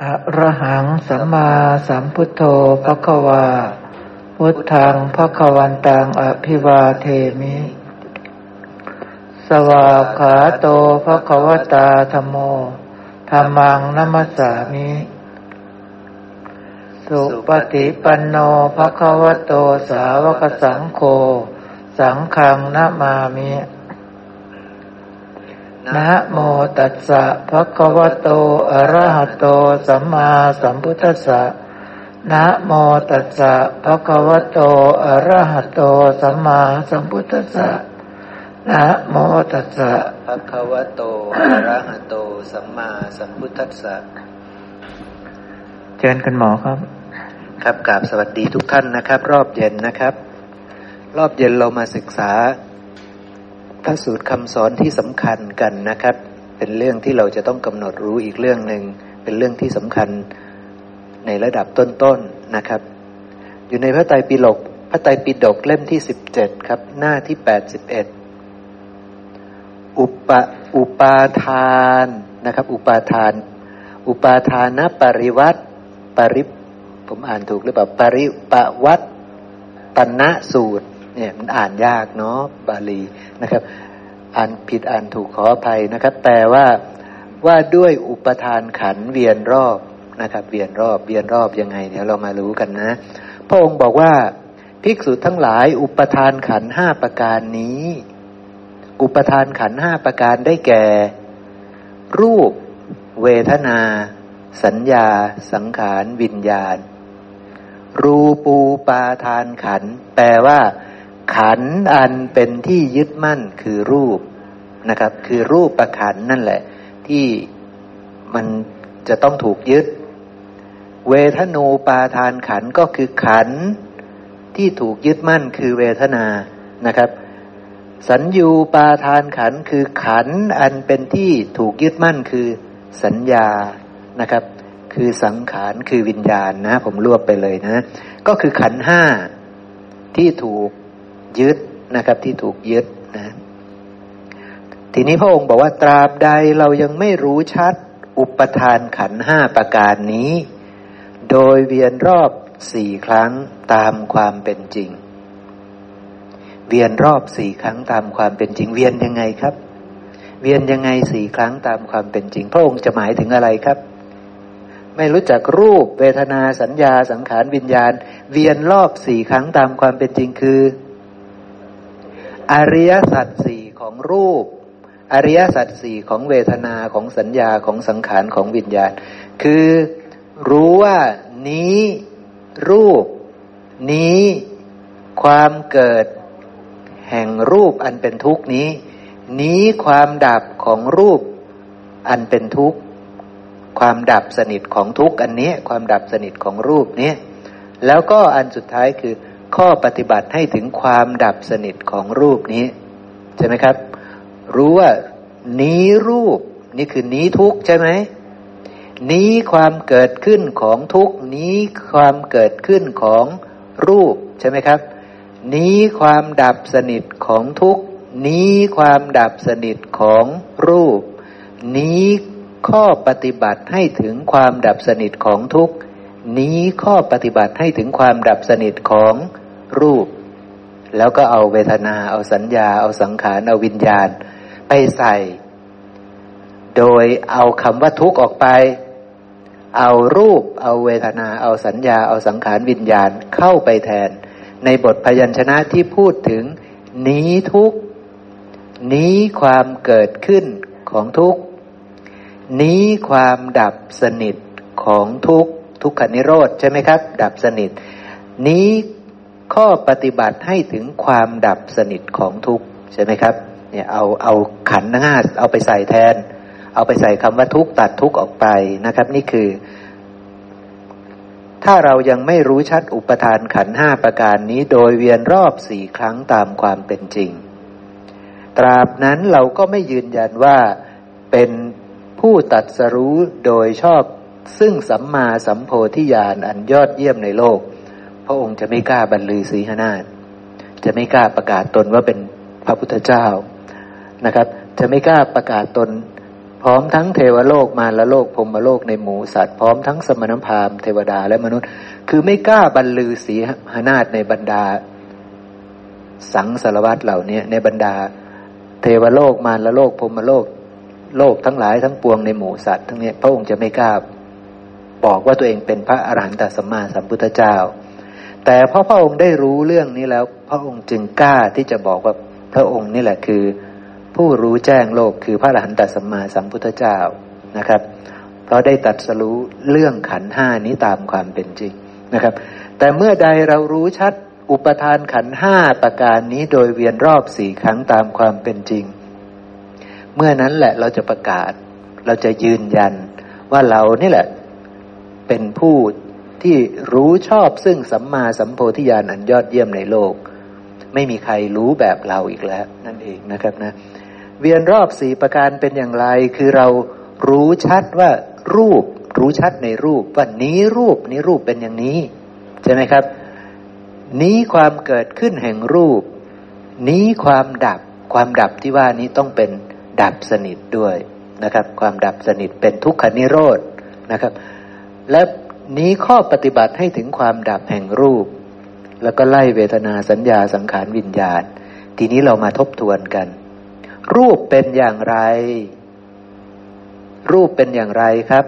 อะระหังสัมมาสัมพุทโธภควาพุทธังภควันตังอภิวาเทมิสวากขาโตภควตาธัมโมธัมมังนัมมัสสามิสุปฏิปันโนภควโตสาวกสังโฆสังฆังนะมามินะโมตัสสะภะคะวะโตอะระหะโตสัมมาสัมพุทธัสสะนะโมตัสสะภะคะวะโตอะระหะโตสัมมาสัมพุทธัสสะนะโมตัสสะภะคะวะโตอะระหะโตสัมมาสัมพุทธัสสะเชิญคุณหมอครับครับกราบสวัสดีทุกท่านนะครับรอบเย็นนะครับรอบเย็นเรามาศึกษาพระสูตรคำสอนที่สำคัญกันนะครับเป็นเรื่องที่เราจะต้องกำหนดรู้อีกเรื่องหนึ่งเป็นเรื่องที่สำคัญในระดับต้นๆนะครับอยู่ในพระไตรปิฎกเล่มที่17ครับหน้าที่81อุปาทานนะครับอุปาทานปริวัตผมอ่านถูกหรือเปล่าปริปวัตตนสูตรเนี่ยมันอ่านยากเนาะบาลีนะครับอ่านผิดอ่านถูกขออภัยนะครับแต่ว่าด้วยอุปทานขันธ์เวียนรอบนะครับเวียนรอบยังไงเดี๋ยวเรามารู้กันนะพระองค์บอกว่าภิกษุทั้งหลายอุปทานขันธ์5ประการนี้อุปทานขันธ์5ประการได้แก่รูปเวทนาสัญญาสังขารวิญญาณรูปูปาทานขันธ์แปลว่าขันธ์อันเป็นที่ยึดมั่นคือรูปนะครับคือรูปประขันธ์นั่นแหละที่มันจะต้องถูกยึดเวทนูปาทานขันธ์ก็คือขันธ์ที่ถูกยึดมั่นคือเวทนานะครับสัญญูปาทานขันธ์คือขันธ์อันเป็นที่ถูกยึดมั่นคือสัญญานะครับคือสังขารคือวิญญาณนะผมรวบไปเลยนะก็คือขันธ์5ที่ถูกยึดนะครับที่ถูกยึดนะทีนี้พระองค์บอกว่าตราบใดเรายังไม่รู้ชัดอุปทานขันธ์5ประการนี้โดยเวียนรอบ4ครั้งตามความเป็นจริงเวียนรอบ4ครั้งตามความเป็นจริงเวียนยังไงครับเวียนยังไง4ครั้งตามความเป็นจริงพระองค์จะหมายถึงอะไรครับไม่รู้จักรูปเวทนาสัญญาสังขารวิญญาณเวียนรอบ4ครั้งตามความเป็นจริงคืออริยสัจ4ของรูปอริยสัจ4ของเวทนาของสัญญาของสังขารของวิญญาณคือรู้ว่านี้รูปนี้ความเกิดแห่งรูปอันเป็นทุกข์นี้ความดับของรูปอันเป็นทุกข์ความดับสนิทของทุกข์อันนี้ความดับสนิทของรูปนี้แล้วก็อันสุดท้ายคือข้อปฏิบัติให้ถึงความดับสนิทของรูปนี้ใช่ไหมครับรู้ว่านี้รูปนี่คือนี้ทุกข์ใช่ไหมนี้ความเกิดขึ้นของทุกข์นี้ความเกิดขึ้นของรูปใช่ไหมครับนี้ความดับสนิทของทุกข์นี้ความดับสนิทของรูปนี้ข้อปฏิบัติให้ถึงความดับสนิทของทุกข์นี้ข้อปฏิบัติให้ถึงความดับสนิทของรูปแล้วก็เอาเวทนาเอาสัญญาเอาสังขารเอาวิญญาณไปใส่โดยเอาคำว่าทุกข์ออกไปเอารูปเอาเวทนาเอาสัญญาเอาสังขารวิญญาณเข้าไปแทนในบทพยัญชนะที่พูดถึงนี้ทุกข์นี้ความเกิดขึ้นของทุกข์นี้ความดับสนิทของทุกข์ทุกขนิโรธใช่ไหมครับดับสนิทนี้ข้อปฏิบัติให้ถึงความดับสนิทของทุกข์ใช่ไหมครับเนี่ยเอาขันธ์5เอาไปใส่แทนเอาไปใส่คำว่าทุกข์ตัดทุกข์ออกไปนะครับนี่คือถ้าเรายังไม่รู้ชัดอุปทานขันธ์5ประการนี้โดยเวียนรอบ4ครั้งตามความเป็นจริงตราบนั้นเราก็ไม่ยืนยันว่าเป็นผู้ตรัสรู้โดยชอบซึ่งสัมมาสัมโพธิญาณอันยอดเยี่ยมในโลกพระองค์จะไม่กล้าบรรลือสีหนาฏจะไม่กล้าประกาศตนว่าเป็นพระพุทธเจ้านะครับจะไม่กล้าประกาศตนพร้อมทั้งเทวโลกมารโลกพรหมโลกในหมู่สัตว์พร้อมทั้งสมณพราหมณ์เทวดาและมนุษย์คือไม่กล้าบรรลือสีหนาฏในบรรดาสังสารวัตรเหล่านี้ในบรรดาเทวโลกมารโลกพรหมโลกโลกทั้งหลายทั้งปวงในหมู่สัตว์ทั้งนี้พระองค์จะไม่กล้าบอกว่าตัวเองเป็นพระอรหันตสัมมาสัมพุทธเจ้าแต่เพราะพระองค์ได้รู้เรื่องนี้แล้วพระองค์จึงกล้าที่จะบอกว่าพระองค์นี่แหละคือผู้รู้แจ้งโลกคือพระอรหันตสัมมาสัมพุทธเจ้านะครับเพราะได้ตรัสรู้เรื่องขันธ์ห้านี้ตามความเป็นจริงนะครับแต่เมื่อใดเรารู้ชัดอุปทานขันธ์ห้าประการนี้โดยเวียนรอบ4 ครั้งตามความเป็นจริงเมื่อนั้นแหละเราจะประกาศเราจะยืนยันว่าเรานี่แหละเป็นผู้ที่รู้ชอบซึ่งสัมมาสัมโพธิญาณอันยอดเยี่ยมในโลกไม่มีใครรู้แบบเราอีกแล้วนั่นเองนะครับนะเวียนรอบ4 ประการเป็นอย่างไรคือเรารู้ชัดว่ารูปรู้ชัดในรูปว่านี้รูปเป็นอย่างนี้ใช่ไหมครับนี้ความเกิดขึ้นแห่งรูปนี้ความดับที่ว่านี้ต้องเป็นดับสนิทด้วยนะครับความดับสนิทเป็นทุกขนิโรธนะครับและนี้ข้อปฏิบัติให้ถึงความดับแห่งรูปแล้วก็ไล่เวทนาสัญญาสังขารวิญญาณทีนี้เรามาทบทวนกันรูปเป็นอย่างไรรูปเป็นอย่างไรครับ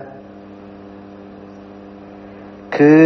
คือ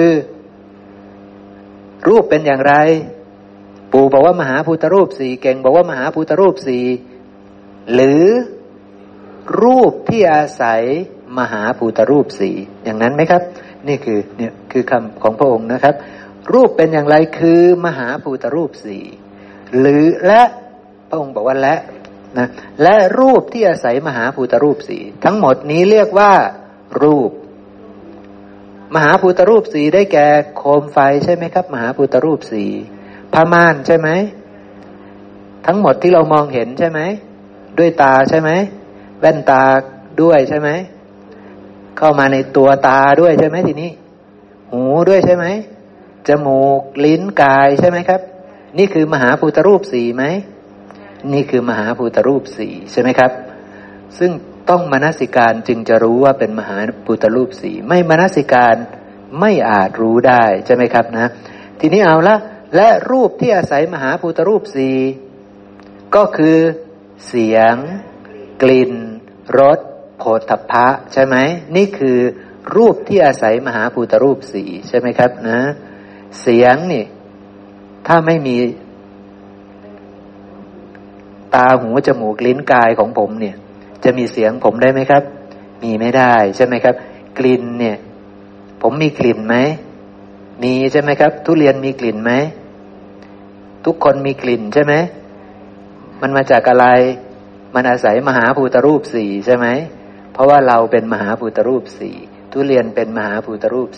รูปเป็นอย่างไรปู่บอกว่ามหาภูตรูป4เก่งบอกว่ามหาภูตรูป4หรือรูปที่อาศัยมหาภูตรูป4อย่างนั้นไหมครับนี่คือคำของพระองค์นะครับรูปเป็นอย่างไรคือมหาภูตรูป4หรือและพระองค์บอกว่าและรูปที่อาศัยมหาภูตรูป4ทั้งหมดนี้เรียกว่ารูปมหาภูตรูป4ได้แก่โคมไฟใช่ไหมครับมหาภูตรูป4ผ้าม่านใช่ไหมทั้งหมดที่เรามองเห็นใช่ไหมด้วยตาใช่ไหมแว่นตาด้วยใช่ไหมเข้ามาในตัวตาด้วยใช่ไหมทีนี้หูด้วยใช่ไหมจมูกลิ้นกายใช่ไหมครับนี่คือมหาภูตรูป4ไหมนี่คือมหาภูตรูป4ใช่ไหมครับซึ่งต้องมนสิการจึงจะรู้ว่าเป็นมหาภูตรูป4ไม่มนสิการไม่อาจรู้ได้ใช่ไหมครับนะทีนี้เอาละและรูปที่อาศัยมหาภูตรูป4ก็คือเสียงกลิ่นรสโผฏฐัพพะใช่ไหมนี่คือรูปที่อาศัยมหาภูตรูป4ใช่ไหมครับนะเสียงนี่ถ้าไม่มีตาหูจมูกลิ้นกายของผมเนี่ยจะมีเสียงผมได้ไหมครับมีไม่ได้ใช่ไหมครับกลิ่นเนี่ยผมมีกลิ่นไหมมีใช่ไหมครับทุเรียนมีกลิ่นไหมทุกคนมีกลิ่นใช่ไหมมันมาจากอะไรมันอาศัยมหาภูตรูป4ใช่ไหมเพราะว่าเราเป็นมหาภูตรูป4ทุเรียนเป็นมหาภูตรูป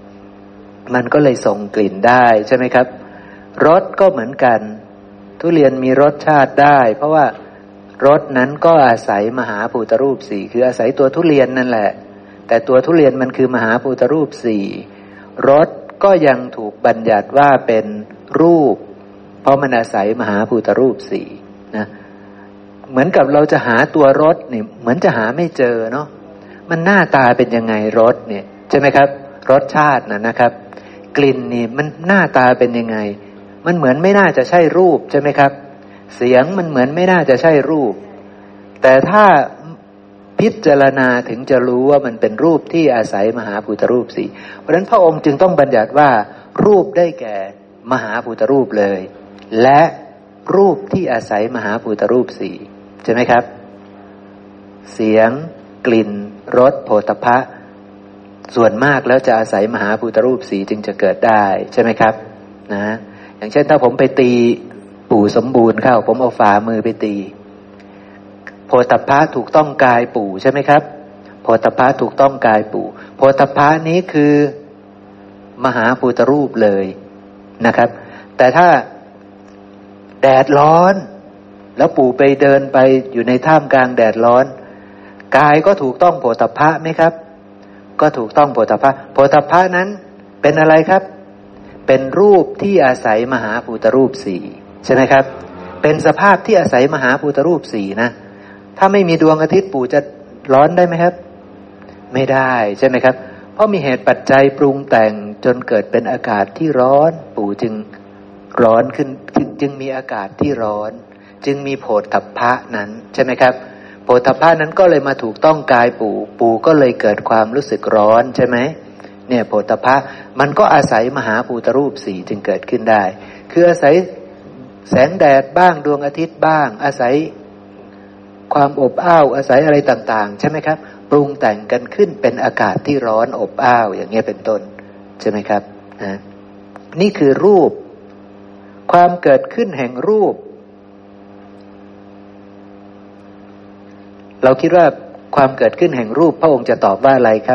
4มันก็เลยส่งกลิ่นได้ใช่ไหมครับรสก็เหมือนกันทุเรียนมีรสชาติได้เพราะว่ารสนั้นก็อาศัยมหาภูตรูป4คืออาศัยตัวทุเรียนนั่นแหละแต่ตัวทุเรียนมันคือมหาภูตรูป4รสก็ยังถูกบัญญัติว่าเป็นรูปเพราะมันอาศัยมหาภูตรูป4นะเหมือนกับเราจะหาตัวรสเนี่ยเหมือนจะหาไม่เจอเนาะมันหน้าตาเป็นยังไงรสเนี่ยใช่ไหมครับรสชาตินะครับกลิ่นนี่มันหน้าตาเป็นยังไงมันเหมือนไม่น่าจะใช่รูปใช่ไหมครับเสียงมันเหมือนไม่น่าจะใช่รูปแต่ถ้าพิจารณาถึงจะรู้ว่ามันเป็นรูปที่อาศัยมหาภูตรูป4เพราะฉะนั้นพระองค์จึงต้องบัญญัติว่ารูปได้แก่มหาภูตรูปเลยและรูปที่อาศัยมหาภูตรูป4ใช่ไหมครับเสียงกลิ่นรสโผฏฐัพพะส่วนมากแล้วจะอาศัยมหาภูตรูป4จึงจะเกิดได้ใช่ไหมครับนะอย่างเช่นถ้าผมไปตีปู่สมบูรณ์เข้าผมเอาฝ่ามือไปตีโผฏฐัพพะถูกต้องกายปู่ใช่ไหมครับโผฏฐัพพะถูกต้องกายปู่โผฏฐัพพะนี้คือมหาภูตรูปเลยนะครับแต่ถ้าแดดร้อนแล้วปู่ไปเดินไปอยู่ในท่ามกลางแดดร้อนกายก็ถูกต้องโผฏฐัพพะไหมครับก็ถูกต้องโผฏฐัพพะโผฏฐัพพะนั้นเป็นอะไรครับเป็นรูปที่อาศัยมหาภูตรูป4ใช่ไหมครับเป็นสภาพที่อาศัยมหาภูตรูป4นะถ้าไม่มีดวงอาทิตย์ปู่จะร้อนได้ไหมครับไม่ได้ใช่ไหมครับเพราะมีเหตุปัจจัยปรุงแต่งจนเกิดเป็นอากาศที่ร้อนปู่จึงร้อนขึ้นจึงมีอากาศที่ร้อนจึงมีโผฏฐัพพะนั้นใช่ไหมครับโผฏฐัพพะนั้นก็เลยมาถูกต้องกายปู่ก็เลยเกิดความรู้สึกร้อนใช่ไหมเนี่ยโผฏฐัพพะมันก็อาศัยมหาภูตรูปสี่จึงเกิดขึ้นได้คืออาศัยแสงแดดบ้างดวงอาทิตย์บ้างอาศัยความอบอ้าวอาศัยอะไรต่างๆใช่ไหมครับปรุงแต่งกันขึ้นเป็นอากาศที่ร้อนอบอ้าวอย่างเงี้ยเป็นต้นใช่ไหมครับนี่คือรูปความเกิดขึ้นแห่งรูปเราคิดว่าความเกิดขึ้นแห่งรูปพระองค์จะตอบว่าอะไรครับ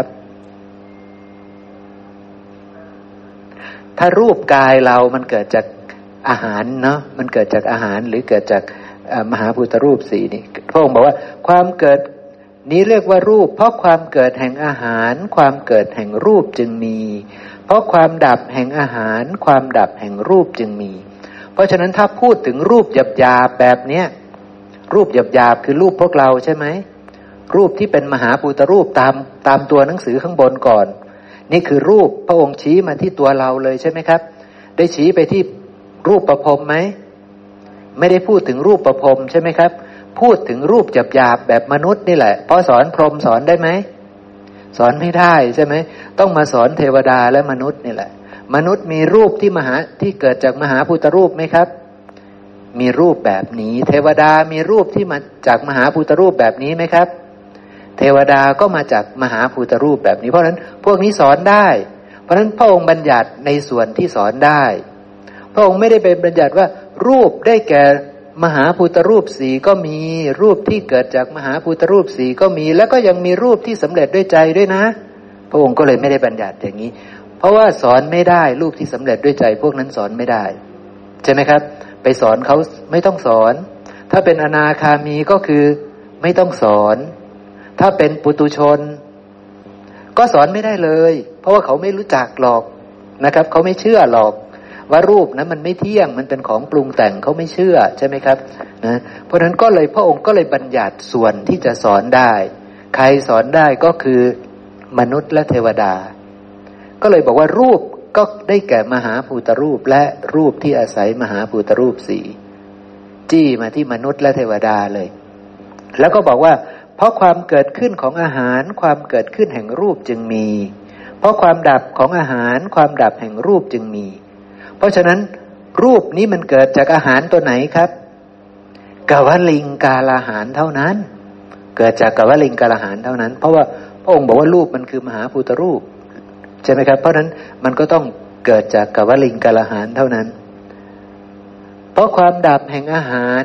ถ้ารูปกายเรามันเกิดจากอาหารเนาะมันเกิดจากอาหารหรือเกิดจากมหาภูตรูปสี่นี่พระองค์บอกว่าความเกิดนี้เรียกว่ารูปเพราะความเกิดแห่งอาหารความเกิดแห่งรูปจึงมีเพราะความดับแห่งอาหารความดับแห่งรูปจึงมีเพราะฉะนั้นถ้าพูดถึงรูปหยาบๆแบบเนี้ยรูปหยาบๆคือรูปพวกเราใช่ไหมรูปที่เป็นมหาภูตรูปตามตัวหนังสือข้างบนก่อนนี่คือรูปพระองค์ชี้มาที่ตัวเราเลยใช่ไหมครับได้ชี้ไปที่รูปประพรมไหมไม่ได้พูดถึงรูปประพรมใช่ไหมครับพูดถึงรูปหยาบๆแบบมนุษย์นี่แหละเพราะสอนพรหมสอนได้ไหมสอนไม่ได้ใช่ไหมต้องมาสอนเทวดาและมนุษย์นี่แหละมนุษย์มีรูปที่เกิดจากมหาภูตรูปไหมครับมีรูปแบบนี้เทวดามีรูปที่มาจากมหาภูตรูปแบบนี้ไหมครับเทวดาก็มาจากมหาภูตรูปแบบนี้เพราะฉะนั้นพวกนี้สอนได้เพราะฉะนั้นพระองค์บัญญัติในส่วนที่สอนได้พระองค์ไม่ได้ไปบัญญัติว่ารูปได้แก่มหาภูตรูปสี่ก็มีรูปที่เกิดจากมหาภูตรูปสี่ก็มีแล้วก็ยังมีรูปที่สำเร็จด้วยใจด้วยนะพระองค์ก็เลยไม่ได้บัญญัติอย่างนี้เพราะว่าสอนไม่ได้รูปที่สำเร็จด้วยใจพวกนั้นสอนไม่ได้ใช่ไหมครับไปสอนเขาไม่ต้องสอนถ้าเป็นอนาคามีก็คือไม่ต้องสอนถ้าเป็นปุถุชนก็สอนไม่ได้เลยเพราะว่าเขาไม่รู้จักหรอกนะครับเขาไม่เชื่อหรอกว่ารูปนั้นมันไม่เที่ยงมันเป็นของปรุงแต่งเขาไม่เชื่อใช่ไหมครับนะเพราะฉะนั้นก็เลยพระองค์ก็เลยบัญญัติส่วนที่จะสอนได้ใครสอนได้ก็คือมนุษย์และเทวดาก็เลยบอกว่ารูปก็ได้แก่มหาภูตรูปและรูปที่อาศัยมหาภูตรูปสี่จี้มาที่มนุษย์และเทวดาเลยแล้วก็บอกว่าเพราะความเกิดขึ้นของอาหารความเกิดขึ้นแห่งรูปจึงมีเพราะความดับของอาหารความดับแห่งรูปจึงมีเพราะฉะนั้นรูปนี้มันเกิดจากอาหารตัวไหนครับกวลิงกาลาหารเท่านั้นเกิดจากกวลิงกาลาหารเท่านั้นเพราะว่าพระองค์บอกว่ารูปมันคือมหาภูตรูปใช่ไหมครับเพราะนั้นมันก็ต้องเกิดจากกวลิงกาลาหารเท่านั้นเพราะความดับแห่งอาหาร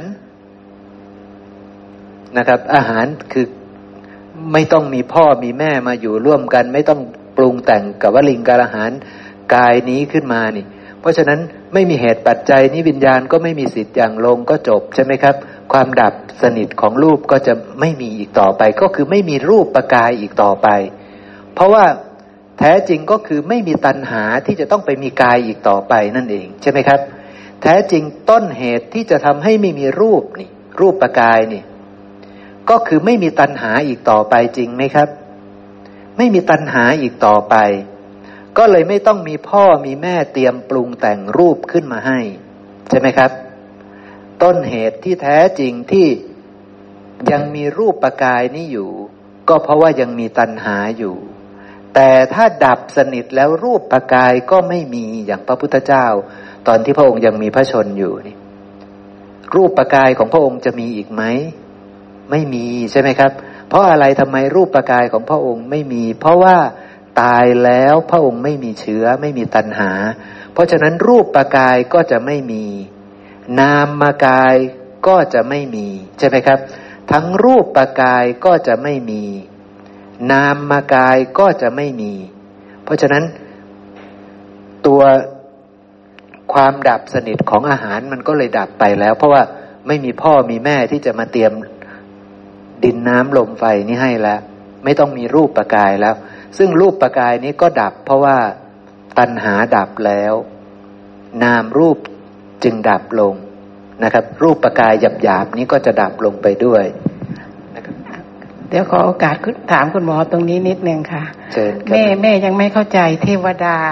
นะครับอาหารคือไม่ต้องมีพ่อมีแม่มาอยู่ร่วมกันไม่ต้องปรุงแต่งกวลิงกาลาหารกายนี้ขึ้นมานี่เพราะฉะนั้นไม่มีเหตุปัจจัยนี้วิญญาณก็ไม่มีสิทธิ์อย่างลงก็จบใช่ไหมครับความดับสนิทของรูปก็จะไม่มีอีกต่อไปก็คือไม่มีรูปประกายอีกต่อไปเพราะว่าแท้จริงก็คือไม่มีตัณหาที่จะต้องไปมีกายอีกต่อไปนั่นเองใช่ไหมครับแท้จริงต้นเหตุที่จะทำให้ไม่มีรูปนี่รูปประกายนี่ก็คือไม่มีตัณหาอีกต่อไปจริงไหมครับไม่มีตัณหาอีกต่อไปก็เลยไม่ต้องมีพ่อมีแม่เตรียมปรุงแต่งรูปขึ้นมาให้ใช่ไหมครับต้นเหตุที่แท้จริงที่ยังมีรูปประกายนี้อยู่ก็เพราะว่ายังมีตัณหาอยู่แต่ถ้าดับสนิทแล้วรูปประกายก็ไม่มีอย่างพระพุทธเจ้าตอนที่พระองค์ยังมีพระชนอยู่นี่รูปประกายของพระองค์จะมีอีกไหมไม่มีใช่ไหมครับเพราะอะไรทำไมรูปประกายของพระองค์ไม่มีเพราะว่าตายแล้วพระองค์ไม่มีเชื้อไม่มีตัณหาเพราะฉะนั้นรูปประกายก็จะไม่มีนามกายก็จะไม่มีใช่ไหมครับทั้งรูปประกายก็จะไม่มีนามกายก็จะไม่มีเพราะฉะนั้นตัวความดับสนิทของอาหารมันก็เลยดับไปแล้วเพราะว่าไม่มีพ่อมีแม่ที่จะมาเตรียมดินน้ำลมไฟนี่ให้แล้วไม่ต้องมีรูปประกายแล้วซึ่งรูปประกายนี้ก็ดับเพราะว่าตัณหาดับแล้วนามรูปจึงดับลงนะครับรูปประกายหยาบๆนี้ก็จะดับลงไปด้วยนะครับเดี๋ยวขอโอกาสถามคุณหมอตรงนี้นิดนึงค่ะเชิญครับแม่ยังไม่เข้าใจเทวดา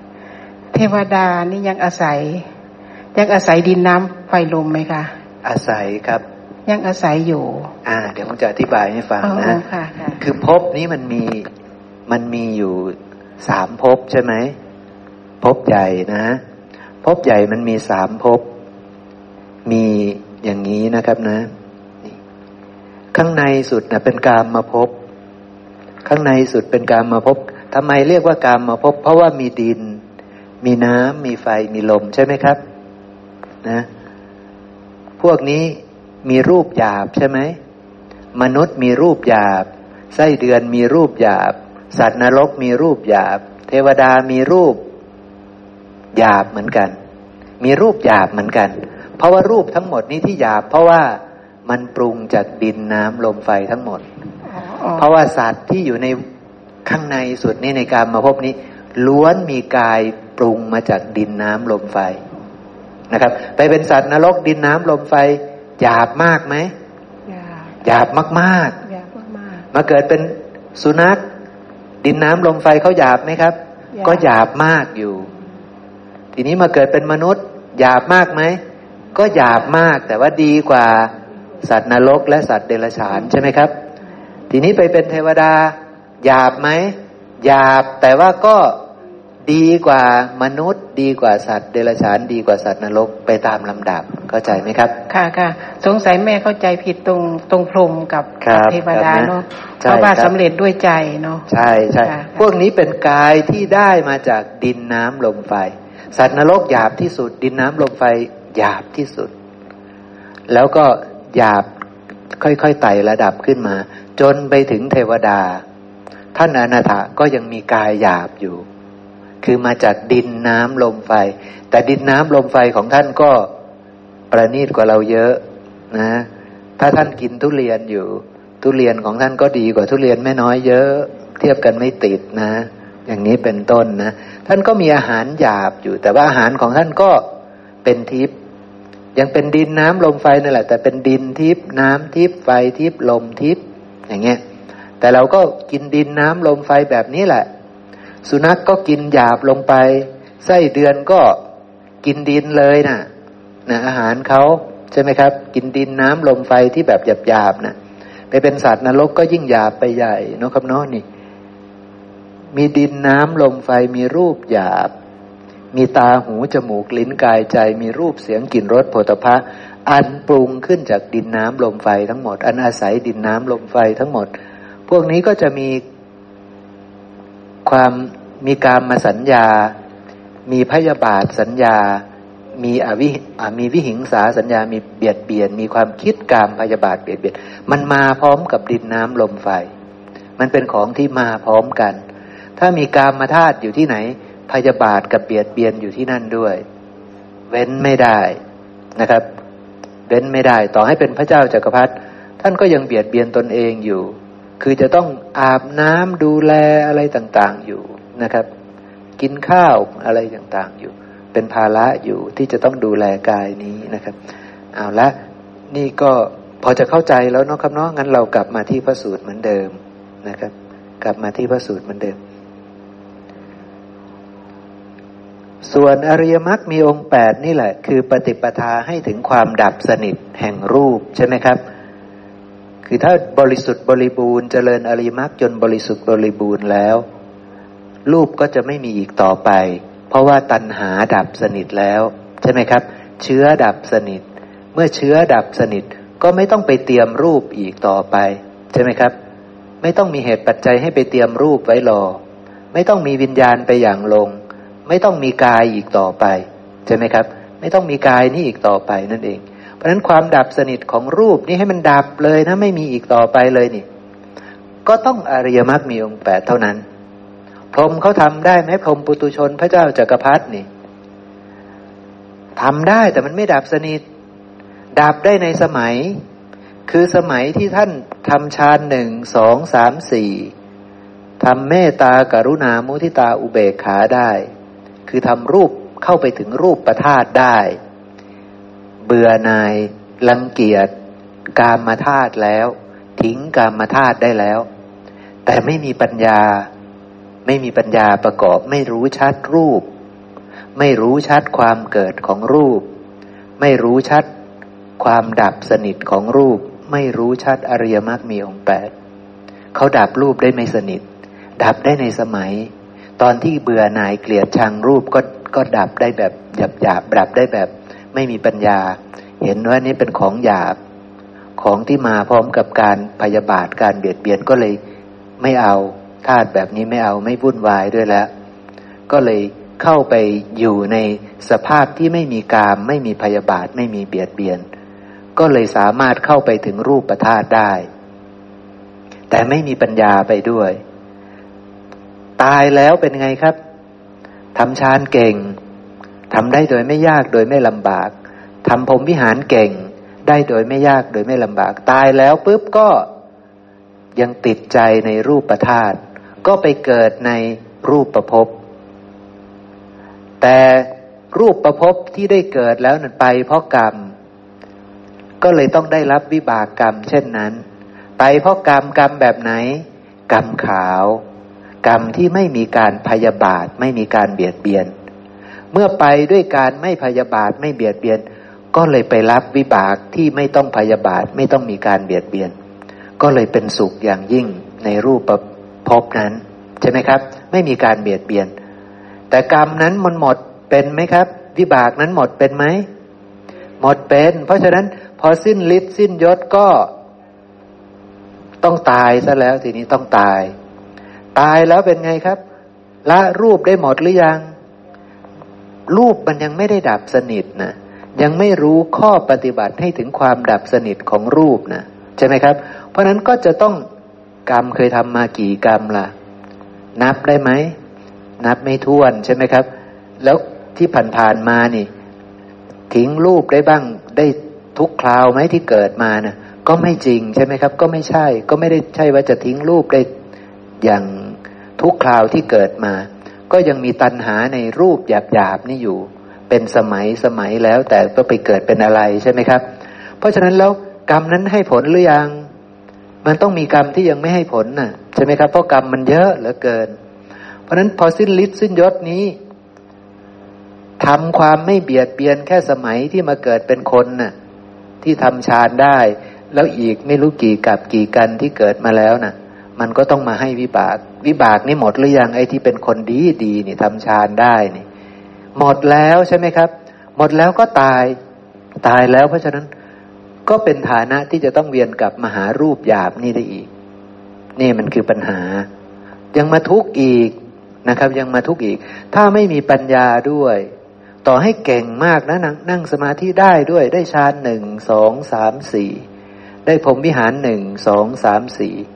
นี่ยังอาศัยดินน้ำไฟลมไหมคะอาศัยครับยังอาศัยอยู่เดี๋ยวผมจะอธิบายให้ฟังนะคือภพนี้มันมีอยู่3ภพใช่ไหมภพใหญ่นะภพใหญ่มันมี3ภพมีอย่างนี้นะครับนะข้างในสุดนะเป็นกามภพข้างในสุดเป็นกามภพทำไมเรียกว่ากามภพเพราะว่ามีดินมีน้ำมีไฟมีลมใช่ไหมครับนะพวกนี้มีรูปหยาบใช่ไหมมนุษย์มีรูปหยาบไส้เดือนมีรูปหยาบสัตว์นรกมีรูปหยาบเทวดามีรูปหยาบเหมือนกันมีรูปหยาบเหมือนกันเพราะว่ารูปทั้งหมดนี้ที่หยาบเพราะว่ามันปรุงจากดินน้ำลมไฟทั้งหมดเพราะว่าสัตว์ที่อยู่ในข้างในสุดนี่ในกามภพนี้ล้วนมีกายปรุงมาจากดินน้ำลมไฟนะครับไปเป็นสัตว์นรกดินน้ำลมไฟหยาบมากไหมหยาบมากๆมาเกิดเป็นสุนัขดินน้ำลมไฟเขาหยาบไหมครับก็หยาบมากอยู่ทีนี้มาเกิดเป็นมนุษย์หยาบมากไหมก็หยาบมากแต่ว่าดีกว่าสัตว์นรกและสัตว์เดรัจฉานใช่ไหมครับทีนี้ไปเป็นเทวดาหยาบไหมหยาบแต่ว่าก็ดีกว่ามนุษย์ดีกว่าสัตว์เดรัจฉานดีกว่าสัตว์นรกไปตามลำดับเข้าใจไหมครับค่ะสงสัยแม่เข้าใจผิดตรงพรหมกับเทวดาเนาะเพราะว่าสำเร็จด้วยใจเนาะใช่พวกนี้เป็นกายที่ได้มาจากดินน้ำลมไฟสัตว์นรกหยาบที่สุดดินน้ำลมไฟหยาบที่สุดแล้วก็หยาบค่อยๆไต่ระดับขึ้นมาจนไปถึงเทวดาท่านอนาถก็ยังมีกายหยาบอยู่คือมาจากดินน้ำลมไฟแต่ดินน้ำลมไฟของท่านก็ประณีตกว่าเราเยอะนะถ้าท่านกินทุเรียนอยู่ทุเรียนของท่านก็ดีกว่าทุเรียนแม่น้อยเยอะเทียบกันไม่ติดนะอย่างนี้เป็นต้นนะท่านก็มีอาหารหยาบอยู่แต่ว่าอาหารของท่านก็เป็นทิพย์ยังเป็นดินน้ำลมไฟนั่นแหละแต่เป็นดินทิพย์น้ำทิพย์ไฟทิพย์ลมทิพย์อย่างเงี้ยแต่เราก็กินดินน้ำลมไฟแบบนี้แหละสุนัข ก็กินหยาบลงไปไส้เดือนก็กินดินเลยนะอาหารเขาใช่ไหมครับกินดินน้ำลมไฟที่แบบหยาบๆนะไปเป็นสัตว์นรกก็ยิ่งหยาบไปใหญ่เนาะครับเนาะนี่มีดินน้ำลมไฟมีรูปหยาบมีตาหูจมูกลิ้นกายใจมีรูปเสียงกลิ่นรสโผฏฐัพพะอันปรุงขึ้นจากดินน้ำลมไฟทั้งหมดอันอาศัยดินน้ำลมไฟทั้งหมดพวกนี้ก็จะมีกามสัญญามีพยาบาทสัญญามีวิหิงสาสัญญามีเบียดเบียนมีความคิดกามพยาบาทเบียดเบียนมันมาพร้อมกับดินน้ำลมไฟมันเป็นของที่มาพร้อมกันถ้ามีกามธาตุอยู่ที่ไหนพยาบาทกับเบียดเบียนอยู่ที่นั่นด้วยเว้นไม่ได้นะครับเว้นไม่ได้ต่อให้เป็นพระเจ้าจักรพรรดิท่านก็ยังเบียดเบียนตนเองอยู่คือจะต้องอาบน้ำดูแลอะไรต่างๆอยู่นะครับกินข้าวอะไรต่างๆอยู่เป็นภาระอยู่ที่จะต้องดูแลกายนี้นะครับเอาละนี่ก็พอจะเข้าใจแล้วเนาะครับเนาะงั้นเรากลับมาที่พระสูตรเหมือนเดิมนะครับกลับมาที่พระสูตรเหมือนเดิมส่วนอริยมรรคมีองค์8นี่แหละคือปฏิปทาให้ถึงความดับสนิทแห่งรูปใช่ไหมครับคือถ้าบริสุทธิ์บริบูรณ์เจริญอริยมรรคจนบริสุทธิ์บริบูรณ์แล้วรูปก็จะไม่มีอีกต่อไปเพราะว่าตัณหาดับสนิทแล้วใช่ไหมครับเชื้อดับสนิทเมื่อเชื้อดับสนิทก็ไม่ต้องไปเตรียมรูปอีกต่อไปใช่ไหมครับไม่ต้องมีเหตุปัจจัยให้ไปเตรียมรูปไว้รอไม่ต้องมีวิญญาณไปอย่างลงไม่ต้องมีกายอีกต่อไปใช่ไหมครับไม่ต้องมีกายนี่อีกต่อไปนั่นเองเพราะฉะนั้นความดับสนิทของรูปนี่ให้มันดับเลยนะไม่มีอีกต่อไปเลยนี่ก็ต้องอริยมรรคมีองค์8เท่านั้นพรหมเขาทำได้ไหมพรหมปุถุชนพระเจ้าจักรพรรดินี่ทำได้แต่มันไม่ดับสนิทดับได้ในสมัยคือสมัยที่ท่านทำฌาน1 2 3 4ทำเมตตากรุณามุทิตาอุเบกขาได้คือทำรูปเข้าไปถึงรูปประธาตุได้เบื่อหน่ายรังเกียจกามธาตุแล้วทิ้งกามธาตุได้แล้วแต่ไม่มีปัญญาประกอบไม่รู้ชัดรูปไม่รู้ชัดความเกิดของรูปไม่รู้ชัดความดับสนิทของรูปไม่รู้ชัดอริยมรรคมีองค์8เขาดับรูปได้ไม่สนิทดับได้ในสมัยตอนที่เบื่อหน่ายเกลียดชังรูปก็ดับได้แบบหยาบดับได้แบบไม่มีปัญญาเห็นว่านี่เป็นของหยาบของที่มาพร้อมกับการพยาบาทการเบียดเบียนก็เลยไม่เอาธาตุแบบนี้ไม่เอาไม่วุ่นวายด้วยแล้วก็เลยเข้าไปอยู่ในสภาพที่ไม่มีกามไม่มีพยาบาทไม่มีเบียดเบียนก็เลยสามารถเข้าไปถึงรูปธาตุได้แต่ไม่มีปัญญาไปด้วยตายแล้วเป็นไงครับทำฌานเก่งทำได้โดยไม่ยากโดยไม่ลำบากทำพรหมวิหารเก่งได้โดยไม่ยากโดยไม่ลำบากตายแล้วปุ๊บก็ยังติดใจในรูปธาตุก็ไปเกิดในรูปภพแต่รูปภพที่ได้เกิดแล้วนั้นไปเพราะกรรมก็เลยต้องได้รับวิบากกรรมเช่นนั้นไปเพราะกรรมแบบไหนกรรมขาวกรรมที่ไม่มีการพยาบาทไม่มีการเบียดเบียนเมื่อไปด้วยการไม่พยาบาทไม่เบียดเบียนก็เลยไปรับวิบากที่ไม่ต้องพยาบาทไม่ต้องมีการเบียดเบียนก็เลยเป็นสุขอย่างยิ่งในรูปภพนั้นใช่ไหมครับไม่มีการเบียดเบียนแต่กรรมนั้นมันหมดเป็นไหมครับวิบากนั้นหมดเป็นไหมหมดเป็นเพราะฉะนั้นพอสิ้นฤทธิ์สิ้นยศก็ต้องตายซะแล้วทีนี้ต้องตายแล้วเป็นไงครับละรูปได้หมดหรือยังรูปมันยังไม่ได้ดับสนิทนะยังไม่รู้ข้อปฏิบัติให้ถึงความดับสนิทของรูปนะใช่ไหมครับเพราะนั้นก็จะต้องกรรมเคยทำมากี่กรรมล่ะนับได้ไหมนับไม่ถ้วนใช่ไหมครับแล้วที่ผ่านมานี่ทิ้งรูปได้บ้างได้ทุกคราวไหมที่เกิดมานะก็ไม่จริงใช่ไหมครับก็ไม่ใช่ก็ไม่ได้ใช่ว่าจะทิ้งรูปได้อย่างทุกคราวที่เกิดมาก็ยังมีตัณหาในรูปหยาบๆนี่อยู่เป็นสมัยแล้วแต่ก็ไปเกิดเป็นอะไรใช่ไหมครับเพราะฉะนั้นแล้วกรรมนั้นให้ผลหรือยังมันต้องมีกรรมที่ยังไม่ให้ผลน่ะใช่ไหมครับเพราะกรรมมันเยอะเหลือเกินเพราะฉะนั้นพอสิ้นฤทธิ์สิ้นยศนี้ทำความไม่เบียดเบียนแค่สมัยที่มาเกิดเป็นคนน่ะที่ทำฌานได้แล้วอีกไม่รู้กี่กับกี่กันที่เกิดมาแล้วน่ะมันก็ต้องมาให้วิบากนี่หมดหรือยังไอ้ที่เป็นคนดีนี่ทำฌานได้นี่หมดแล้วใช่ไหมครับหมดแล้วก็ตายแล้วเพราะฉะนั้นก็เป็นฐานะที่จะต้องเวียนกลับมาหารูปหยาบนี่ได้อีกนี่มันคือปัญหายังมาทุกข์อีกนะครับยังมาทุกข์อีกถ้าไม่มีปัญญาด้วยต่อให้เก่งมากนะนั่งสมาธิได้ด้วยได้ฌาน1 2 3 4ได้พรหมวิหาร1 2 3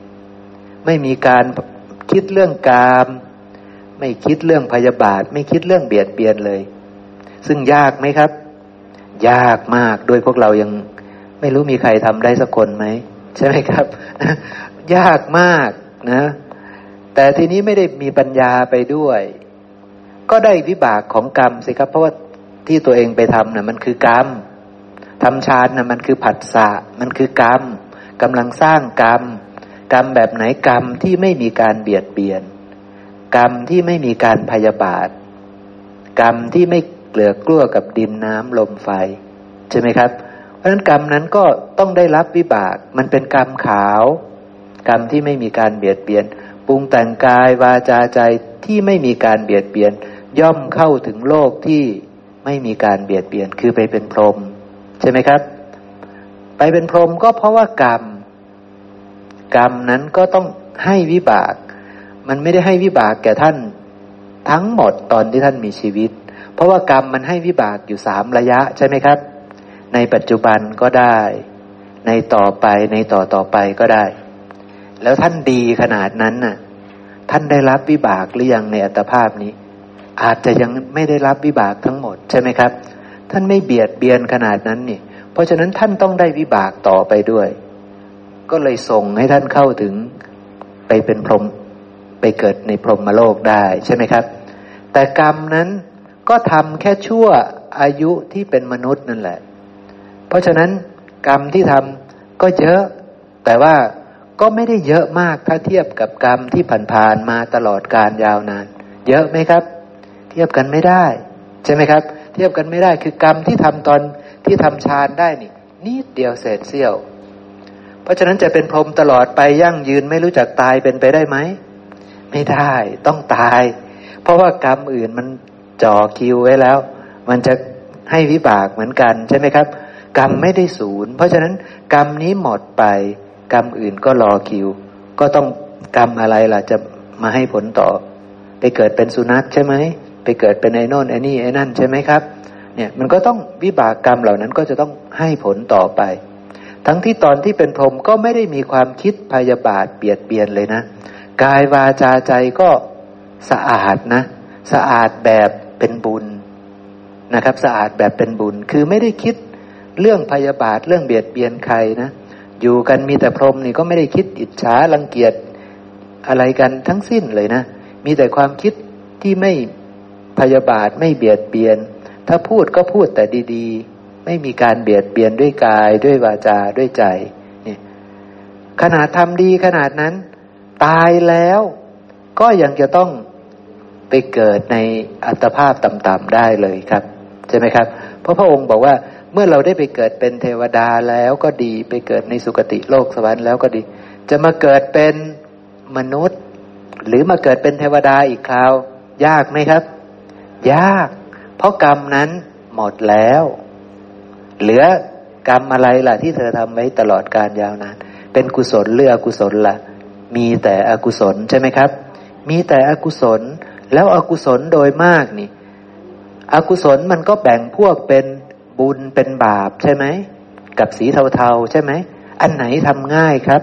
4ไม่มีการคิดเรื่องกามไม่คิดเรื่องพยาบาทไม่คิดเรื่องเบียดเบียนเลยซึ่งยากไหมครับยากมากโดยพวกเรายังไม่รู้มีใครทำได้สักคนไหมใช่ไหมครับ ยากมากนะแต่ทีนี้ไม่ได้มีปัญญาไปด้วยก็ได้วิบากของกรรมสิครับเพราะว่าที่ตัวเองไปทำน่ะมันคือกรรมทำฌานน่ะมันคือผัสสะมันคือกรรมกำลังสร้างกรรมแบบไหนกรรมที่ไม่มีการเบียดเบียนกรรมที่ไม่มีการพยาบาทกรรมที่ไม่เกลือกลั้วกับดินน้ำลมไฟใช่ไหมครับเพราะฉะนั้นกรรมนั้นก็ต้องได้รับวิบากมันเป็นกรรมขาวกรรมที่ไม่มีการเบียดเบียนปรุงแต่งกายวาจาใจที่ไม่มีการเบียดเบียนย่อมเข้าถึงโลกที่ไม่มีการเบียดเบียนคือไปเป็นพรหมใช่ไหมครับไปเป็นพรหมก็เพราะว่ากรรมนั้นก็ต้องให้วิบากมันไม่ได้ให้วิบากแก่ท่านทั้งหมดตอนที่ท่านมีชีวิตเพราะว่ากรรมมันให้วิบากอยู่3ระยะใช่ไหมครับในปัจจุบันก็ได้ในต่อไปในต่อไปก็ได้แล้วท่านดีขนาดนั้นน่ะท่านได้รับวิบากหรือยังในอัตภาพนี้อาจจะยังไม่ได้รับวิบากทั้งหมดใช่ไหมครับท่านไม่เบียดเบียนขนาดนั้นนี่เพราะฉะนั้นท่านต้องได้วิบากต่อไปด้วยก็เลยส่งให้ท่านเข้าถึงไปเป็นพรหมไปเกิดในพรหมโลกได้ใช่ไหมครับแต่กรรมนั้นก็ทำแค่ชั่วอายุที่เป็นมนุษย์นั่นแหละเพราะฉะนั้นกรรมที่ทำก็เยอะแต่ว่าก็ไม่ได้เยอะมากถ้าเทียบกับกรรมที่ผ่านๆมาตลอดกาลยาวนานเยอะไหมครับเทียบกันไม่ได้ใช่ไหมครับเทียบกันไม่ได้คือกรรมที่ทำตอนที่ทำฌานได้นี่นิดเดียวเศษเสี้ยวเพราะฉะนั้นจะเป็นพรหมตลอดไปยั่งยืนไม่รู้จักตายเป็นไปได้ไหมไม่ได้ต้องตายเพราะว่ากรรมอื่นมันจ่อคิวไว้แล้วมันจะให้วิบากเหมือนกันใช่ไหมครับกรรมไม่ได้ศูนย์เพราะฉะนั้นกรรมนี้หมดไปกรรมอื่นก็รอคิวก็ต้องกรรมอะไรล่ะจะมาให้ผลต่อไปเกิดเป็นสุนัขใช่ไหมไปเกิดเป็นไอ้โน่นไอ้นี่ไอ้นั่นใช่ไหมครับเนี่ยมันก็ต้องวิบากกรรมเหล่านั้นก็จะต้องให้ผลต่อไปทั้งที่ตอนที่เป็นพรหมก็ไม่ได้มีความคิดพยาบาทเบียดเบียนเลยนะกายวาจาใจก็สะอาดนะสะอาดแบบเป็นบุญนะครับสะอาดแบบเป็นบุญคือไม่ได้คิดเรื่องพยาบาทเรื่องเบียดเบียนใครนะอยู่กันมีแต่พรหมนี่ก็ไม่ได้คิดอิจฉารังเกียจอะไรกันทั้งสิ้นเลยนะมีแต่ความคิดที่ไม่พยาบาทไม่เบียดเบียนถ้าพูดก็พูดแต่ดีๆไม่มีการเบียดเบียนด้วยกายด้วยวาจาด้วยใจนี่ขนาดทำดีขนาดนั้นตายแล้วก็ยังจะต้องไปเกิดในอัตภาพต่ำๆได้เลยครับใช่ไหมครับเพราะพระองค์บอกว่าเมื่อเราได้ไปเกิดเป็นเทวดาแล้วก็ดีไปเกิดในสุคติโลกสวรรค์แล้วก็ดีจะมาเกิดเป็นมนุษย์หรือมาเกิดเป็นเทวดาอีกคราวยากไหมครับยากเพราะกรรมนั้นหมดแล้วเหลือกรรมอะไรล่ะที่เธอทำไว้ตลอดกาลยาวนานเป็นกุศลหรืออกุศลล่ะมีแต่อกุศลใช่ไหมครับมีแต่อกุศลแล้วอกุศลโดยมากนี่อกุศลมันก็แบ่งพวกเป็นบุญเป็นบาปใช่ไหมกับสีเทาๆใช่ไหมอันไหนทำง่ายครับ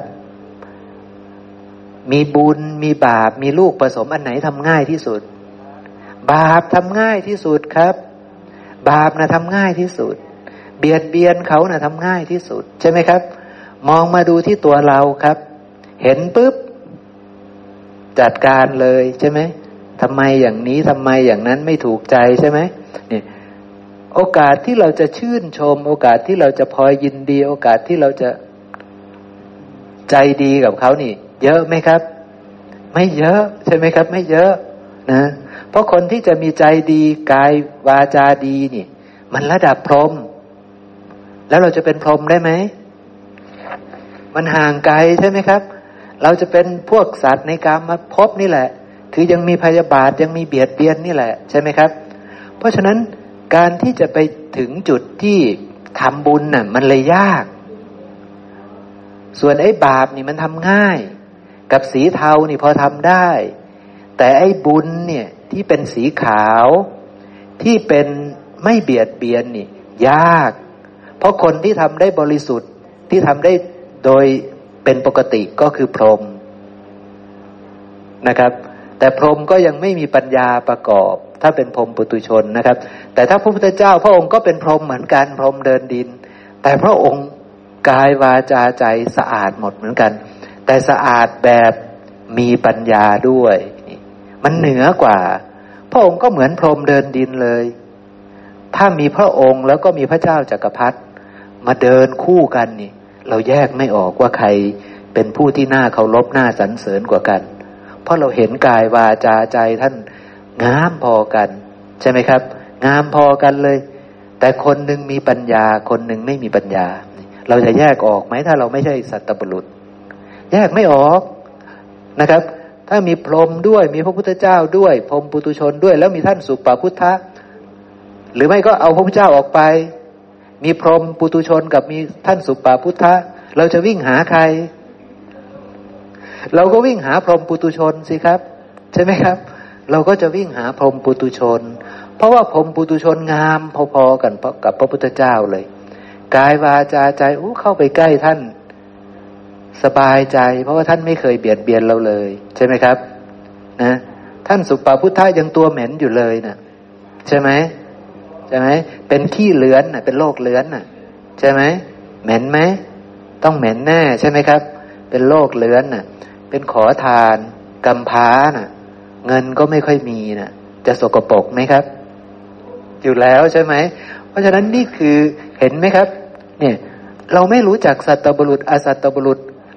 มีบุญมีบาปมีลูกผสมอันไหนทำง่ายที่สุดบาปทำง่ายที่สุดครับบาปนะทำง่ายที่สุดเบียดเบียนเขานะทำง่ายที่สุดใช่ไหมครับมองมาดูที่ตัวเราครับเห็นปุ๊บจัดการเลยใช่ไหมทำไมอย่างนี้ทำไมอย่างนั้นไม่ถูกใจใช่ไหมเนี่ยโอกาสที่เราจะชื่นชมโอกาสที่เราจะพลอยยินดีโอกาสที่เราจะใจดีกับเขานี่เยอะไหมครับไม่เยอะใช่ไหมครับไม่เยอะนะเพราะคนที่จะมีใจดีกายวาจาดีนี่มันระดับพรหมแล้วเราจะเป็นพรหมได้ไหมมันห่างไกลใช่ไหมครับเราจะเป็นพวกสัตว์ในกามภพนี่แหละคือยังมีพยาบาทยังมีเบียดเบียนนี่แหละใช่ไหมครับเพราะฉะนั้นการที่จะไปถึงจุดที่ทำบุญน่ะมันเลยยากส่วนไอ้บาปนี่มันทำง่ายกับสีเทานี่พอทำได้แต่ไอ้บุญเนี่ยที่เป็นสีขาวที่เป็นไม่เบียดเบียนนี่ยากเพราะคนที่ทำได้บริสุทธิ์ที่ทำได้โดยเป็นปกติก็คือพรหมนะครับแต่พรหมก็ยังไม่มีปัญญาประกอบถ้าเป็นพรหมปุถุชนนะครับแต่ถ้าพระพุทธเจ้าพระองค์ก็เป็นพรหมเหมือนกันพรหมเดินดินแต่พระองค์กายวาจาใจสะอาดหมดเหมือนกันแต่สะอาดแบบมีปัญญาด้วยมันเหนือกว่าพระองค์ก็เหมือนพรหมเดินดินเลยถ้ามีพระองค์แล้วก็มีพระเจ้าจักรพรรดิมาเดินคู่กันนี่เราแยกไม่ออกว่าใครเป็นผู้ที่น่าเคารพน่าสรรเสริญกว่ากันเพราะเราเห็นกายวาจาใจท่านงามพอกันใช่ไหมครับงามพอกันเลยแต่คนหนึ่งมีปัญญาคนหนึ่งไม่มีปัญญาเราจะแยกออกไหมถ้าเราไม่ใช่สัตบุรุษแยกไม่ออกนะครับถ้ามีพรหมด้วยมีพระพุทธเจ้าด้วยพรหมปุถุชนด้วยแล้วมีท่านสุปพุทธะหรือไม่ก็เอาพระพุทธเจ้าออกไปมีพรหมปุถุชนกับมีท่านสุปพุทธะเราจะวิ่งหาใครเราก็วิ่งหาพรหมปุถุชนสิครับใช่ไหมครับเราก็จะวิ่งหาพรหมปุถุชนเพราะว่าพรหมปุถุชนงามพอๆกันกับพระพุทธเจ้าเลยกายวาจาใจเข้าไปใกล้ท่านสบายใจเพราะว่าท่านไม่เคยเบียดเบียนเราเลยใช่ไหมครับนะท่านสุปพุทธะยังตัวเหม็นอยู่เลยนะใช่ไหมใช่ไหมเป็นขี้เลื้อนน่ะเป็นโรคเลื้อนน่ะใช่ไหมเหม็นไหมต้องเหม็นแน่ใช่ไหมครับเป็นโรคเลื้อนน่ะเป็นขอทานกำพร้าน่ะเงินก็ไม่ค่อยมีน่ะจะสกปรกไหมครับอยู่แล้วใช่ไหมเพราะฉะนั้นนี่คือเห็นไหมครับเนี่ยเราไม่รู้จักสัตบุรุษอสัตบุรุษ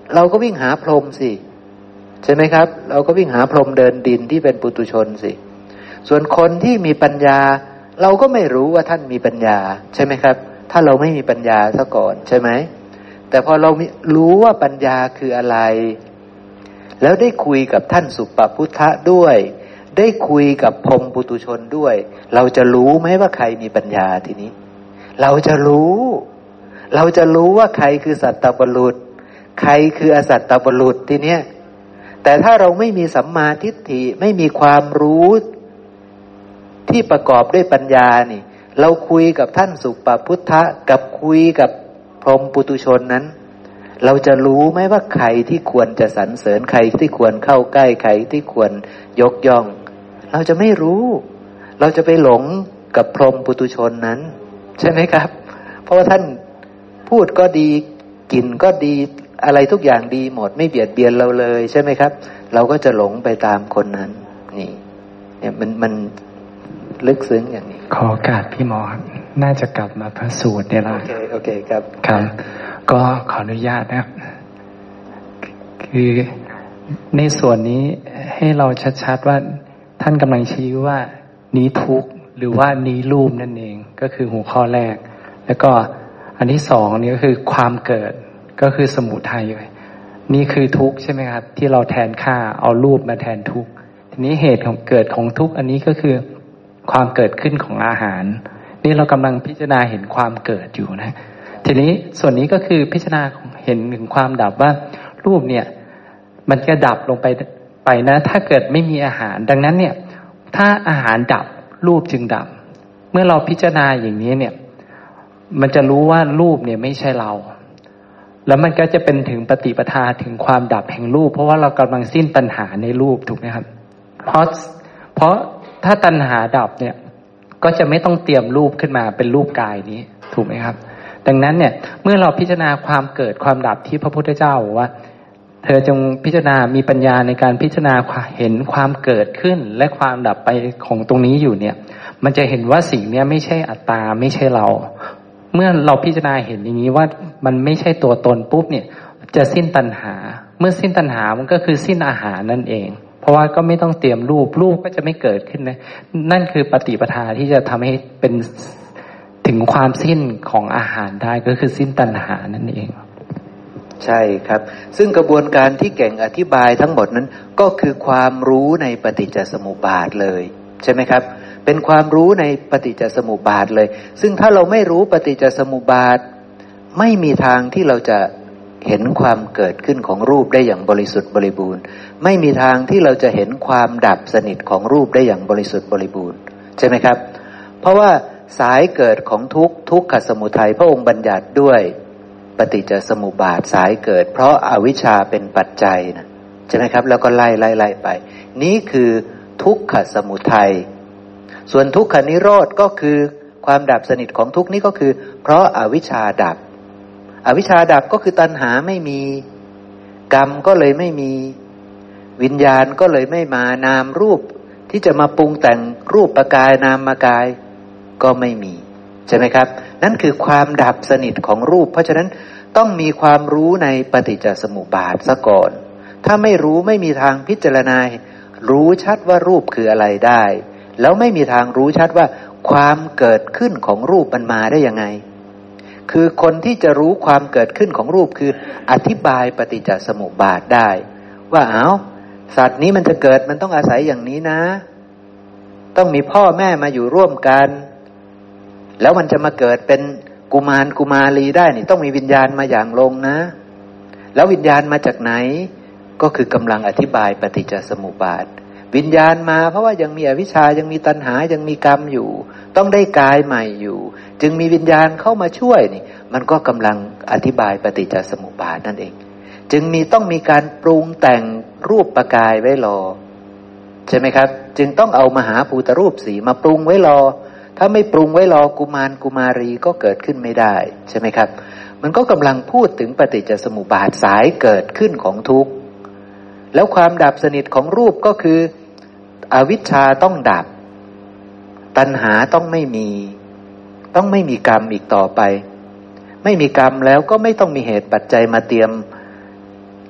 เราก็วิ่งหาพรหมสิใช่ไหมครับเราก็วิ่งหาพรหมเดินดินที่เป็นปุถุชนสิส่วนคนที่มีปัญญาเราก็ไม่รู้ว่าท่านมีปัญญาใช่ไหมครับถ้าเราไม่มีปัญญาซะก่อนใช่ไหมแต่พอเรารู้ว่าปัญญาคืออะไรแล้วได้คุยกับท่านสุปพุทธะด้วยได้คุยกับพรหมปุถุชนด้วยเราจะรู้ไหมว่าใครมีปัญญาทีนี้เราจะรู้ว่าใครคือสัตตบุรุษใครคืออสัตตบุรุษทีเนี้ยแต่ถ้าเราไม่มีสัมมาทิฏฐิไม่มีความรู้ที่ประกอบด้วยปัญญานี่เราคุยกับท่านสุปพุทธะกับคุยกับพรหมปุถุชนนั้นเราจะรู้ไหมว่าใครที่ควรจะสรรเสริญใครที่ควรเข้าใกล้ใครที่ควรยกย่องเราจะไม่รู้เราจะไปหลงกับพรหมปุถุชนนั้นใช่ไหมครับเพราะว่าท่านพูดก็ดีกลิ่นก็ดีอะไรทุกอย่างดีหมดไม่เบียดเบียนเราเลยใช่ไหมครับเราก็จะหลงไปตามคนนั้นนี่เนี่ยมันลึกซึ้งอย่างนี้ขอโอกาสพี่หมอน่าจะกลับมาพระสูตรเนี่ยละโอเคครับครับก็ขออนุญาตนะครับคือในส่วนนี้ให้เราชัดๆว่าท่านกำลังชี้ว่านี้ทุกข์หรือว่านี้รูปนั่นเองก็คือหัวข้อแรกแล้วก็อันที่สองนี่ก็คือความเกิดก็คือสมุทัยเลยนี่คือทุกข์ใช่ไหมครับที่เราแทนค่าเอารูปมาแทนทุกข์ทีนี้เหตุของเกิดของทุกข์อันนี้ก็คือความเกิดขึ้นของอาหารนี่เรากำลังพิจารณาเห็นความเกิดอยู่นะทีนี้ส่วนนี้ก็คือพิจารณาเห็นถึงความดับว่ารูปเนี่ยมันจะดับลงไปนะถ้าเกิดไม่มีอาหารดังนั้นเนี่ยถ้าอาหารดับรูปจึงดับเมื่อเราพิจารณาอย่างนี้เนี่ยมันจะรู้ว่ารูปเนี่ยไม่ใช่เราแล้วมันก็จะเป็นถึงปฏิปทาถึงความดับแห่งรูปเพราะว่าเรากำลังสิ้นตัณหาในรูปถูกไหมครับเพราะถ้าตัณหาดับเนี่ยก็จะไม่ต้องเตรียมรูปขึ้นมาเป็นรูปกายนี้ถูกไหมครับดังนั้นเนี่ยเมื่อเราพิจารณาความเกิดความดับที่พระพุทธเจ้าบอกว่าเธอจงพิจารณามีปัญญาในการพิจารณาเห็นความเกิดขึ้นและความดับไปของตรงนี้อยู่เนี่ยมันจะเห็นว่าสิ่งนี้ไม่ใช่อัตตาไม่ใช่เราเมื่อเราพิจารณาเห็นอย่างนี้ว่ามันไม่ใช่ตัวตนปุ๊บเนี่ยจะสิ้นตัณหาเมื่อสิ้นตัณหามันก็คือสิ้นอาหารนั่นเองเพราะว่าก็ไม่ต้องเตรียมรูปก็จะไม่เกิดขึ้นนะนั่นคือปฏิปทาที่จะทำให้เป็นถึงความสิ้นของอาหารได้ก็คือสิ้นตัณหานั่นเองใช่ครับซึ่งกระบวนการที่เก่งอธิบายทั้งหมดนั้นก็คือความรู้ในปฏิจจสมุปบาทเลยใช่ไหมครับเป็นความรู้ในปฏิจจสมุปบาทเลยซึ่งถ้าเราไม่รู้ปฏิจจสมุปบาทไม่มีทางที่เราจะเห็นความเกิดขึ้นของรูปได้อย่างบริสุทธิ์บริบูรณ์ไม่มีทางที่เราจะเห็นความดับสนิทของรูปได้อย่างบริสุทธิ์บริบูรณ์ใช่ไหมครับเพราะว่าสายเกิดของทุกขสมุทัยพระองค์บัญญัติด้วยปฏิจจสมุปบาทสายเกิดเพราะอวิชชาเป็นปัจจัยนะใช่ไหมครับแล้วก็ไล่ไปนี้คือทุกขสมุทัยส่วนทุกขนิโรธก็คือความดับสนิทของทุกนี้ก็คือเพราะอวิชชาดับอวิชชาดับก็คือตัณหาไม่มีกรรมก็เลยไม่มีวิญญาณก็เลยไม่มานามรูปที่จะมาปรุงแต่งรูปกายนามกายก็ไม่มีใช่ไหมครับนั่นคือความดับสนิทของรูปเพราะฉะนั้นต้องมีความรู้ในปฏิจจสมุปบาทซะก่อนถ้าไม่รู้ไม่มีทางพิจารณารู้ชัดว่ารูปคืออะไรได้แล้วไม่มีทางรู้ชัดว่าความเกิดขึ้นของรูปมันมาได้ยังไงคือคนที่จะรู้ความเกิดขึ้นของรูปคืออธิบายปฏิจจสมุปบาทได้ว่าสัตว์นี้มันจะเกิดมันต้องอาศัยอย่างนี้นะต้องมีพ่อแม่มาอยู่ร่วมกันแล้วมันจะมาเกิดเป็นกุมารกุมารีได้นี่ต้องมีวิญญาณมาอย่างลงนะแล้ววิญญาณมาจากไหนก็คือกำลังอธิบายปฏิจจสมุปบาทวิญญาณมาเพราะว่ายังมีอวิชชายังมีตัณหายังมีกรรมอยู่ต้องได้กายใหม่อยู่จึงมีวิญญาณเข้ามาช่วยนี่มันก็กำลังอธิบายปฏิจจสมุปบาทนั่นเองจึงต้องมีการปรุงแต่งรูปกายไว้รอใช่ไหมครับจึงต้องเอามหาภูตรูปสีมาปรุงไว้รอถ้าไม่ปรุงไว้รอกุมารกุมารีก็เกิดขึ้นไม่ได้ใช่ไหมครับมันก็กำลังพูดถึงปฏิจจสมุปบาทสายเกิดขึ้นของทุกข์แล้วความดับสนิทของรูปก็คืออวิชชาต้องดับตัณหาต้องไม่มีกรรมอีกต่อไปไม่มีกรรมแล้วก็ไม่ต้องมีเหตุปัจจัยมาเตรียม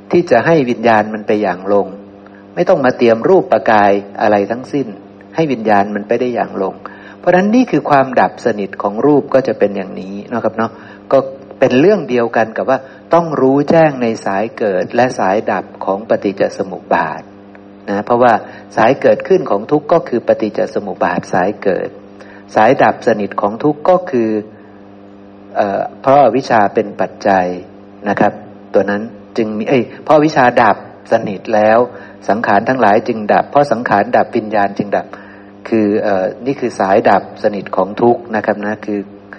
ที่จะให้วิญญาณมันไปอย่างลงไม่ต้องมาเตรียมรูปประกายอะไรทั้งสิ้นให้วิญญาณมันไปได้อย่างลงเพราะฉะนั้นนี่คือความดับสนิทของรูปก็จะเป็นอย่างนี้นะครับเนาะก็เป็นเรื่องเดียวกันกับว่าต้องรู้แจ้งในสายเกิดและสายดับของปฏิจจสมุปบาทนะเพราะว่าสายเกิดขึ้นของทุกข์ก็คือปฏิจจสมุปบาทสายเกิดสายดับสนิทของทุกข์ก็คือเพราะอวิชชาเป็นปัจจัยนะครับตัวนั้นจึงมีเพราะอวิชชาดับสนิทแล้วสังขารทั้งหลายจึงดับเพราะสังขารดับวิญญาณจึงดับคือนี่คือสายดับสนิทของทุกข์นะครับนะคือ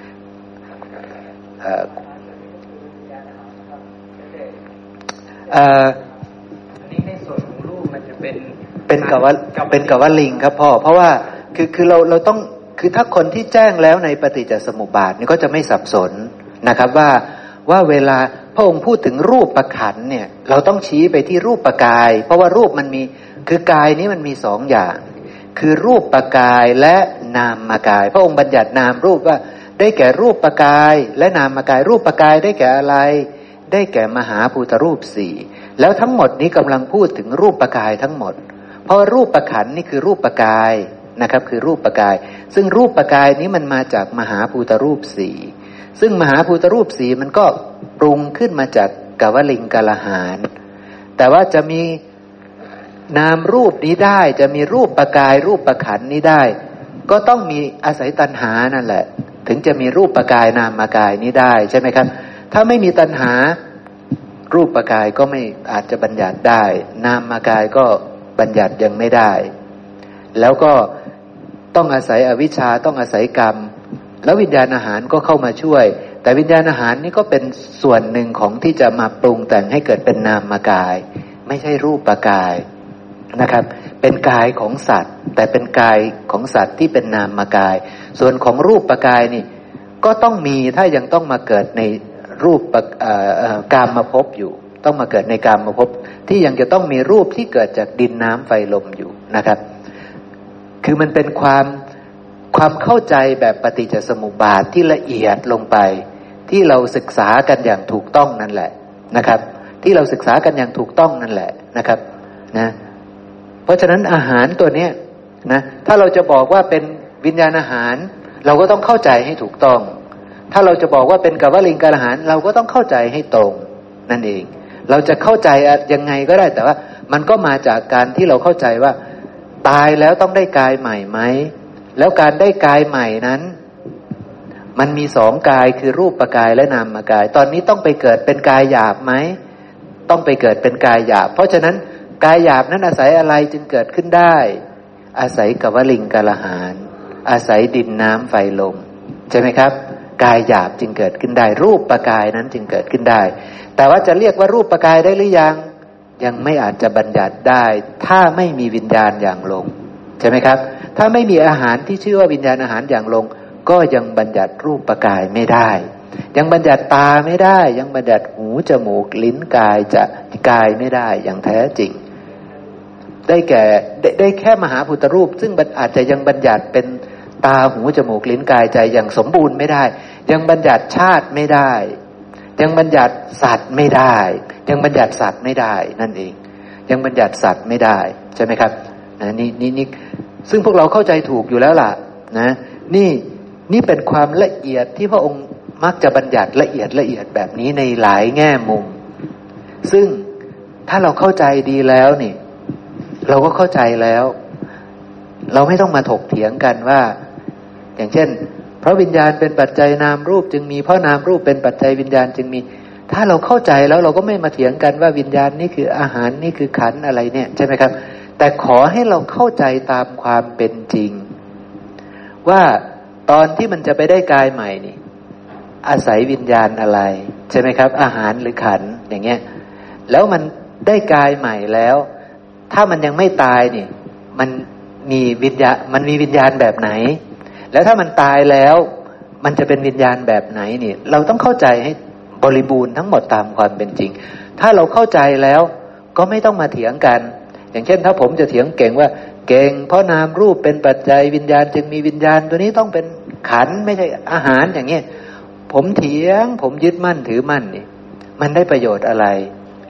นี่ในส่วนของรูปมันจะเป็นกับว่าลิงครับพ่อเพราะว่าคือเราต้องคือถ้าคนที่แจ้งแล้วในปฏิจจสมุปบาทนี่ก็จะไม่สับสนนะครับว่าเวลาพระองค์พูดถึงรูปประขันเนี่ยเราต้องชี้ไปที่รูปประกายเพราะว่ารูปมันมีคือกายนี้มันมีสองอย่างคือรูปประกายและนามกายพระองค์บัญญัตินามรูปว่าได้แก่รูปประกายและนามกายรูปประกายได้แก่อะไรได้แก่มหาภูตรูปสี่แล้วทั้งหมดนี้กำลังพูดถึงรูปประกายทั้งหมดเพราะรูปประขันนี่คือรูปประกายนะครับคือรูปประกายซึ่งรูปประกายนี้มันมาจากมหาภูตรูปสี่ซึ่งมหาภูตรูปสี่มันก็ปรุงขึ้นมาจากกวลิงกลหารแต่ว่าจะมีนามรูปนี้ได้จะมีรูปประกายรูปประขันนี้ได้ก็ต้องมีอาศัยตัณหานั่นแหละถึงจะมีรูปประกายนามกายนี้ได้ใช่ไหมครับถ้าไม่มีตัณหารูปประกายก็ไม่อาจจะบัญญัติได้นามกายก็บัญญัติยังไม่ได้แล้วก็ต้องอาศัยอวิชชาต้องอาศัยกรรมแล้ววิญญาณอาหารก็เข้ามาช่วยแต่วิญญาณอาหารนี่ก็เป็นส่วนหนึ่งของที่จะมาปรุงแต่งให้เกิดเป็นนามกายไม่ใช่รูปประกายนะครับเป็นกายของสัตว์แต่เป็นกายของสัตว์ที่เป็นนามกายส่วนของรูปประกายนี่ก็ต้องมีถ้ายังต้องมาเกิดในรูปกามภพอยู่ต้องมาเกิดในกามภพที่ยังจะต้องมีรูปที่เกิดจากดินน้ำไฟลมอยู่นะครับคือมันเป็นความเข้าใจแบบปฏิจจสมุปบาทที่ละเอียดลงไปที่เราศึกษากันอย่างถูกต้องนั่นแหละนะครับที่เราศึกษากันอย่างถูกต้องนั่นแหละนะครับนะเพราะฉะนั้นอาหารตัวเนี้ยนะถ้าเราจะบอกว่าเป็นวิญญาณอาหารเราก็ต้องเข้าใจให้ถูกต้องถ้าเราจะบอกว่าเป็นกวลิงกลหารเราก็ต้องเข้าใจให้ตรงนั่นเองเราจะเข้าใจยังไงก็ได้แต่ว่ามันก็มาจากการที่เราเข้าใจว่าตายแล้วต้องได้กายใหม่ไหมแล้วการได้กายใหม่นั้นมันมีสองกายคือรูปประกายและนามกายตอนนี้ต้องไปเกิดเป็นกายหยาบไหมต้องไปเกิดเป็นกายหยาบเพราะฉะนั้นกายหยาบนั้นอาศัยอะไรจึงเกิดขึ้นได้อาศัยกวลิงกลหารอาศัยดินน้ำไฟลมใช่ไหมครับกายหยาบจึงเกิดขึ้นได้รูปประกายนั้นจึงเกิดขึ้นได้แต่ว่าจะเรียกว่ารูปประกายได้หรือยังไม่อาจจะบัญญัติได้ถ้าไม่มีวิญญาณอย่างลงใช่ไหมครับถ้าไม่มีอาหารที่ชื่อว่าวิญญาณอาหารอย่างลงก็ยังบัญญัติรูปประกายไม่ได้ยังบัญญัติตาไม่ได้ยังบัญญัติหูจมูกลิ้นกายจะกายไม่ได้อย่างแท้จริงได้แก่ได้แค่มหาภูตรูปซึ่งอาจจะยังบัญญัติเป็นตาหูจมูกลิ้นกายใจอย่างสมบูรณ์ไม่ได้ยังบัญญัติชาติไม่ได้ยังบัญญัติสัตว์ไม่ได้ยังบัญญัติสัตว์ไม่ได้นั่นเองยังบัญญัติสัตว์ไม่ได้ใช่ไหมครับนี่ซึ่งพวกเราเข้าใจถูกอยู่แล้วล่ะนะนี่เป็นความละเอียดที่พระองค์มักจะบัญญัติละเอียดแบบนี้ในหลายแง่มุมซึ่งถ้าเราเข้าใจดีแล้วนี่เราก็เข้าใจแล้วเราไม่ต้องมาถกเถียงกันว่าอย่างเช่นเพราะวิญญาณเป็นปัจจัยนามรูปจึงมีเพราะนามรูปเป็นปัจจัยวิญญาณจึงมีถ้าเราเข้าใจแล้วเราก็ไม่มาเถียงกันว่าวิญญาณนี่คืออาหารนี่คือขันธ์อะไรเนี่ยใช่ไหมครับแต่ขอให้เราเข้าใจตามความเป็นจริงว่าตอนที่มันจะไปได้กายใหม่นี่อาศัยวิญญาณอะไรใช่ไหมครับอาหารหรือขันธ์อย่างเงี้ยแล้วมันได้กายใหม่แล้วถ้ามันยังไม่ตายนี่มันมีวิญญาณแบบไหนแล้วถ้ามันตายแล้วมันจะเป็นวิญญาณแบบไหนนี่เราต้องเข้าใจให้บริบูรณ์ทั้งหมดตามความเป็นจริงถ้าเราเข้าใจแล้วก็ไม่ต้องมาเถียงกันอย่างเช่นถ้าผมจะเถียงเก่งว่าเก่งเพราะนามรูปเป็นปัจจัยวิญญาณจึงมีวิญญาณตัวนี้ต้องเป็นขันธ์ไม่ใช่อาหารอย่างเงี้ยผมเถียงผมยึดมั่นถือมั่นนี่มันได้ประโยชน์อะไร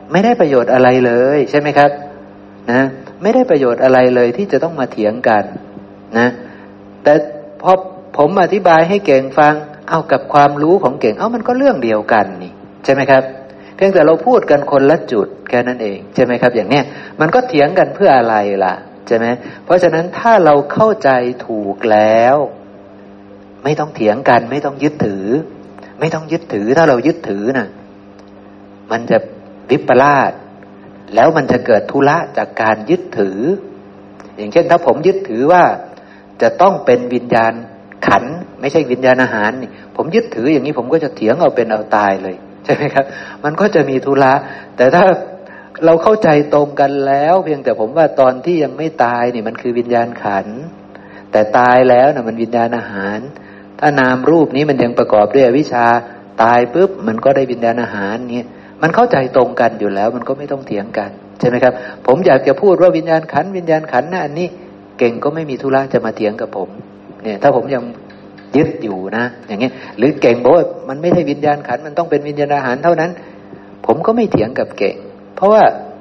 ไม่ได้ประโยชน์อะไรเลยใช่ไหมครับนะไม่ได้ประโยชน์อะไรเลยที่จะต้องมาเถียงกันนะแต่พอผมอธิบายให้เก่งฟังเอากับความรู้ของเก่งมันก็เรื่องเดียวกันนี่ใช่ไหมครับเพียงแต่เราพูดกันคนละจุดแค่นั้นเองใช่ไหมครับอย่างเนี้ยมันก็เถียงกันเพื่ออะไรล่ะใช่ไหมเพราะฉะนั้นถ้าเราเข้าใจถูกแล้วไม่ต้องเถียงกันไม่ต้องยึดถือไม่ต้องยึดถือถ้าเรายึดถือน่ะมันจะวิปลาสแล้วมันจะเกิดทุละจากการยึดถืออย่างเช่นถ้าผมยึดถือว่าจะต้องเป็นวิญญาณขันธ์ไม่ใช่วิญญาณอาหารนี่ผมยึดถืออย่างนี้ผมก็จะเถียงเอาเป็นเอาตายเลยใช่ไหมครับมันก็จะมีทุละแต่ถ้าเราเข้าใจตรงกันแล้วเพียงแต่ผมว่าตอนที่ยังไม่ตายนี่มันคือวิญญาณขันธ์แต่ตายแล้วน่ะมันวิญญาณอาหารถ้านามรูปนี้มันยังประกอบด้วยอวิชชาตายปุ๊บมันก็ได้วิญญาณอาหารเงี้ยมันเข้าใจตรงกันอยู่แล้วมันก็ไม่ต้องเถียงกันใช่ไหมครับผมอยากจะพูดว่าวิญญาณขันธ์วิญญาณขันธ์นะอันนี้เก่งก็ไม่มีธุระจะมาเถียงกับผมเนี่ยถ้าผมยังยึดอยู่นะอย่างเงี้ยหรือเก่งบอกว่ามันไม่ใช่วิญญาณขันธ์มันต้องเป็นวิญญาณอาหารเท่านั้นผมก็ไม่เถียงกับเก่งเพราะว่า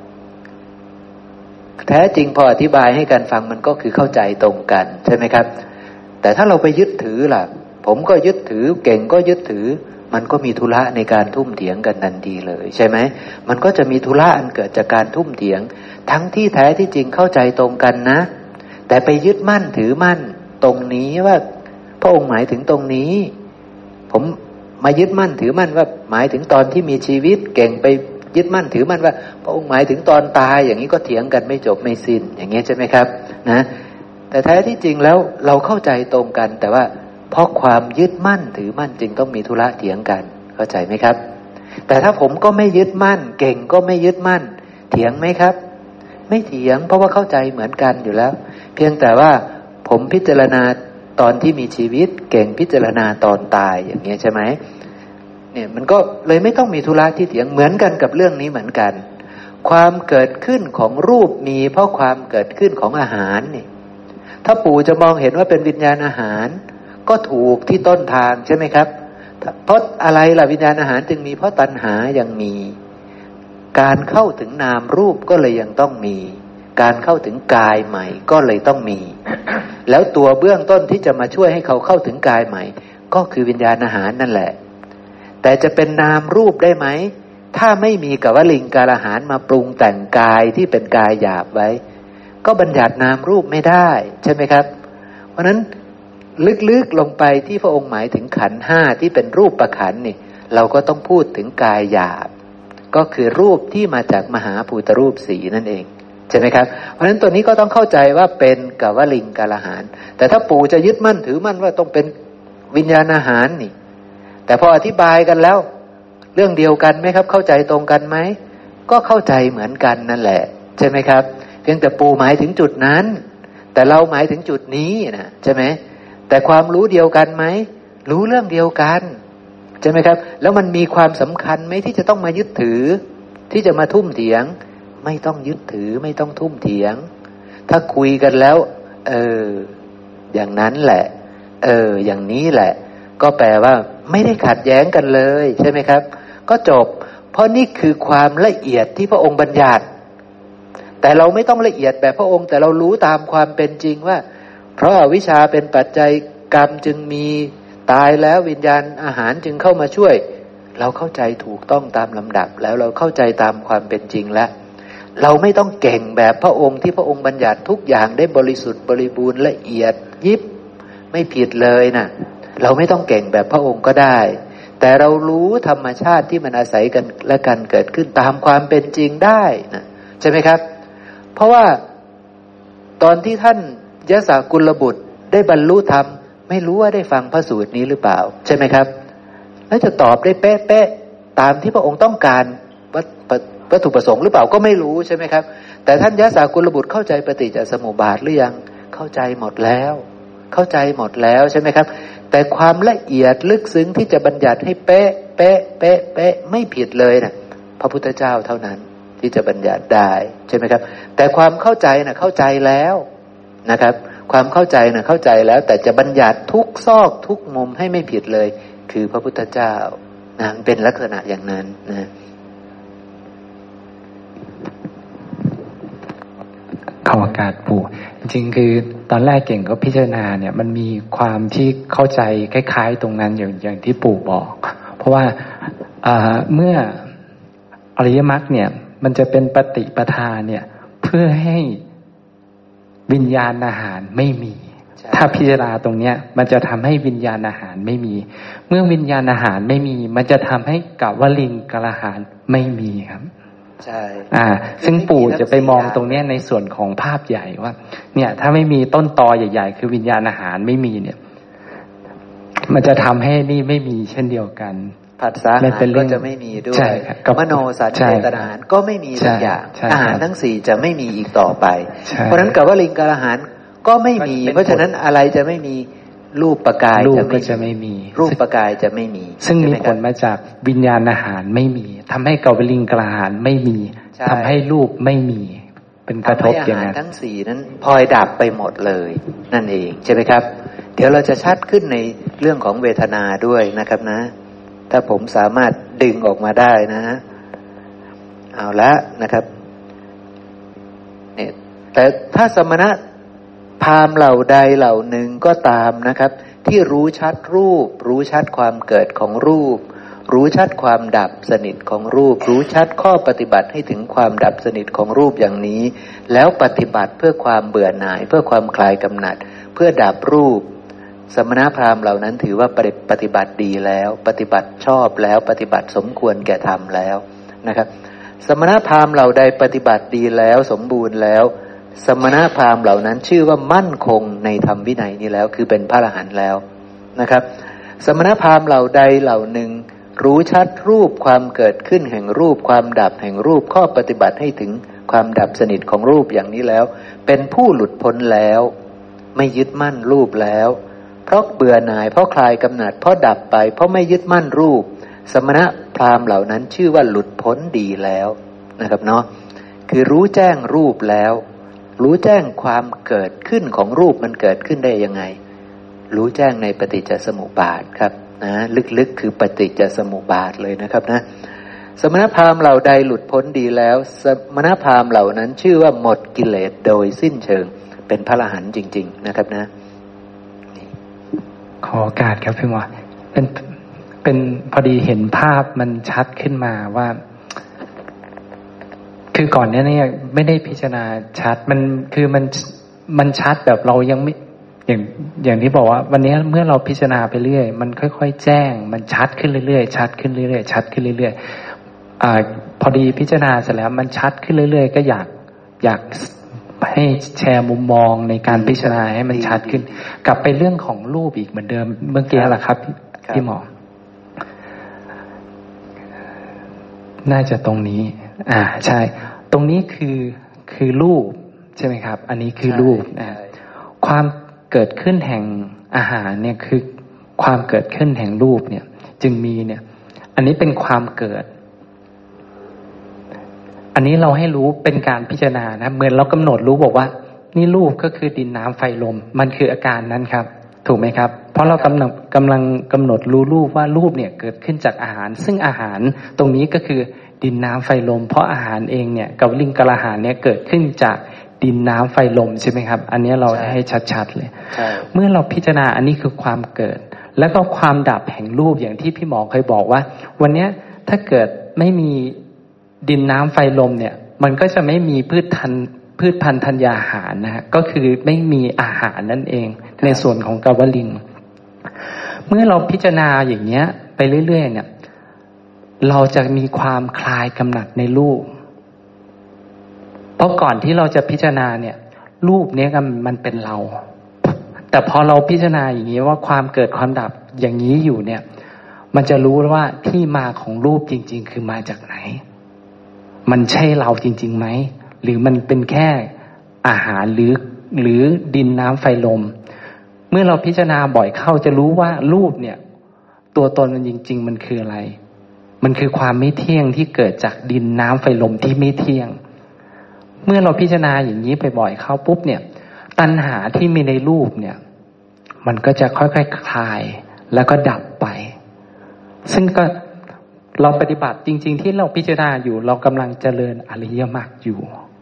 แท้จริงพออธิบายให้กันฟังมันก็คือเข้าใจตรงกันใช่ไหมครับแต่ถ้าเราไปยึดถือล่ะผมก็ยึดถือเก่งก็ยึดถือมันก็มีธุระในการทุ่มเถียงกันทันทีเลยใช่ไหมมันก็จะมีธุระอันเกิดจากการทุ่มเถียงทั้งที่แท้ที่จริงเข้าใจตรงกันนะแต่ไปยึดมั่นถือมั่นตรงนี้ว่าพระองค์หมายถึงตรงนี้ผมมายึดมั่นถือมั่นว่าหมายถึงตอนที่มีชีวิตเก่งไปยึดมั่นถือมั่นว่าพระองค์หมายถึงตอนตายอย่างนี้ก็เถียงกันไม่จบไม่สิ้นอย่างนี้ใช่ไหมครับนะแต่แท้ที่จริงแล้วเราเข้าใจตรงกันแต่ว่าเพราะความยึดมั่นถือมั่นจึงต้องมีธุระเถียงกันเข้าใจไหมครับแต่ถ้าผมก็ไม่ยึดมั่นเก่งก็ไม่ยึดมั่นเถียงไหมครับไม่เถียงเพราะว่าเข้าใจเหมือนกันอยู่แล้วเพียงแต่ว่าผมพิจารณาตอนที่มีชีวิตเก่งพิจารณาตอนตายอย่างนี้ใช่ไหมเนี่ยมันก็เลยไม่ต้องมีธุระที่เถียงเหมือนกันกับเรื่องนี้เหมือนกันความเกิดขึ้นของรูปมีเพราะความเกิดขึ้นของอาหารนี่ถ้าปู่จะมองเห็นว่าเป็นวิญญาณอาหารก็ถูกที่ต้นทางใช่ไหมครับเพราะอะไรล่ะวิญญาณอาหารจึงมีเพราะตัณหายังมีการเข้าถึงนามรูปก็เลยยังต้องมีการเข้าถึงกายใหม่ก็เลยต้องมีแล้วตัวเบื้องต้นที่จะมาช่วยให้เขาเข้าถึงกายใหม่ก็คือวิญญาณอาหารนั่นแหละแต่จะเป็นนามรูปได้ไหมถ้าไม่มีกวลิงกาลอาหารมาปรุงแต่งกายที่เป็นกายหยาบไว้ก็บัญญัตินามรูปไม่ได้ใช่ไหมครับเพราะฉะนั้นลึกๆลงไปที่พระองค์หมายถึงขันธ์ห้าที่เป็นรูปประขันธ์นี่เราก็ต้องพูดถึงกายหยาบก็คือรูปที่มาจากมหาภูตรูปสีนั่นเองใช่ไหมครับเพราะฉะนั้นตัวนี้ก็ต้องเข้าใจว่าเป็นกวลิงกาลอาหารแต่ถ้าปู่จะยึดมั่นถือมั่นว่าต้องเป็นวิญญาณอาหารนี่แต่พออธิบายกันแล้วเรื่องเดียวกันไหมครับเข้าใจตรงกันไหมก็เข้าใจเหมือนกันนั่นแหละใช่ไหมครับเพียงแต่ปู่หมายถึงจุดนั้นแต่เราหมายถึงจุดนี้นะใช่ไหมแต่ความรู้เดียวกันไหมรู้เรื่องเดียวกันใช่ไหมครับแล้วมันมีความสำคัญไหมที่จะต้องมายึดถือที่จะมาทุ่มเถียงไม่ต้องยึดถือไม่ต้องทุ่มเถียงถ้าคุยกันแล้วอย่างนั้นแหละอย่างนี้แหละก็แปลว่าไม่ได้ขัดแย้งกันเลยใช่ไหมครับก็จบเพราะนี่คือความละเอียดที่พระองค์บัญญัติแต่เราไม่ต้องละเอียดแบบพระองค์แต่เรารู้ตามความเป็นจริงว่าเพราะอวิชชาเป็นปัจจัยกรรมจึงมีตายแล้ววิญญาณอาหารจึงเข้ามาช่วยเราเข้าใจถูกต้องตามลำดับแล้วเราเข้าใจตามความเป็นจริงแล้วเราไม่ต้องเก่งแบบพระองค์ที่พระองค์บัญญัติทุกอย่างได้บริสุทธิ์บริบูรณ์ละเอียดยิบไม่ผิดเลยนะเราไม่ต้องเก่งแบบพระองค์ก็ได้แต่เรารู้ธรรมชาติที่มันอาศัยกันและกันเกิดขึ้นตามความเป็นจริงได้นะใช่ไหมครับเพราะว่าตอนที่ท่านยศกุลบุตรได้บรรลุธรรมไม่รู้ว่าได้ฟังพระสูตรนี้หรือเปล่าใช่ไหมครับแล้วจะตอบได้เป๊ะๆตามที่พระองค์ต้องการวัตถุประสงค์หรือเปล่าก็ไม่รู้ใช่ไหมครับแต่ท่านยศกุลบุตรเข้าใจปฏิจจสมุปบาทหรือยังเข้าใจหมดแล้วเข้าใจหมดแล้วใช่ไหมครับแต่ความละเอียดลึกซึ้งที่จะบัญญัติให้เป๊ะไม่ผิดเลยนะพระพุทธเจ้าเท่านั้นที่จะบัญญัติได้ใช่ไหมครับแต่ความเข้าใจนะเข้าใจแล้วนะครับความเข้าใจนะเข้าใจแล้วแต่จะบัญญัติทุกซอกทุกมุมให้ไม่ผิดเลยคือพระพุทธเจ้านะเป็นลักษณะอย่างนั้นนะขอโอกาสปู่จริงๆคือตอนแรกเก่งก็พิจารณาเนี่ยมันมีความที่เข้าใจคล้ายๆตรงนั้นอย่างที่ปู่บอก เพราะว่าเมื่ออริยมรรคเนี่ยมันจะเป็นปฏิปทาเนี่ยเพื่อให้วิญญาณอาหารไม่มีถ้าพิจารณาตรงเนี้ยมันจะทำให้วิญญาณอาหารไม่มีเมื่อวิญญาณอาหารไม่มีมันจะทำให้กัวลิงกะอาหารไม่มีครับใช่ซึ่งปู่จะไปมองตรงเนี้ยในส่วนของภาพใหญ่ว่าเนี่ยถ้าไม่มีต้นตอใหญ่ๆคือวิญญาณอาหารไม่มีเนี่ยมันจะทำให้นี่ไม่มีเช่นเดียวกันผัสสะอาหารก็จะไม่มีด้วยมโนสัญญาตอาหารก็ไม่มีสักอย่างอาหารทั้งสี่จะไม่มีอีกต่อไปเพราะฉะนั้นกัวลิงกะอาหารก็ไม่มีเพราะฉะนั้นอะไรจะไม่มีรูปประกายจะไม่มีรูปประกายจะไม่มีซึ่งมีผลมาจากวิญญาณอาหารไม่มีทำให้กัวลิงกะอาหารไม่มีทำให้รูปไม่มีเป็นกระทบอย่างนั้นทั้งสี่นั้นพลอยดับไปหมดเลยนั่นเองใช่ไหมครับเดี๋ยวเราจะชัดขึ้นในเรื่องของเวทนาด้วยนะครับนะถ้าผมสามารถดึงออกมาได้นะเอาละนะครับเนี่ยแต่ถ้าสมณะพราหมณ์เหล่าใดเหล่าหนึ่งก็ตามนะครับที่รู้ชัดรูปรู้ชัดความเกิดของรูปรู้ชัดความดับสนิทของรูปรู้ชัดข้อปฏิบัติให้ถึงความดับสนิทของรูปอย่างนี้แล้วปฏิบัติเพื่อความเบื่อหน่ายเพื่อความคลายกำหนัดเพื่อดับรูปสมณพราหมณ์เหล่านั้นถือว่าปฏิบัติดีแล้วปฏิบัติชอบแล้วปฏิบัติสมควรแก่ธรรมแล้วนะครับสมณพราหมณ์เหล่าใดปฏิบัติดีแล้วสมบูรณ์แล้วสมณพราหมณ์เหล่านั้นชื่อว่ามั่นคงในธรรมวินัยนี้แล้วคือเป็นพระอรหันต์แล้วนะครับสมณพราหมณ์เหล่าใดเหล่าหนึ่งรู้ชัดรูปความเกิดขึ้นแห่งรูปความดับแห่งรูปข้อปฏิบัติให้ถึงความดับสนิทของรูปอย่างนี้แล้วเป็นผู้หลุดพ้นแล้วไม่ยึดมั่นรูปแล้วเพราะเบื่อหน่ายเพราะคลายกำหนัดเพราะดับไปเพราะไม่ยึดมั่นรูปสมณพราหมณ์เหล่านั้นชื่อว่าหลุดพ้นดีแล้วนะครับเนาะคือรู้แจ้งรูปแล้วรู้แจ้งความเกิดขึ้นของรูปมันเกิดขึ้นได้ยังไงรู้แจ้งในปฏิจจสมุปบาทครับนะลึกๆคือปฏิจจสมุปบาทเลยนะครับนะสมณพราหมณ์เหล่าใดหลุดพ้นดีแล้วสมณพราหมณ์เหล่านั้นชื่อว่าหมดกิเลสโดยสิ้นเชิงเป็นพระอรหันต์จริงๆนะครับนะขอโอกาสครับพี่หมอเป็นพอดีเห็นภาพมันชัดขึ้นมาว่าคือก่อนนี้เนี่ยไม่ได้พิจารณาชัดมันคือมันชัดแบบเรายังไม่อย่างที่บอกว่าวันนี้เมื่อเราพิจารณาไปเรื่อยมันค่อยๆแจ้งมันชัดขึ้นเรื่อยๆชัดขึ้นเรื่อยๆชัดขึ้นเรื่อยๆพอดีพิจารณาเสร็จแล้วมันชัดขึ้นเรื่อยๆก็อยากให้แชร์มุมมองในการพิจารณาให้มันชัดขึ้นกลับไปเรื่องของรูปอีกเหมือนเดิมเมื่อกี้แหละครับพี่หมอน่าจะตรงนี้ใช่ตรงนี้คือรูปใช่ไหมครับอันนี้คือรูปความเกิดขึ้นแห่งอาหารเนี่ยคือความเกิดขึ้นแห่งรูปเนี่ยจึงมีเนี่ยอันนี้เป็นความเกิดอันนี้เราให้รู้เป็นการพิจารณานะเหมือนเรากำหนดรู้บอกว่านี่รูปก็คือดินน้ำไฟลมมันคืออาการนั้นครับถูกไหมครับเพราะเรากำลังกำหนดรู้รูปว่ารูปเนี่ยเกิดขึ้นจากอาหารซึ่งอาหารตรงนี้ก็คือดินน้ำไฟลมเพราะอาหารเองเนี่ยกัวลิงกะอาหารเนี่ยเกิดขึ้นจากดินน้ำไฟลมใช่ไหมครับอันนี้เราให้ชัดๆเลยเมื่อเราพิจารณาอันนี้คือความเกิดแล้วก็ความดับแห่งรูปอย่างที่พี่หมอเคยบอกว่าวันนี้ถ้าเกิดไม่มีดินน้ำไฟลมเนี่ยมันก็จะไม่มีพืชพันธุ์ธัญญาหารนะฮะก็คือไม่มีอาหารนั่นเองในส่วนของกัวลิงเมื่อเราพิจารณาอย่างเงี้ยไปเรื่อยๆเนี่ยเราจะมีความคลายกำหนัดในรูปเพราะก่อนที่เราจะพิจารณาเนี่ยรูปนี้มันเป็นเราแต่พอเราพิจารณาอย่างนี้ว่าความเกิดความดับอย่างนี้อยู่เนี่ยมันจะรู้ว่าที่มาของรูปจริงๆคือมาจากไหนมันใช่เราจริงๆไหมหรือมันเป็นแค่อาหารหรือดินน้ำไฟลมเมื่อเราพิจารณาบ่อยเข้าจะรู้ว่ารูปเนี่ยตัวตนมันจริงๆมันคืออะไรมันคือความไม่เที่ยงที่เกิดจากดินน้ำไฟลมที่ไม่เที่ยงเมื่อเราพิจารณาอย่างนี้ไปบ่อยเข้าปุ๊บเนี่ยตัณหาที่มีในรูปเนี่ยมันก็จะค่อยๆคลายแล้วก็ดับไปซึ่งก็เราปฏิบัติจริงๆที่เราพิจารณาอยู่เรากำลังเจริญอริยมรรคอยู่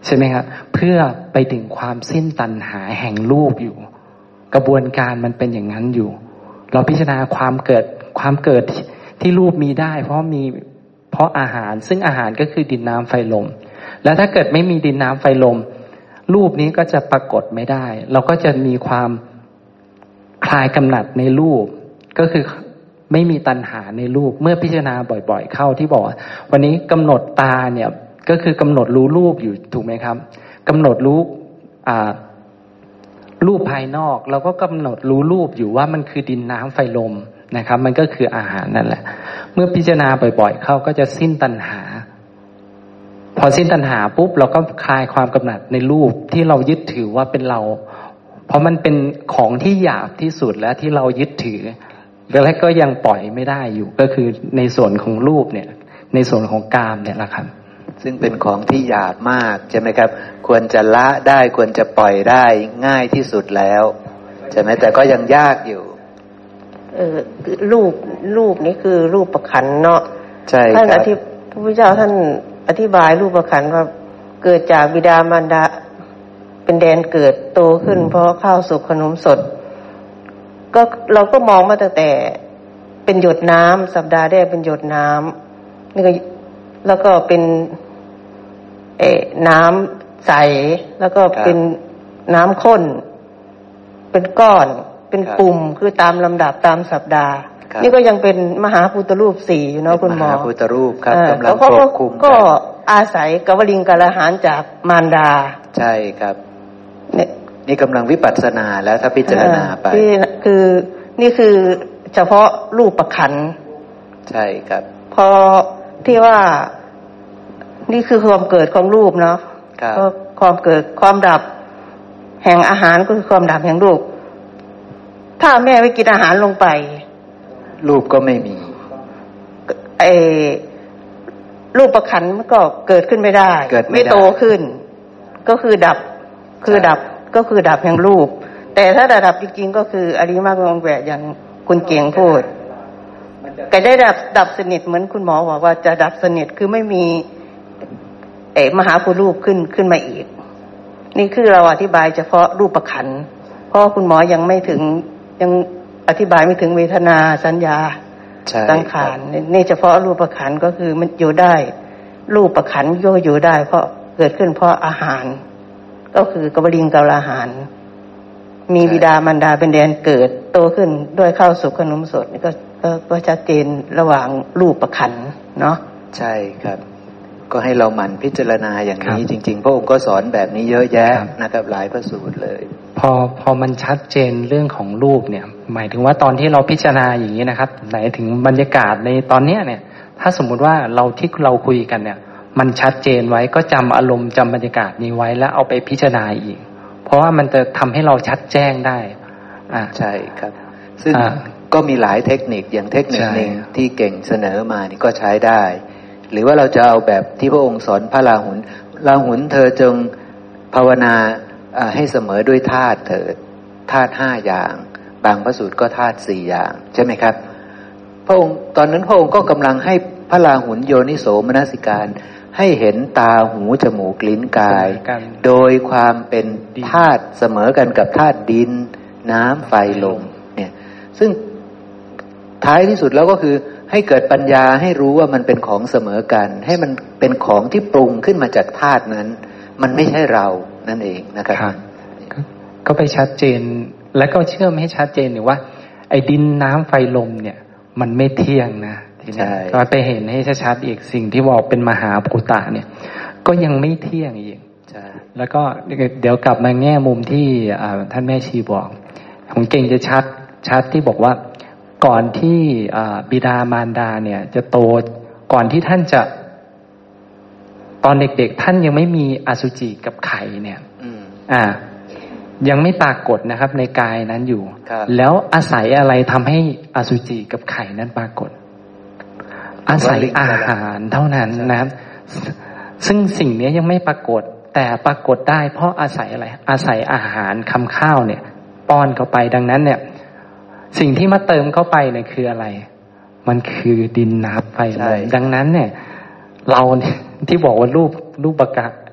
ใช่ไหมครับเพื่อไปถึงความสิ้นตัณหาแห่งรูปอยู่กระบวนการมันเป็นอย่างนั้นอยู่เราพิจารณาความเกิดที่รูปมีได้เพราะอาหารซึ่งอาหารก็คือดินน้ำไฟลมแล้วถ้าเกิดไม่มีดินน้ำไฟลมรูปนี้ก็จะปรากฏไม่ได้เราก็จะมีความคลายกำหนัดในรูปก็คือไม่มีตัณหาในรูปเมื่อพิจารณาบ่อยๆเข้าที่บอกวันนี้กำหนดตาเนี่ยก็คือกำหนดรู้รูปอยู่ถูกไหมครับกำหนดรู้รูปภายนอกเราก็กำหนดรู้รูปอยู่ว่ามันคือดินน้ำไฟลมนะครับมันก็คืออาหารนั่นแหละเมื่อพิจารณาบ่อยๆเข้าก็จะสิ้นตัณหาพอสิ้นตัณหาปุ๊บเราก็คลายความกำหนัดในรูปที่เรายึดถือว่าเป็นเราเพราะมันเป็นของที่หยาบที่สุดแล้วที่เรายึดถือแล้วก็ยังปล่อยไม่ได้อยู่ก็คือในส่วนของรูปเนี่ยในส่วนของกามเนี่ยแหละครับซึ่งเป็นของที่หยาบมากใช่ไหมครับควรจะละได้ควรจะปล่อยได้ง่ายที่สุดแล้วใช่ไหมแต่ก็ยังยากอยู่รูปนี้คือรูปประขันเนาะใช่ครับท่านพระพุทธเจ้าท่านอธิบายรูปประขันว่าเกิดจากบิดามารดาเป็นแดนเกิดโตขึ้นเพราะข้าวสุกขนมสดก็เราก็มองมาตั้งแต่เป็นหยดน้ำสัปดาห์แรกเป็นหยดน้ำนี่ก็แล้วก็เป็นน้ำใสแล้วก็เป็นน้ำข้นเป็นก้อนเป็นปุ่มคือตามลำดับตามสัปดาห์นี่ก็ยังเป็นมหาพุทธรูป4อยู่เนาะคุณหมอมหาพุทธรูปครับกำลังควบคุมก็อาศัยกวลิงกาลหารจากมารดาใช่ครับนี่กำลังวิปัสสนาแล้วถ้าพิจารณาไปนี่คือเฉพาะรูปประขันใช่ครับพอที่ว่านี่คือความเกิดของรูปเนาะก็ความเกิดความดับแห่งอาหารก็คือความดับแห่งรูปถ้าแม่ไม่กินอาหารลงไปรูปก็ไม่มีรูปประขันมันก็เกิดขึ้นไม่ได้ไม่โตขึ้นก็คือดับแห่งรูปแต่ถ้าดับจริงๆก็คืออริยมรรคองค์แปดอย่างคุณเก่งพูดก็ได้ดับสนิทเหมือนคุณหมอบอกว่าจะดับสนิทคือไม่มีมหาภูรูปขึ้นมาอีกนี่คือเราอธิบายเฉพาะรูปประขันเพราะคุณหมอยังไม่ถึงยังอธิบายไม่ถึงเวทนาสัญญาสังขารนี่เฉพาะรูปประขันก็คือมันอยู่ได้รูปประขันก็อยู่ได้เพราะเกิดขึ้นเพราะอาหารก็คือกวลิงกาลหารมีบิดามารดาเป็นแดนเกิดโตขึ้นด้วยข้าวสุกขนมสดนี่ก็ชัดเจนระหว่างรูปประขันเนาะใช่ครับก็ให้เราหมั่นพิจารณาอย่างนี้จริงๆพระองค์ก็สอนแบบนี้เยอะแยะนะครับหลายพระสูตรเลยพอมันชัดเจนเรื่องของรูปเนี่ยหมายถึงว่าตอนที่เราพิจารณาอย่างนี้นะครับไหนถึงบรรยากาศในตอนเนี้ยเนี่ยถ้าสมมุติว่าที่เราคุยกันเนี่ยมันชัดเจนไว้ก็จำอารมณ์จำบรรยากาศนี้ไว้แล้วเอาไปพิจารณาอีกเพราะว่ามันจะทำให้เราชัดแจ้งได้ใช่ครับซึ่งก็มีหลายเทคนิคอย่างเทคนิคหนึ่งที่เก่งเสนอมานี่ก็ใช้ได้หรือว่าเราจะเอาแบบที่พระองค์สอนพระราหุลเธอจงภาวนาให้เสมอด้วยธาตุเถิดธาตุ5อย่างบางพระสูตรก็ธาตุ4อย่างใช่ไหมครับพระองค์ตอนนั้นพระองค์ก็กำลังให้พระราหุลโยนิโสมนสิการให้เห็นตาหูจมูกลิ้นกายโดยความเป็นธาตุเสมอกันกับธาตุดินน้ำไฟลมเนี่ยซึ่งท้ายที่สุดแล้วก็คือให้เกิดปัญญาให้รู้ว่ามันเป็นของเสมอกันให้มันเป็นของที่ปรุงขึ้นมาจากธาตุนั้นมันไม่ใช่เรานั่นเองนะครับก็ไปชัดเจนและก็เชื่อมให้ชัดเจนหรือว่าไอ้ดินน้ำไฟลมเนี่ยมันไม่เที่ยงนะทีนี้ก็ไปเห็นให้ชัดๆอีกสิ่งที่บอกเป็นมหาภูตะเนี่ยก็ยังไม่เที่ยงอีกแล้วก็เดี๋ยวกลับมาแง่มุมที่ท่านแม่ชีบอกของเก่งจะชัดที่บอกว่าก่อนที่บิดามารดาเนี่ยจะโตก่อนที่ท่านจะตอนเด็กๆท่านยังไม่มีอสุจิกับไข่เนี่ยยังไม่ปรากฏนะครับในกายนั้นอยู่แล้วอาศัยอะไรทำให้อสุจิกับไข่นั้นปรากฏอาศัยอาหารเท่านั้นนะครับซึ่งสิ่งนี้ยังไม่ปรากฏแต่ปรากฏได้เพราะอาศัยอะไรอาศัยอาหารคำข้าวเนี่ยป้อนเข้าไปดังนั้นเนี่ยสิ่งที่มาเติมเข้าไปเนี่ยคืออะไรมันคือดินน้ำไฟลมดังนั้นเนี่ยเราที่บอกว่ารูป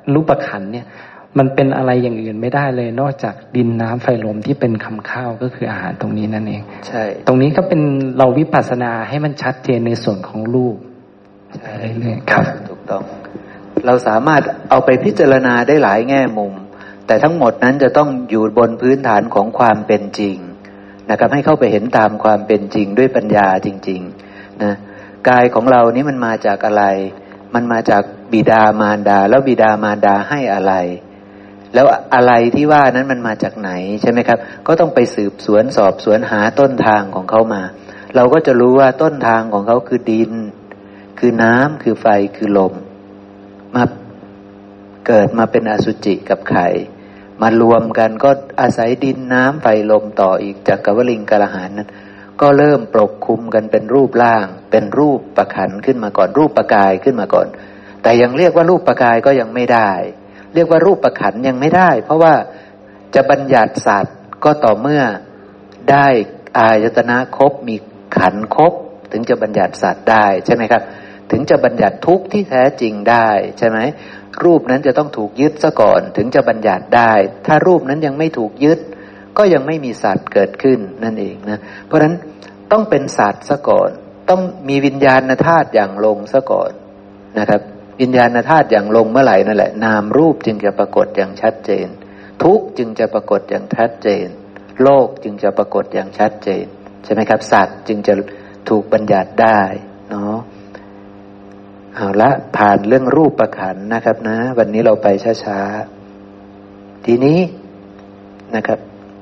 รูปขันธ์เนี่ยมันเป็นอะไรอย่างอื่นไม่ได้เลยนอกจากดินน้ำไฟลมที่เป็นคำข้าวก็คืออาหารตรงนี้นั่นเองใช่ตรงนี้ก็เป็นเราวิปัสสนาให้มันชัดเจนในส่วนของรูปใช่เรื่อยๆครับถูกต้องเราสามารถเอาไปพิจารณาได้หลายแง่มุมแต่ทั้งหมดนั้นจะต้องอยู่บนพื้นฐานของความเป็นจริงนะครับให้เข้าไปเห็นตามความเป็นจริงด้วยปัญญาจริงๆนะกายของเรานี้มันมาจากอะไรมันมาจากบิดามารดาแล้วบิดามารดาให้อะไรแล้วอะไรที่ว่านั้นมันมาจากไหนใช่ไหมครับก็ต้องไปสืบสวนสอบสวนหาต้นทางของเขามาเราก็จะรู้ว่าต้นทางของเขาคือดินคือน้ำคือไฟคือลมมาเกิดมาเป็นอสุจิกับไข่มารวมกันก็อาศัยดินน้ำไฟลมต่ออีกจากกัวลิงกาลหารนั้นก็เริ่มปกคลุมกันเป็นรูปร่างเป็นรูปประขันขึ้นมาก่อนรูปประกายขึ้นมาก่อนแต่ยังเรียกว่ารูปประกายก็ยังไม่ได้เรียกว่ารูปประขันยังไม่ได้เพราะว่าจะบัญญัติสัตว์ก็ต่อเมื่อได้อายตนะครบมีขันธ์ครบถึงจะบัญญัติสัตว์ได้ใช่ไหมครับถึงจะบัญญัติทุกข์ที่แท้จริงได้ใช่ไหมรูปนั้นจะต้องถูกยึดซะก่อนถึงจะบัญญัติได้ถ้ารูปนั้นยังไม่ถูกยึดก็ยังไม่มีสัตว์เกิดขึ้นนั่นเองนะเพราะฉะนั้นต้องเป็นสัตว์ซะก่อนต้องมีวิญญาณธาตุอย่างลงซะก่อนนะครับวิญญาณธาตุอย่างลงเมื่อไหร่นั่นแหละนามรูปจึงจะปรากฏอย่างชัดเจนทุกข์จึงจะปรากฏอย่างชัดเจนโลกจึงจะปรากฏอย่างชัดเจนใช่ไหมครับสัตว์จึงจะถูกบัญญัติได้เนาะเอาละผ่านเรื่องรูปประขันนะครับนะวันนี้เราไปช้าๆทีนี้นะครับ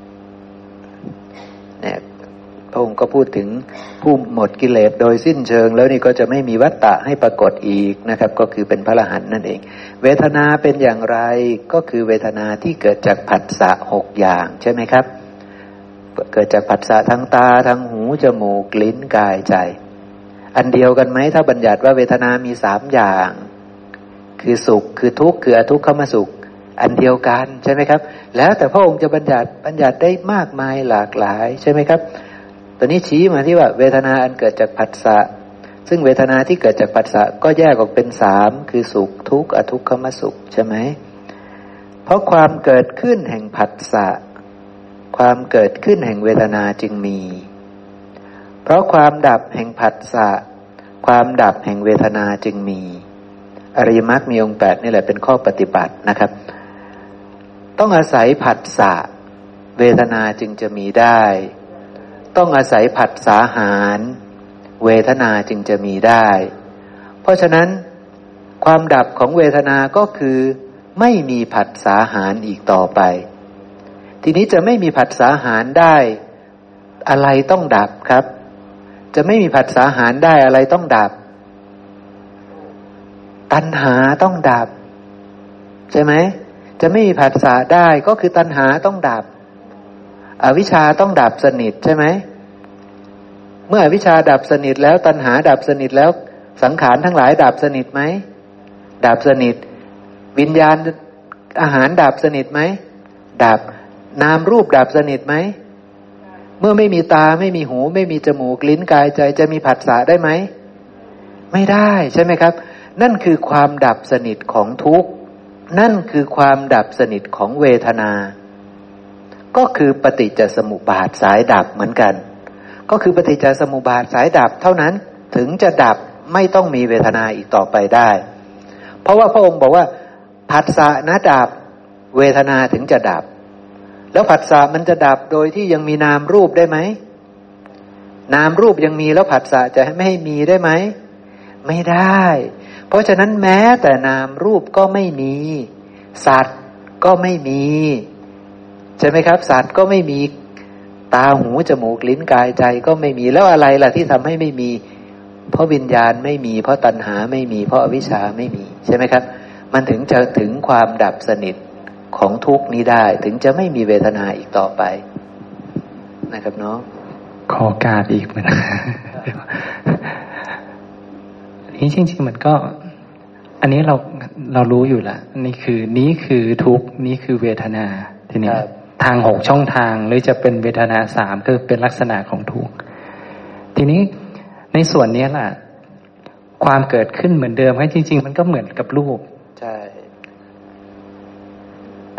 เนี่ยพระองค์ก็พูดถึงผู้หมดกิเลสโดยสิ้นเชิงแล้วนี่ก็จะไม่มีวัฏฏะให้ปรากฏอีกนะครับก็คือเป็นพระอรหันต์นั่นเองเวทนาเป็นอย่างไรก็คือเวทนาที่เกิดจากผัสสะ6อย่างใช่ไหมครับเกิดจากผัสสะทางตาทางหูจมูกลิ้นกายใจอันเดียวกันไหมถ้าบัญญัติว่าเวทนามี3อย่างคือสุขคือทุกข์คืออทุกขมสุขอันเดียวกันใช่ไหมครับแล้วแต่พระองค์จะบัญญัติได้มากมายหลากหลายใช่ไหมครับตอนนี้ชี้มาที่ว่าเวทนาอันเกิดจากผัสสะซึ่งเวทนาที่เกิดจากผัสสะก็แยกออกเป็น3คือสุขทุกข์อทุกขมสุขใช่ไหมเพราะความเกิดขึ้นแห่งผัสสะความเกิดขึ้นแห่งเวทนาจึงมีเพราะความดับแห่งผัสสะความดับแห่งเวทนาจึงมีอริยมรรคมีองค์8นี่แหละเป็นข้อปฏิบัตินะครับต้องอาศัยผัสสะเวทนาจึงจะมีได้ต้องอาศัยผัสสาหารเวทนาจึงจะมีได้เพราะฉะนั้นความดับของเวทนาก็คือไม่มีผัสสาหารอีกต่อไปทีนี้จะไม่มีผัสสาหารได้อะไรต้องดับครับจะไม่มีผัสสาหารได้อะไรต้องดับตัณหาต้องดับใช่ไหมจะไม่มีผัสสะได้ก็คือตัณหาต้องดับอวิชชาต้องดับสนิทใช่ไหมเมื่ออวิชชาดับสนิทแล้วตัณหาดับสนิทแล้วสังขารทั้งหลายดับสนิทไหมดับสนิทวิญญาณอาหารดับสนิทไหมดับนามรูปดับสนิทไหมเมื่อไม่มีตาไม่มีหูไม่มีจมูกลิ้นกายใจจะมีผัสสะได้ไหมไม่ได้ใช่ไหมครับนั่นคือความดับสนิทของทุกข์นั่นคือความดับสนิทของเวทนาก็คือปฏิจจสมุปบาทสายดับเหมือนกันก็คือปฏิจจสมุปบาทสายดับเท่านั้นถึงจะดับไม่ต้องมีเวทนาอีกต่อไปได้เพราะว่าพระองค์บอกว่าผัสสะนะดับเวทนาถึงจะดับแล้วผัสสะมันจะดับโดยที่ยังมีนามรูปได้ไหมนามรูปยังมีแล้วผัสสะจะไม่ให้มีได้ไหมไม่ได้เพราะฉะนั้นแม้แต่นามรูปก็ไม่มีสัตว์ก็ไม่มีใช่ไหมครับสัตว์ก็ไม่มีตาหูจมูกลิ้นกายใจก็ไม่มีแล้วอะไรล่ะที่ทำให้ไม่มีเพราะวิญญาณไม่มีเพราะตัณหาไม่มีเพราะอวิชชาไม่มีใช่ไหมครับมันถึงจะถึงความดับสนิทของทุกข์นี้ได้ถึงจะไม่มีเวทนาอีกต่อไปนะครับเนาะขอการอีกเหมือนนี่จริงๆมันก็อันนี้เรารู้อยู่ละนี่คือทุกข์นี่คือเวทนาทีนี้ทาง6ช่องทางหรือจะเป็นเวทนา3คือเป็นลักษณะของทุกข์ทีนี้ในส่วนนี้ล่ะความเกิดขึ้นเหมือนเดิมให้จริงๆมันก็เหมือนกับรูปใช่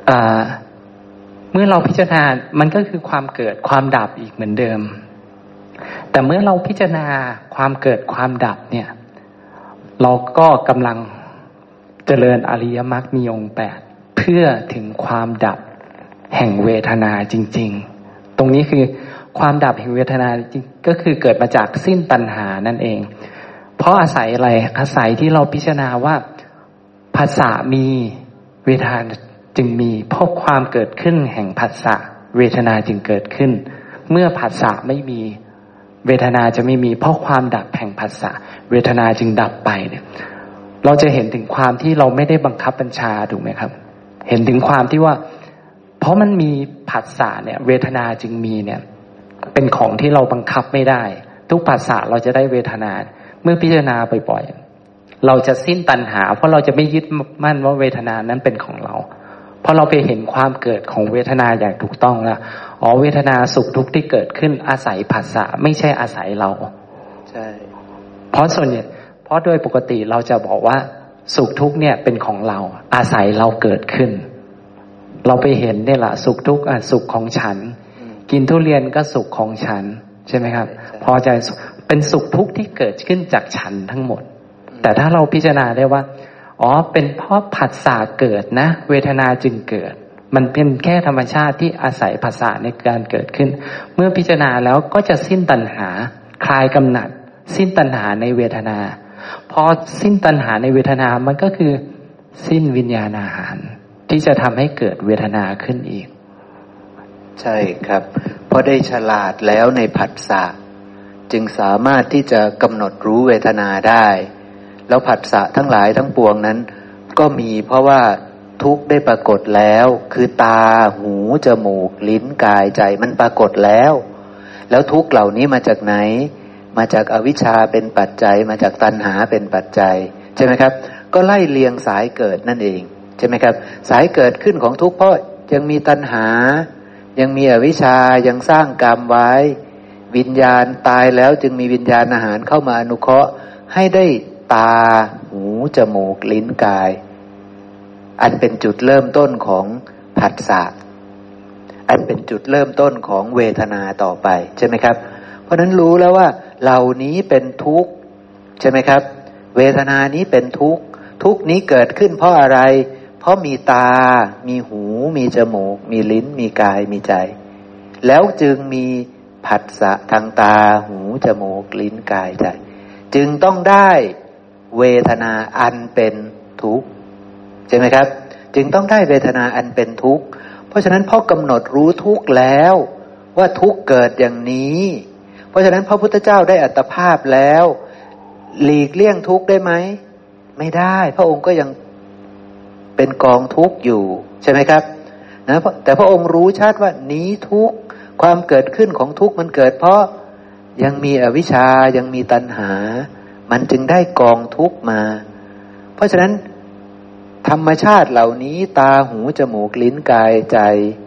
เมื่อเราพิจารณามันก็คือความเกิดความดับอีกเหมือนเดิมแต่เมื่อเราพิจารณาความเกิดความดับเนี่ยเราก็กำลังเจริญอริยมรรคมีองค์8เพื่อถึงความดับแห่งเวทนาจริงๆตรงนี้คือความดับแห่งเวทนาจริงก็คือเกิดมาจากสิ้นตัณหานั่นเองเพราะอาศัยอะไรอาศัยที่เราพิจารณาว่าผัสสะมีเวทนาจึงมีเพราะความเกิดขึ้นแห่งผัสสะเวทนาจึงเกิดขึ้นเมื่อผัสสะไม่มีเวทนาจะไม่มีเพราะความดับแห่งผัสสะเวทนาจึงดับไปเนี่ยเราจะเห็นถึงความที่เราไม่ได้บังคับบัญชาถูกไหมครับเห็นถึงความที่ว่าเพราะมันมีผัสสะเนี่ยเวทนาจึงมีเนี่ยเป็นของที่เราบังคับไม่ได้ทุกผัสสะเราจะได้เวทนาเมื่อพิจารณาบ่อยๆเราจะสิ้นตัณหาเพราะเราจะไม่ยึดมั่นว่าเวทนานั้นเป็นของเราเพราะเราไปเห็นความเกิดของเวทนาอย่างถูกต้องแล้วอ๋อเวทนาสุขทุกข์ที่เกิดขึ้นอาศัยผัสสะไม่ใช่อาศัยเราใช่เพราะส่วนใหญ่เพราะโดยปกติเราจะบอกว่าสุขทุกข์เนี่ยเป็นของเราอาศัยเราเกิดขึ้นเราไปเห็นเนี่ยแหละสุขทุกข์สุขของฉันกินทุเรียนก็สุขของฉันใช่ไหมครับพอใจเป็นสุขทุกข์ที่เกิดขึ้นจากฉันทั้งหมดแต่ถ้าเราพิจารณาได้ว่าอ๋อเป็นเพราะผัสสะเกิดนะเวทนาจึงเกิดมันเป็นแค่ธรรมชาติที่อาศัยผัสสะในการเกิดขึ้นเมื่อพิจารณาแล้วก็จะสิ้นตัณหาคลายกำหนัดสิ้นตัณหาในเวทนาพอสิ้นตัณหาในเวทนามันก็คือสิ้นวิญญาณอาหารที่จะทำให้เกิดเวทนาขึ้นอีกใช่ครับเพราะได้ฉลาดแล้วในผัสสะจึงสามารถที่จะกำหนดรู้เวทนาได้แล้วผัสสะทั้งหลายทั้งปวงนั้นก็มีเพราะว่าทุกข์ได้ปรากฏแล้วคือตาหูจมูกลิ้นกายใจมันปรากฏแล้วทุกข์เหล่านี้มาจากไหนมาจากอวิชชาเป็นปัจจัยมาจากตัณหาเป็นปัจจัยใช่ไหมครับก็ไล่เรียงสายเกิดนั่นเองใช่ไหมครับสายเกิดขึ้นของทุกข์เพราะยังมีตัณหายังมีอวิชชายังสร้างกรรมไว้วิญญาณตายแล้วจึงมีวิญญาณอาหารเข้ามาอนุเคราะห์ให้ได้ตาหูจมูกลิ้นกายอันเป็นจุดเริ่มต้นของผัสสะอันเป็นจุดเริ่มต้นของเวทนาต่อไปใช่ไหมครับเพราะนั้นรู้แล้วว่าเหล่านี้เป็นทุกข์ใช่ไหมครับเวทนานี้เป็นทุกข์ทุกข์นี้เกิดขึ้นเพราะอะไรเพราะมีตามีหูมีจมูกมีลิ้นมีกายมีใจแล้วจึงมีผัสสะทางตาหูจมูกลิ้นกายใจจึงต้องได้เวทนาอันเป็นทุกข์ใช่ไหมครับจึงต้องได้เวทนาอันเป็นทุกข์เพราะฉะนั้นพอกำหนดรู้ทุกข์แล้วว่าทุกข์เกิดอย่างนี้เพราะฉะนั้นพระพุทธเจ้าได้อัตภาพแล้วหลีกเลี่ยงทุกข์ได้ไหมไม่ได้พระองค์ก็ยังเป็นกองทุกข์อยู่ใช่ไหมครับนะแต่พระองค์รู้ชัดว่านี้ทุกข์ความเกิดขึ้นของทุกข์มันเกิดเพราะยังมีอวิชชายังมีตัณหามันจึงได้กองทุกข์มาเพราะฉะนั้นธรรมชาติเหล่านี้ตาหูจมูกลิ้นกายใจ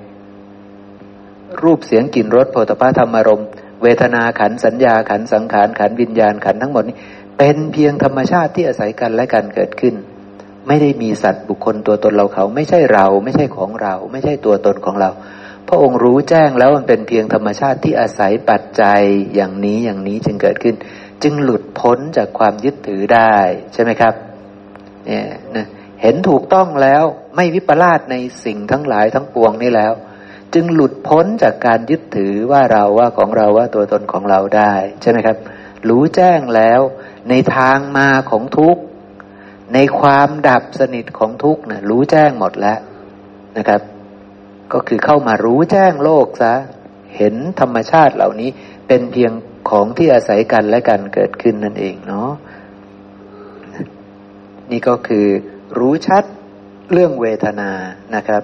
รูปเสียงกลิ่นรสโผฏฐัพพะธรรมารมณ์เวทนาขันธ์สัญญาขันธ์สังขารขันธ์วิญญาณขันธ์ทั้งหมดนี้เป็นเพียงธรรมชาติที่อาศัยกันและกันเกิดขึ้นไม่ได้มีสัตว์บุคคลตัวตนเราเขาไม่ใช่เราไม่ใช่ของเราไม่ใช่ตัวตนของเราพระองค์รู้แจ้งแล้วมันเป็นเพียงธรรมชาติที่อาศัยปัจจัยอย่างนี้จึงเกิดขึ้นจึงหลุดพ้นจากความยึดถือได้ใช่ไหมครับเนี่ยนะเห็นถูกต้องแล้วไม่วิปลาสในสิ่งทั้งหลายทั้งปวงนี่แล้วจึงหลุดพ้นจากการยึดถือว่าเราว่าของเราว่าตัวตนของเราได้ใช่ไหมครับรู้แจ้งแล้วในทางมาของทุกข์ในความดับสนิทของทุกข์นะรู้แจ้งหมดแล้วนะครับก็คือเข้ามารู้แจ้งโลกซะเห็นธรรมชาติเหล่านี้เป็นเพียงของที่อาศัยกันและกันเกิดขึ้นนั่นเองเนาะนี่ก็คือรู้ชัดเรื่องเวทนานะครับ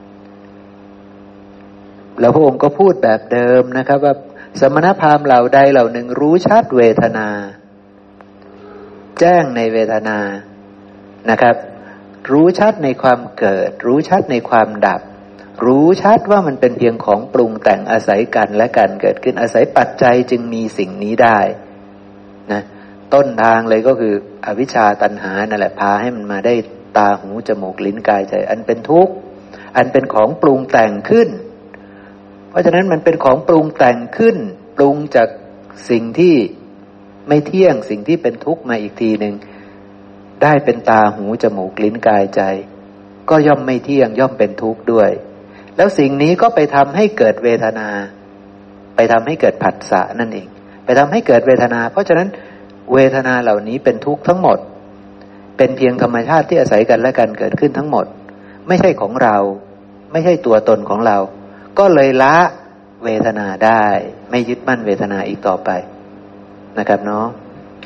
แล้วพระองค์ก็พูดแบบเดิมนะครับว่าสมณพราหมณ์เหล่าใดเหล่าหนึ่งรู้ชัดเวทนาแจ้งในเวทนานะครับรู้ชัดในความเกิดรู้ชัดในความดับรู้ชัดว่ามันเป็นเพียงของปรุงแต่งอาศัยกันและกันเกิดขึ้นอาศัยปัจจัยจึงมีสิ่งนี้ได้นะต้นทางเลยก็คืออวิชชาตัณหานั่นแหละพาให้มันมาได้ตาหูจมูกลิ้นกายใจอันเป็นทุกข์อันเป็นของปรุงแต่งขึ้นเพราะฉะนั้นมันเป็นของปรุงแต่งขึ้นปรุงจากสิ่งที่ไม่เที่ยงสิ่งที่เป็นทุกข์มาอีกทีหนึ่งได้เป็นตาหูจมูกลิ้นกายใจก็ย่อมไม่เที่ยงย่อมเป็นทุกข์ด้วยแล้วสิ่งนี้ก็ไปทำให้เกิดเวทนาไปทำให้เกิดผัสสะนั่นเองไปทำให้เกิดเวทนาเพราะฉะนั้นเวทนาเหล่านี้เป็นทุกข์ทั้งหมดเป็นเพียงธรรมชาติที่อาศัยกันและกันเกิดขึ้นทั้งหมดไม่ใช่ของเราไม่ใช่ตัวตนของเราก็เลยละเวทนาได้ไม่ยึดมั่นเวทนาอีกต่อไปนะครับเนาะ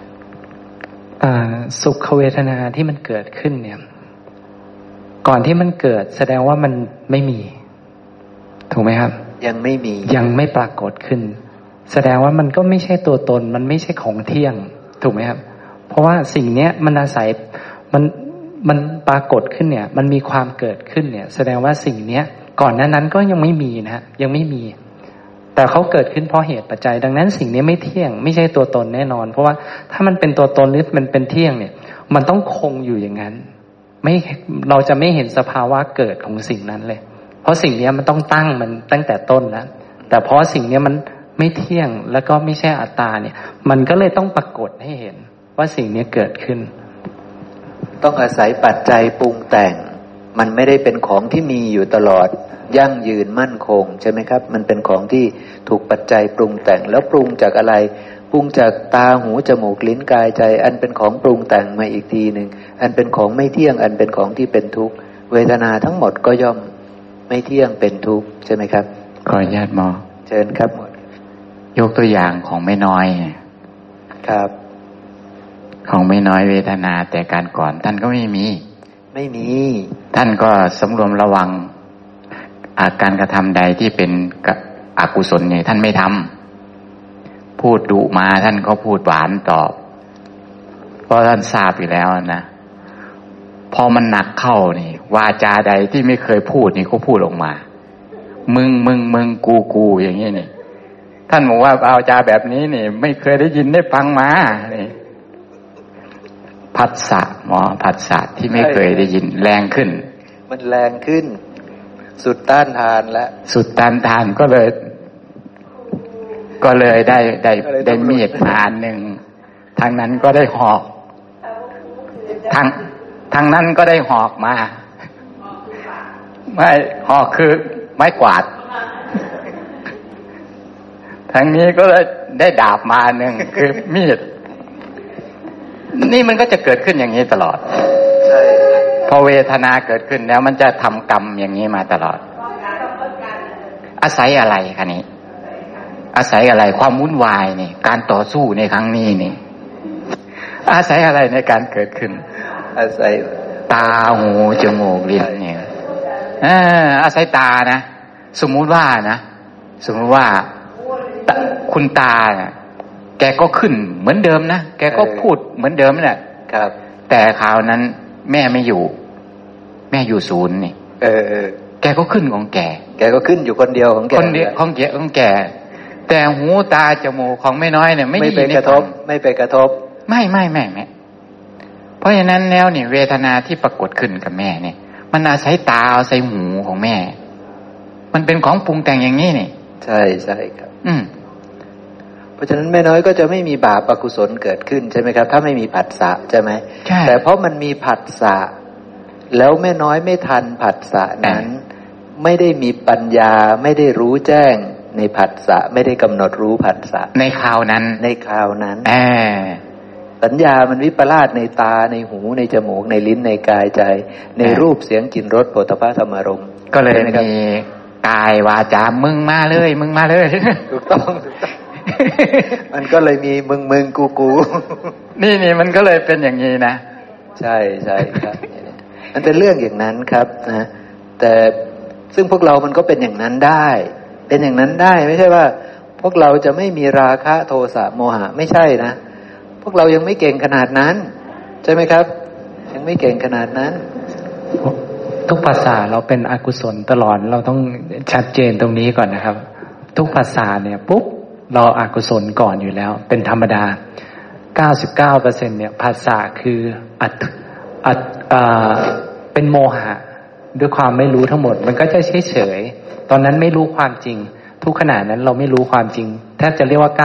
สุขเวทนาที่มันเกิดขึ้นเนี่ยก่อนที่มันเกิดแสดงว่ามันไม่มีถูกไหมครับยังไม่มียังไม่ปรากฏขึ้นแสดงว่ามันก็ไม่ใช่ตัวตนมันไม่ใช่ของเที่ยงถูกไหมครับเพราะว่าสิ่งเนี้ยมันอาศัยมันปรากฏขึ้นเนี่ยมันมีความเกิดขึ้นเนี่ยแสดงว่าสิ่งเนี้ยก่อนหน้านั้นก็ยังไม่มีนะฮะยังไม่มีแต่เขาเกิดขึ้นเพราะเหตุปัจจัยดังนั้นสิ่งนี้ไม่เที่ยงไม่ใช่ตัวตนแน่นอนเพราะว่าถ้ามันเป็นตัวตนหรือมันเป็นเที่ยงเนี่ยมันต้องคงอยู่อย่างนั้นไม่เราจะไม่เห็นสภาวะเกิดของสิ่งนั้นเลยเพราะสิ่งนี้มันต้องตั้งมันตั้งแต่ต้นแล้วแต่เพราะสิ่งนี้มันไม่เที่ยงแล้วก็ไม่ใช่อัตตาเนี่ยมันก็เลยต้องปรากฏให้เห็นว่าสิ่งนี้เกิดขึ้นต้องอาศัยปัจจัยปรุงแต่งมันไม่ได้เป็นของที่มีอยู่ตลอดยั่งยืนมั่นคงใช่ไหมครับมันเป็นของที่ถูกปัจจัยปรุงแต่งแล้วปรุงจากอะไรปรุงจากตาหูจมูกลิ้นกายใจอันเป็นของปรุงแต่งมาอีกทีหนึ่งอันเป็นของไม่เที่ยงอันเป็นของที่เป็นทุกข์เวทนาทั้งหมดก็ย่อมไม่เที่ยงเป็นทุกข์ใช่ไหมครับขออนุญาตหมอเชิญครับหมดยกตัวอย่างของไม่น้อยครับของไม่น้อยเวทนาแต่การก่อนท่านก็ไม่มีท่านก็สำรวมระวังการกระทำใดที่เป็นอกุศลเนี่ยท่านไม่ทำพูดดุมาท่านก็พูดหวานตอบเพราะท่านทราบอยู่แล้วนะพอมันหนักเข้านี่วาจาใดที่ไม่เคยพูดนี่ก็พูดออกมามึงกูอย่างนี้นี่ท่านบอกว่าวาจาแบบนี้นี่ไม่เคยได้ยินได้ฟังมานี่ผัสสะหมอผัสสะที่ไม่เคยได้ยินแรงขึ้นมันแรงขึ้นสุดต้านทานแล้วสุดต้านทานก็เลยได้มีดมาอันหนึ่งทางนั้นก็ได้หอกทางนั้นก็ได้หอกมาไม่หอกคือไม้กวาดทางนี้ก็ได้ดาบมาหนึ่งคือมีดนี่มันก็จะเกิดขึ้นอย่างนี้ตลอดพอเวทนาเกิดขึ้นแล้วมันจะทำกรรมอย่างนี้มาตลอดอาศัยอะไรคะนี้อาศัยอะไรความวุ่นวายนี่การต่อสู้ในครั้งนี้นี่อาศัยอะไรในการเกิดขึ้นอาศัยตาหูจมูกลิ้นเนี่ยอาศัยตานะสมมุติว่าคุณตาเนี่ยแกก็ขึ้นเหมือนเดิมนะแกก็พูดเหมือนเดิมแหละครับแต่คราวนั้นแม่ไม่อยู่แม่อยู่ศูนย์นี่แกก็ขึ้นของแกก็ขึ้นอยู่คนเดียวของแกคนเดียวของแกแต่หูตาจมูกของไม่น้อยเนี่ยไม่ไปกระทบไม่ไปกระทบไม่เพราะฉะนั้นแล้วนี่เวทนาที่ปรากฏขึ้นกับแม่เนี่ยมันอาศัยตาอาศัยหูของแม่มันเป็นของปรุงแต่งอย่างนี้นี่ใช่ครับเพราะฉะนั้นแม่น้อยก็จะไม่มีบาปอกุศลเกิดขึ้นใช่ไหมครับถ้าไม่มีผัสสะใช่ไหมใช่แต่เพราะมันมีผัสสะแล้วแม่น้อยไม่ทันผัสสะนั้นไม่ได้มีปัญญาไม่ได้รู้แจ้งในผัสสะไม่ได้กำหนดรู้ผัสสะในคราวนั้นสัญญามันวิปลาสในตาในหูในจมูกในลิ้นในกายใจในรูปเสียงกลิ่นรสโผฏฐัพพะธรรมารมณ์ก็เลยมีกายวาจามึงมาเลยถูกต้องมันก็เลยมีมึงกูนี่มันก็เลยเป็นอย่างนี้นะใช่ครับมันเป็นเรื่องอย่างนั้นครับนะแต่ซึ่งพวกเรามันก็เป็นอย่างนั้นได้เป็นอย่างนั้นได้ไม่ใช่ว่าพวกเราจะไม่มีราคะโทสะโมหะไม่ใช่นะพวกเรายังไม่เก่งขนาดนั้นใช่ไหมครับยังไม่เก่งขนาดนั้นทุกภาษาเราเป็นอกุศลตลอดเราต้องชัดเจนตรงนี้ก่อนนะครับทุกภาษาเนี่ยปุ๊บเราอกุศลก่อนอยู่แล้วเป็นธรรมดา 99% เนี่ยภาษาคือเป็นโมหะด้วยความไม่รู้ทั้งหมดมันก็จะเฉยๆตอนนั้นไม่รู้ความจริงทุกขณะนั้นเราไม่รู้ความจริงแทบจะเรียกว่า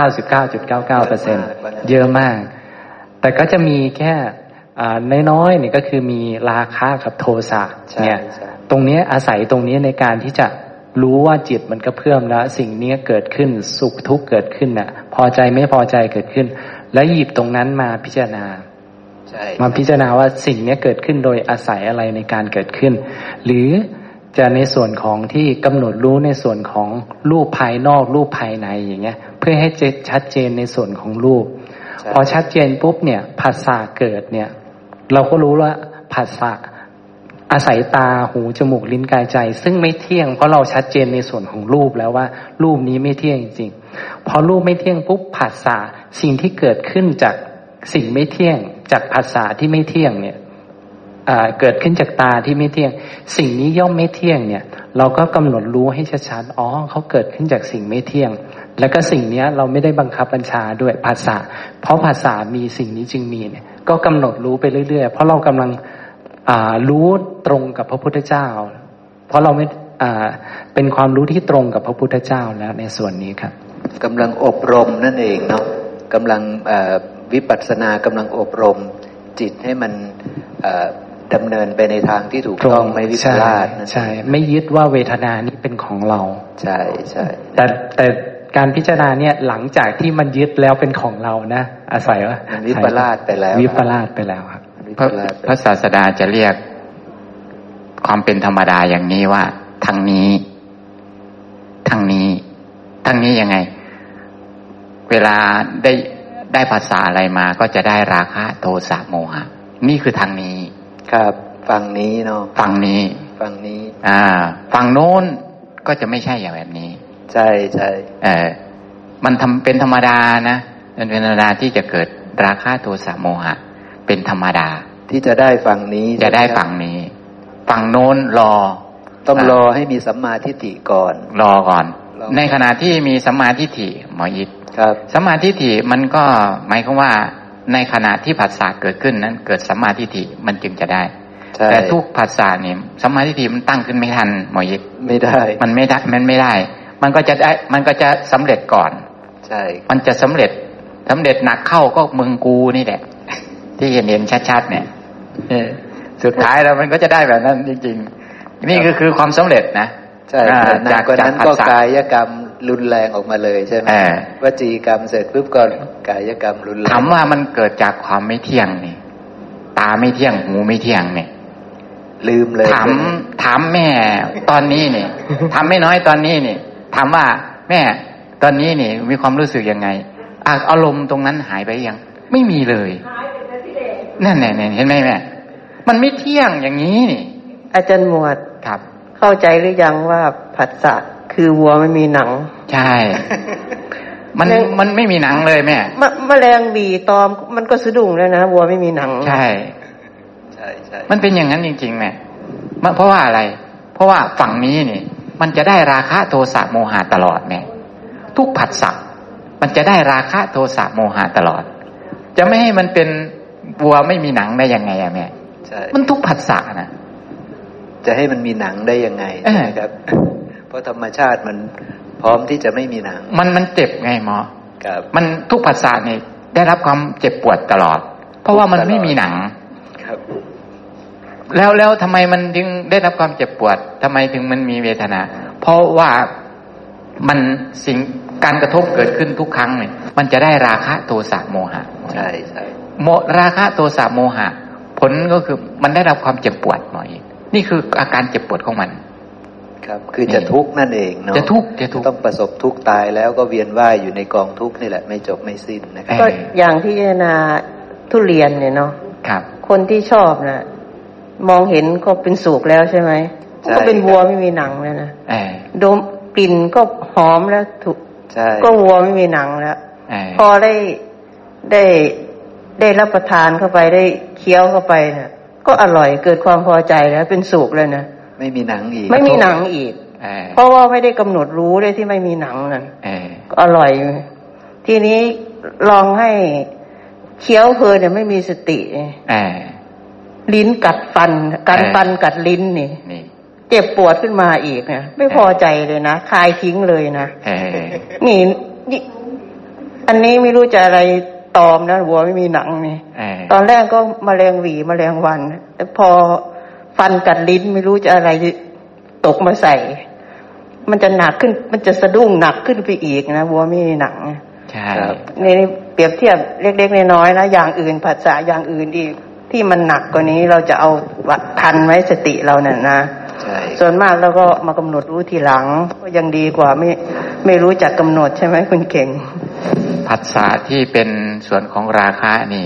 99.99% เยอะมากแต่ก็จะมีแค่น้อยๆเนี่ยก็คือมีราคะกับโทสะเนี่ยตรงนี้อาศัยตรงนี้ในการที่จะรู้ว่าจิตมันกระเพื่อมแล้วสิ่งนี้เกิดขึ้นสุขทุกข์เกิดขึ้นน่ะพอใจไม่พอใจเกิดขึ้นแล้วหยิบตรงนั้นมาพิจารณามาพิจารณาว่าสิ่งนี้เกิดขึ้นโดยอาศัยอะไรในการเกิดขึ้นหรือจะในส่วนของที่กำหนดรู้ในส่วนของรูปภายนอกรูปภายในอย่างเงี้ยเพื่อให้ชัดเจนในส่วนของรูปพอชัดเจนปุ๊บเนี่ยผัสสะเกิดเนี่ยเราก็รู้ว่าผัสสะอาศัยตาหูจมูกลิ้นกายใจซึ่งไม่เที่ยงเพราะเราชัดเจนในส่วนของรูปแล้วว่ารูปนี้ไม่เที่ยงจริงๆพอรูปไม่เที่ยงปุ๊บผัสสะสิ่งที่เกิดขึ้นจากสิ่งไม่เที่ยงจากผัสสะที่ไม่เที่ยงเนี่ยเกิดขึ้นจากตาที่ไม่เที่ยงสิ่งนี้ย่อมไม่เที่ยงเนี่ยเราก็กำหนดรู้ให้ชัดๆอ๋อเขาเกิดขึ้นจากสิ่งไม่เที่ยงแล้วก็สิ่งนี้เราไม่ได้บังคับบัญชาด้วยผัสสะเพราะผัสสะมีสิ่งนี้จึงมีเนี่ยก็กำหนดรู้ไปเรื่อยๆเพราะเรากำลังรู้ตรงกับพระพุทธเจ้าเพราะเราไม่เป็นความรู้ที่ตรงกับพระพุทธเจ้าแล้วในส่วนนี้ครับกำลังอบรมนั่นเองเนาะกำลังวิปัสสนากำลังอบรมจิตให้มันดำเนินไปในทางที่ถูกต้องไม่วิปลาสใช่ไม่ยึดว่าเวทนานี้เป็นของเราใช่ใช่แต่การพิจารณาเนี่ยหลังจากที่มันยึดแล้วเป็นของเรานะอาศัยว่าวิปลาสไปแล้ววิปลาสไปแล้วครับพระศาสดาจะเรียกความเป็นธรรมดาอย่างนี้ว่าทางนี้ทางนี้ทางนี้ยังไงเวลาได้ภาษาอะไรมาก็จะได้ราคะโทสะโมหะนี่คือทางนี้ครับฝั่งนี้เนาะฝั่งนี้ฝั่งนี้ฝั่งโน้นก็จะไม่ใช่อย่างแบบนี้ใช่ใช่มันเป็นธรรมดานะเป็นธรรมดาที่จะเกิดราคะโทสะโมหะเป็นธรรมดาที่จะได้ฝั่งนี้จะได้ฝั่งนี้ฝั่งโน้นต้องรอให้มีสัมมาทิฏฐิก่อนรอก่อนในขณะที่มีสัมมาทิฏฐิหมอยิตครับสัมมาทิฏฐิมันก็หมายความว่าในขณะที่ผัสสะเกิดขึ้นนั้นเกิดสัมมาทิฏฐิมันจึงจะได้แต่ทุกผัสสะเนี่ยสัมมาทิฏฐิมันตั้งขึ้นไม่ทันหมอยิตไม่ได้มันไม่ได้มันก็จะสำเร็จก่อนใช่มันจะสำเร็จหนักเข้าก็มึงกูนี่แหละที่เห็นชัดๆเนี่ยสุดท้ายแล้วมันก็จะได้แบบนั้นจริงๆนี่คือความสำเร็จนะใช่จากนั้นก็กายกรรมรุนแรงออกมาเลยใช่ไหมวจีกรรมเสร็จปุ๊บก็กายกรรมรุนแรงถามว่ามันเกิดจากความไม่เที่ยงนี่ตาไม่เที่ยงหูไม่เที่ยงเนี่ยลืมเลยถามแม่ตอนนี้นี่ถามไม่น้อยตอนนี้นี่ถามว่าแม่ตอนนี้นี่มีความรู้สึกยังไงอารมณ์ตรงนั้นหายไปยังไม่มีเลยนั่นเห็นไหมแม่มันไม่เที่ยงอย่างนี้นี่อาจารย์หมวดครับเข้าใจหรือยังว่าผัสสะคือวัวไม่มีหนังใช่มันไม่มีหนังเลยแม่แมลงบีตอมมันก็สะดุ้งแล้วนะวัวไม่มีหนังใช่มันเป็นอย่างนั้นจริงๆแม่เพราะว่าอะไรเพราะว่าฝั่งนี้นี่มันจะได้ราคะโทสะโมหะตลอดแม่ทุกผัสสะมันจะได้ราคะโทสะโมหะตลอดจะไม่ให้มันเป็นวัวไม่มีหนังได้ยังไงอะแม่ใช่มันทุกผัสสะนะจะให้มันมีหนังได้ยังไงนะครับเพราะธรรมชาติมันพร้อมที่จะไม่มีหนังมันเจ็บไงหมอครับมันทุกผัสสะนี่ได้รับความเจ็บปวดตลอดเพราะว่ามันไม่มีหนังครับแล้วทำไมมันถึงได้รับความเจ็บปวดทำไมถึงมันมีเวทนาเพราะว่ามันสิ่งการกระทบเกิดขึ้นทุกครั้งเนี่ยมันจะได้ราคะโทสะโมหะใช่ราคะโทสะโมหะผลก็คือมันได้รับความเจ็บปวดหน่อยนี่คืออาการเจ็บปวดของมันครับคือจะทุกข์นั่นเองเนาะจะทุกข์ต้องประสบทุกข์ตายแล้วก็เวียนว่ายอยู่ในกองทุกข์นี่แหละไม่จบไม่สิ้นนะครับก็อย่างที่นาทุเรียนเนี่ยเนาะครับคนที่ชอบนะมองเห็นก็เป็นสุขแล้วใช่ไหมก็เป็นวัวไม่มีหนังแล้วนะดมกลิ่นก็หอมแล้วถูกก็วัวไม่มีหนังแล้วพอได้รับประทานเข้าไปได้เคี้ยวเข้าไปเนี่ยก็อร่อยเกิดความพอใจแล้วเป็นสุขเลยนะไม่มีหนังอีกไม่มีหนังอีกเพราะว่าไม่ได้กำหนดรู้เลยที่ไม่มีหนังนั่นก็อร่อยทีนี้ลองให้เคี้ยวเพลินเนี่ยไม่มีสติลิ้นกัดฟันกัดลิ้นนี่เจ็บปวดขึ้นมาอีกเนี่ยไม่พอใจเลยนะคายทิ้งเลยนะนี่อันนี้ไม่รู้จะอะไรตอมนะหัวไม่มีหนังนี่ตอนแรกก็แมลงหวีแมลงวันแต่พอฟันกัดลิ้นไม่รู้จะอะไรตกมาใส่มันจะหนักขึ้นมันจะสะดุ้งหนักขึ้นไปอีกนะวัวไม่มีหนังใช่นี่เปรียบเทียบเล็กๆน้อยๆนะอย่างอื่นภาษาอย่างอื่นอีกที่มันหนักกว่านี้เราจะเอาทันไว้สติเราเนี่ยนะส่วนมากเราก็มากำหนดรู้ทีหลังก็ยังดีกว่าไม่รู้จักกำหนดใช่ไหมคุณเก่งผัสสะที่เป็นส่วนของราคะนี่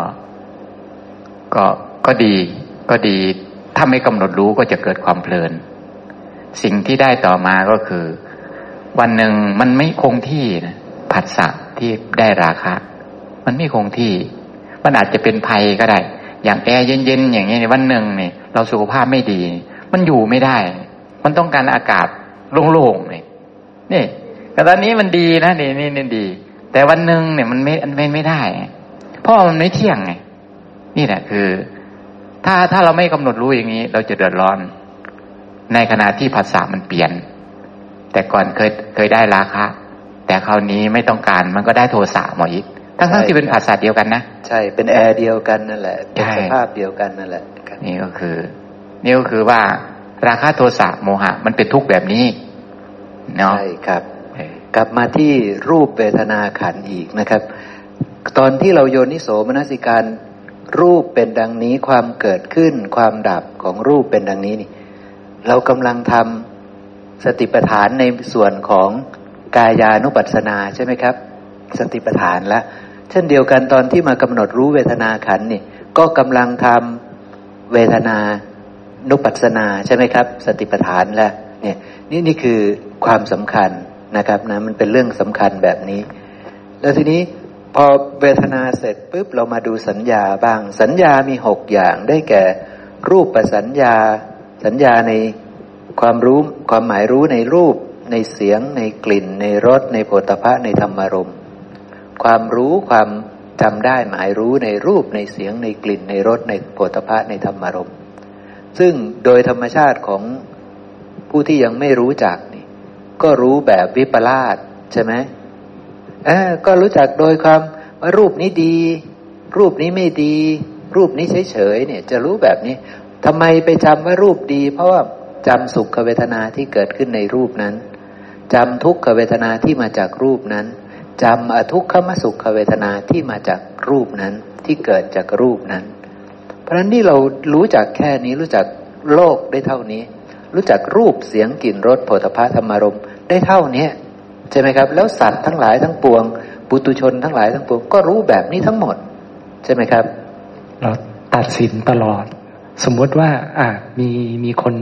ก็ดีถ้าไม่กำหนดรู้ก็จะเกิดความเพลินสิ่งที่ได้ต่อมาก็คือวันหนึ่งมันไม่คงที่นะผัสสะที่ได้ราคะมันไม่คงที่มันอาจจะเป็นภัยก็ได้อย่างแอร์เย็นๆอย่างนี้ในวันหนึ่งเนี่ยเราสุขภาพไม่ดีมันอยู่ไม่ได้มันต้องการอากาศโล่งๆนี่แต่ตอนนี้มันดีนะนี่ดีแต่วันหนึ่งเนี่ยมันไม่ได้เพราะมันไม่เที่ยงไงนี่แหละคือถ้าเราไม่กำหนดรู้อย่างนี้เราจะเดือดร้อนในขณะที่ภาษามันเปลี่ยนแต่ก่อนเคยได้ราคะแต่คราวนี้ไม่ต้องการมันก็ได้โทสะหมดอีกทั้งที่เป็นภาษาเดียวกันนะใช่เป็นแอร์เดียวกันนั่นแหละเป็นสภาพเดียวกันนั่นแหละนี่ก็คือว่าราคะโทสะโมหะมันเป็นทุกข์แบบนี้เนาะใช่ครับกลับมาที่รูปเวทนาขันธ์อีกนะครับตอนที่เราโยนิโสมนสิการรูปเป็นดังนี้ความเกิดขึ้นความดับของรูปเป็นดังนี้นี่เรากำลังทำสติปัฏฐานในส่วนของกายานุปัสสนาใช่ไหมครับสติปัฏฐานละเช่นเดียวกันตอนที่มากำหนดรู้เวทนาขันธ์นี่ก็กำลังทำเวทนานุปัสสนาใช่ไหมครับสติปัฏฐานละเนี่ยนี่คือความสำคัญนะครับนะมันเป็นเรื่องสำคัญแบบนี้แล้วทีนี้พอเวทนาเสร็จปุ๊บเรามาดูสัญญาบ้างสัญญามี6อย่างได้แก่รูปสัญญาสัญญาในความรู้ความหมายรู้ในรูปในเสียงในกลิ่นในรสในโผฏฐัพพะในธรรมารมณ์ความรู้ความจำได้หมายรู้ในรูปในเสียงในกลิ่นในรสในโผฏฐัพพะในธรรมารมณ์ซึ่งโดยธรรมชาติของผู้ที่ยังไม่รู้จักนี่ก็รู้แบบวิปลาสใช่ไหมก็รู้จักโดยความว่ารูปนี้ดีรูปนี้ไม่ดีรูปนี้เฉยๆเนี่ยจะรู้แบบนี้ทำไมไปจำว่ารูปดีเพราะว่าจำสุขเวทนาที่เกิดขึ้นในรูปนั้นจำทุกขเวทนาที่มาจากรูปนั้นจำอทุกขมสุขเวทนาที่มาจากรูปนั้นที่เกิดจากรูปนั้นเพราะฉะนั้นนี่เรารู้จักแค่นี้รู้จักโลกได้เท่านี้รู้จักรูปเสียงกลิ่นรสโผฏฐัพพะธรรมารมณ์ได้เท่านี้ใช่ไหมครับแล้วสัตว์ทั้งหลายทั้งปวงปุถุชนทั้งหลายทั้งปวงก็รู้แบบนี้ทั้งหมดใช่ไหมครับเราตัดสินตลอดสมมติว่ามีคน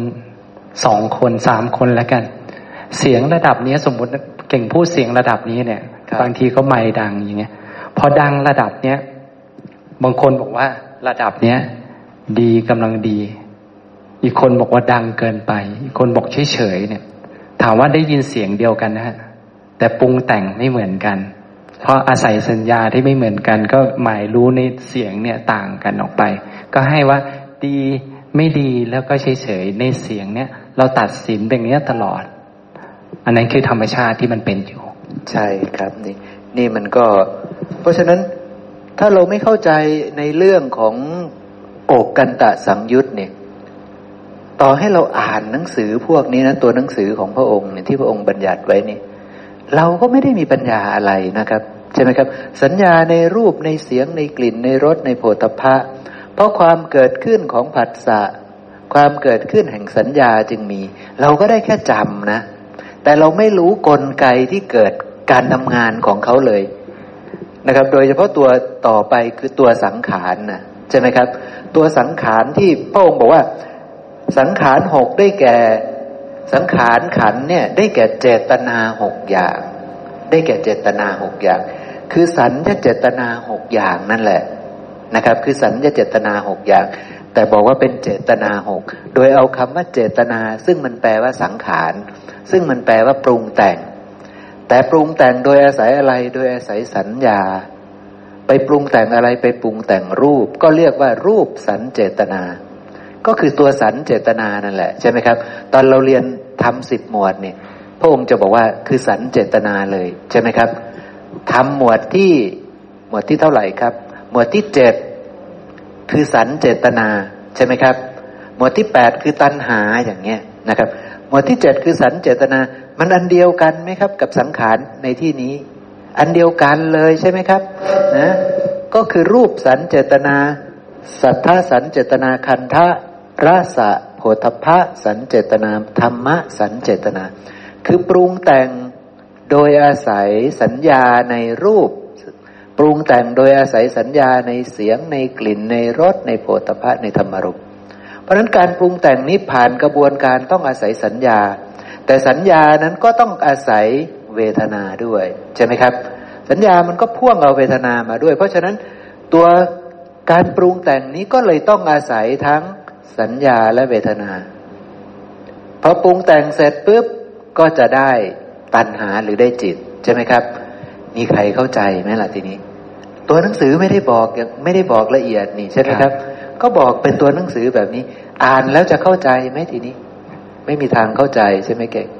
2 คน 3 คนแล้วกันเสียงระดับนี้สมมติเก่งพูดเสียงระดับนี้เนี่ยบางทีก็ไม่ดังอย่างเงี้ยพอดังระดับเนี้ยบางคนบอกว่าระดับเนี้ยดีกำลังดีอีกคนบอกว่าดังเกินไปอีกคนบอกเฉยๆเนี่ยถามว่าได้ยินเสียงเดียวกันนะฮะแต่ปรุงแต่งไม่เหมือนกันเพราะอาศัยสัญญาที่ไม่เหมือนกันก็หมายรู้ในเสียงเนี่ยต่างกันออกไปก็ให้ว่าดีไม่ดีแล้วก็เฉยๆในเสียงเนี่ยเราตัดสินแบบนี้ตลอดอันนั้นคือธรรมชาติที่มันเป็นอยู่ใช่ครับนี่มันก็เพราะฉะนั้นถ้าเราไม่เข้าใจในเรื่องของโอกกันตะสังยุตเนี่ยต่อให้เราอ่านหนังสือพวกนี้นะตัวหนังสือของพระองค์เนี่ยที่พระองค์บัญญัติไว้นี่เราก็ไม่ได้มีปัญญาอะไรนะครับใช่ไหมครับสัญญาในรูปในเสียงในกลิ่นในรสในโผฏฐัพพะเพราะความเกิดขึ้นของผัสสะความเกิดขึ้นแห่งสัญญาจึงมีเราก็ได้แค่จำนะแต่เราไม่รู้กลไกที่เกิดการทำงานของเขาเลยนะครับโดยเฉพาะตัวต่อไปคือตัวสังขารนะใช่ไหมครับตัวสังขารที่พระองค์บอกว่าสังขาร6ได้แก่สังขารขันธ์เนี่ยได้แก่เจตนา6อย่างได้แก่เจตนา6อย่างคือสัญญาเจตนา6อย่างนั่นแหละนะครับคือสัญญาเจตนา6อย่างแต่บอกว่าเป็นเจตนา6โดยเอาคำว่าเจตนาซึ่งมันแปลว่าสังขารซึ่งมันแปลว่าปรุงแต่งแต่ปรุงแต่งโดยอาศัยอะไรโดยอาศัยสัญญาไปปรุงแต่งอะไรไปปรุงแต่งรูปก็เรียกว่ารูปสัญเจตนาก็คือตัวสันเจตนานั่นแหละใช่ไหมครับตอนเราเรียนทำ10 หมวดเนี่ยพระองค์จะบอกว่าคือสันเจตนาเลยใช่ไหมครับทำหมวดที่เท่าไหร่ครับหมวดที่7คือสันเจตนาใช่ไหมครับหมวดที่8คือตัณหาอย่างเงี้ยนะครับหมวดที่7คือสันเจตนามันอันเดียวกันไหมครับกับสังขารในที่นี้อันเดียวกันเลยใช่ไหมครับนะก็คือรูปสันเจตนาสัทธสันเจตนาคันธะรสะโผฏฐัพพะสันเจตนาธรรมะสันเจตนาคือปรุงแต่งโดยอาศัยสัญญาในรูปปรุงแต่งโดยอาศัยสัญญาในเสียงในกลิ่นในรสในโผฏฐัพพะในธรรมารมณ์เพราะฉะนั้นการปรุงแต่งนี้ผ่านกระบวนการต้องอาศัยสัญญาแต่สัญญานั้นก็ต้องอาศัยเวทนาด้วยใช่ไหมครับสัญญามันก็พ่วงเอาเวทนามาด้วยเพราะฉะนั้นตัวการปรุงแต่งนี้ก็เลยต้องอาศัยทั้งสัญญาและเวทนาพอปรุงแต่งเสร็จปุ๊บก็จะได้ตัณหาหรือได้จิตใช่ไหมครับมีใครเข้าใจไหมล่ะทีนี้ตัวหนังสือไม่ได้บอกละเอียดนี่ใช่ไหมครับก็บอกเป็นตัวหนังสือแบบนี้อ่านแล้วจะเข้าใจไหมทีนี้ไม่มีทางเข้าใจใช่ไหมเก่ง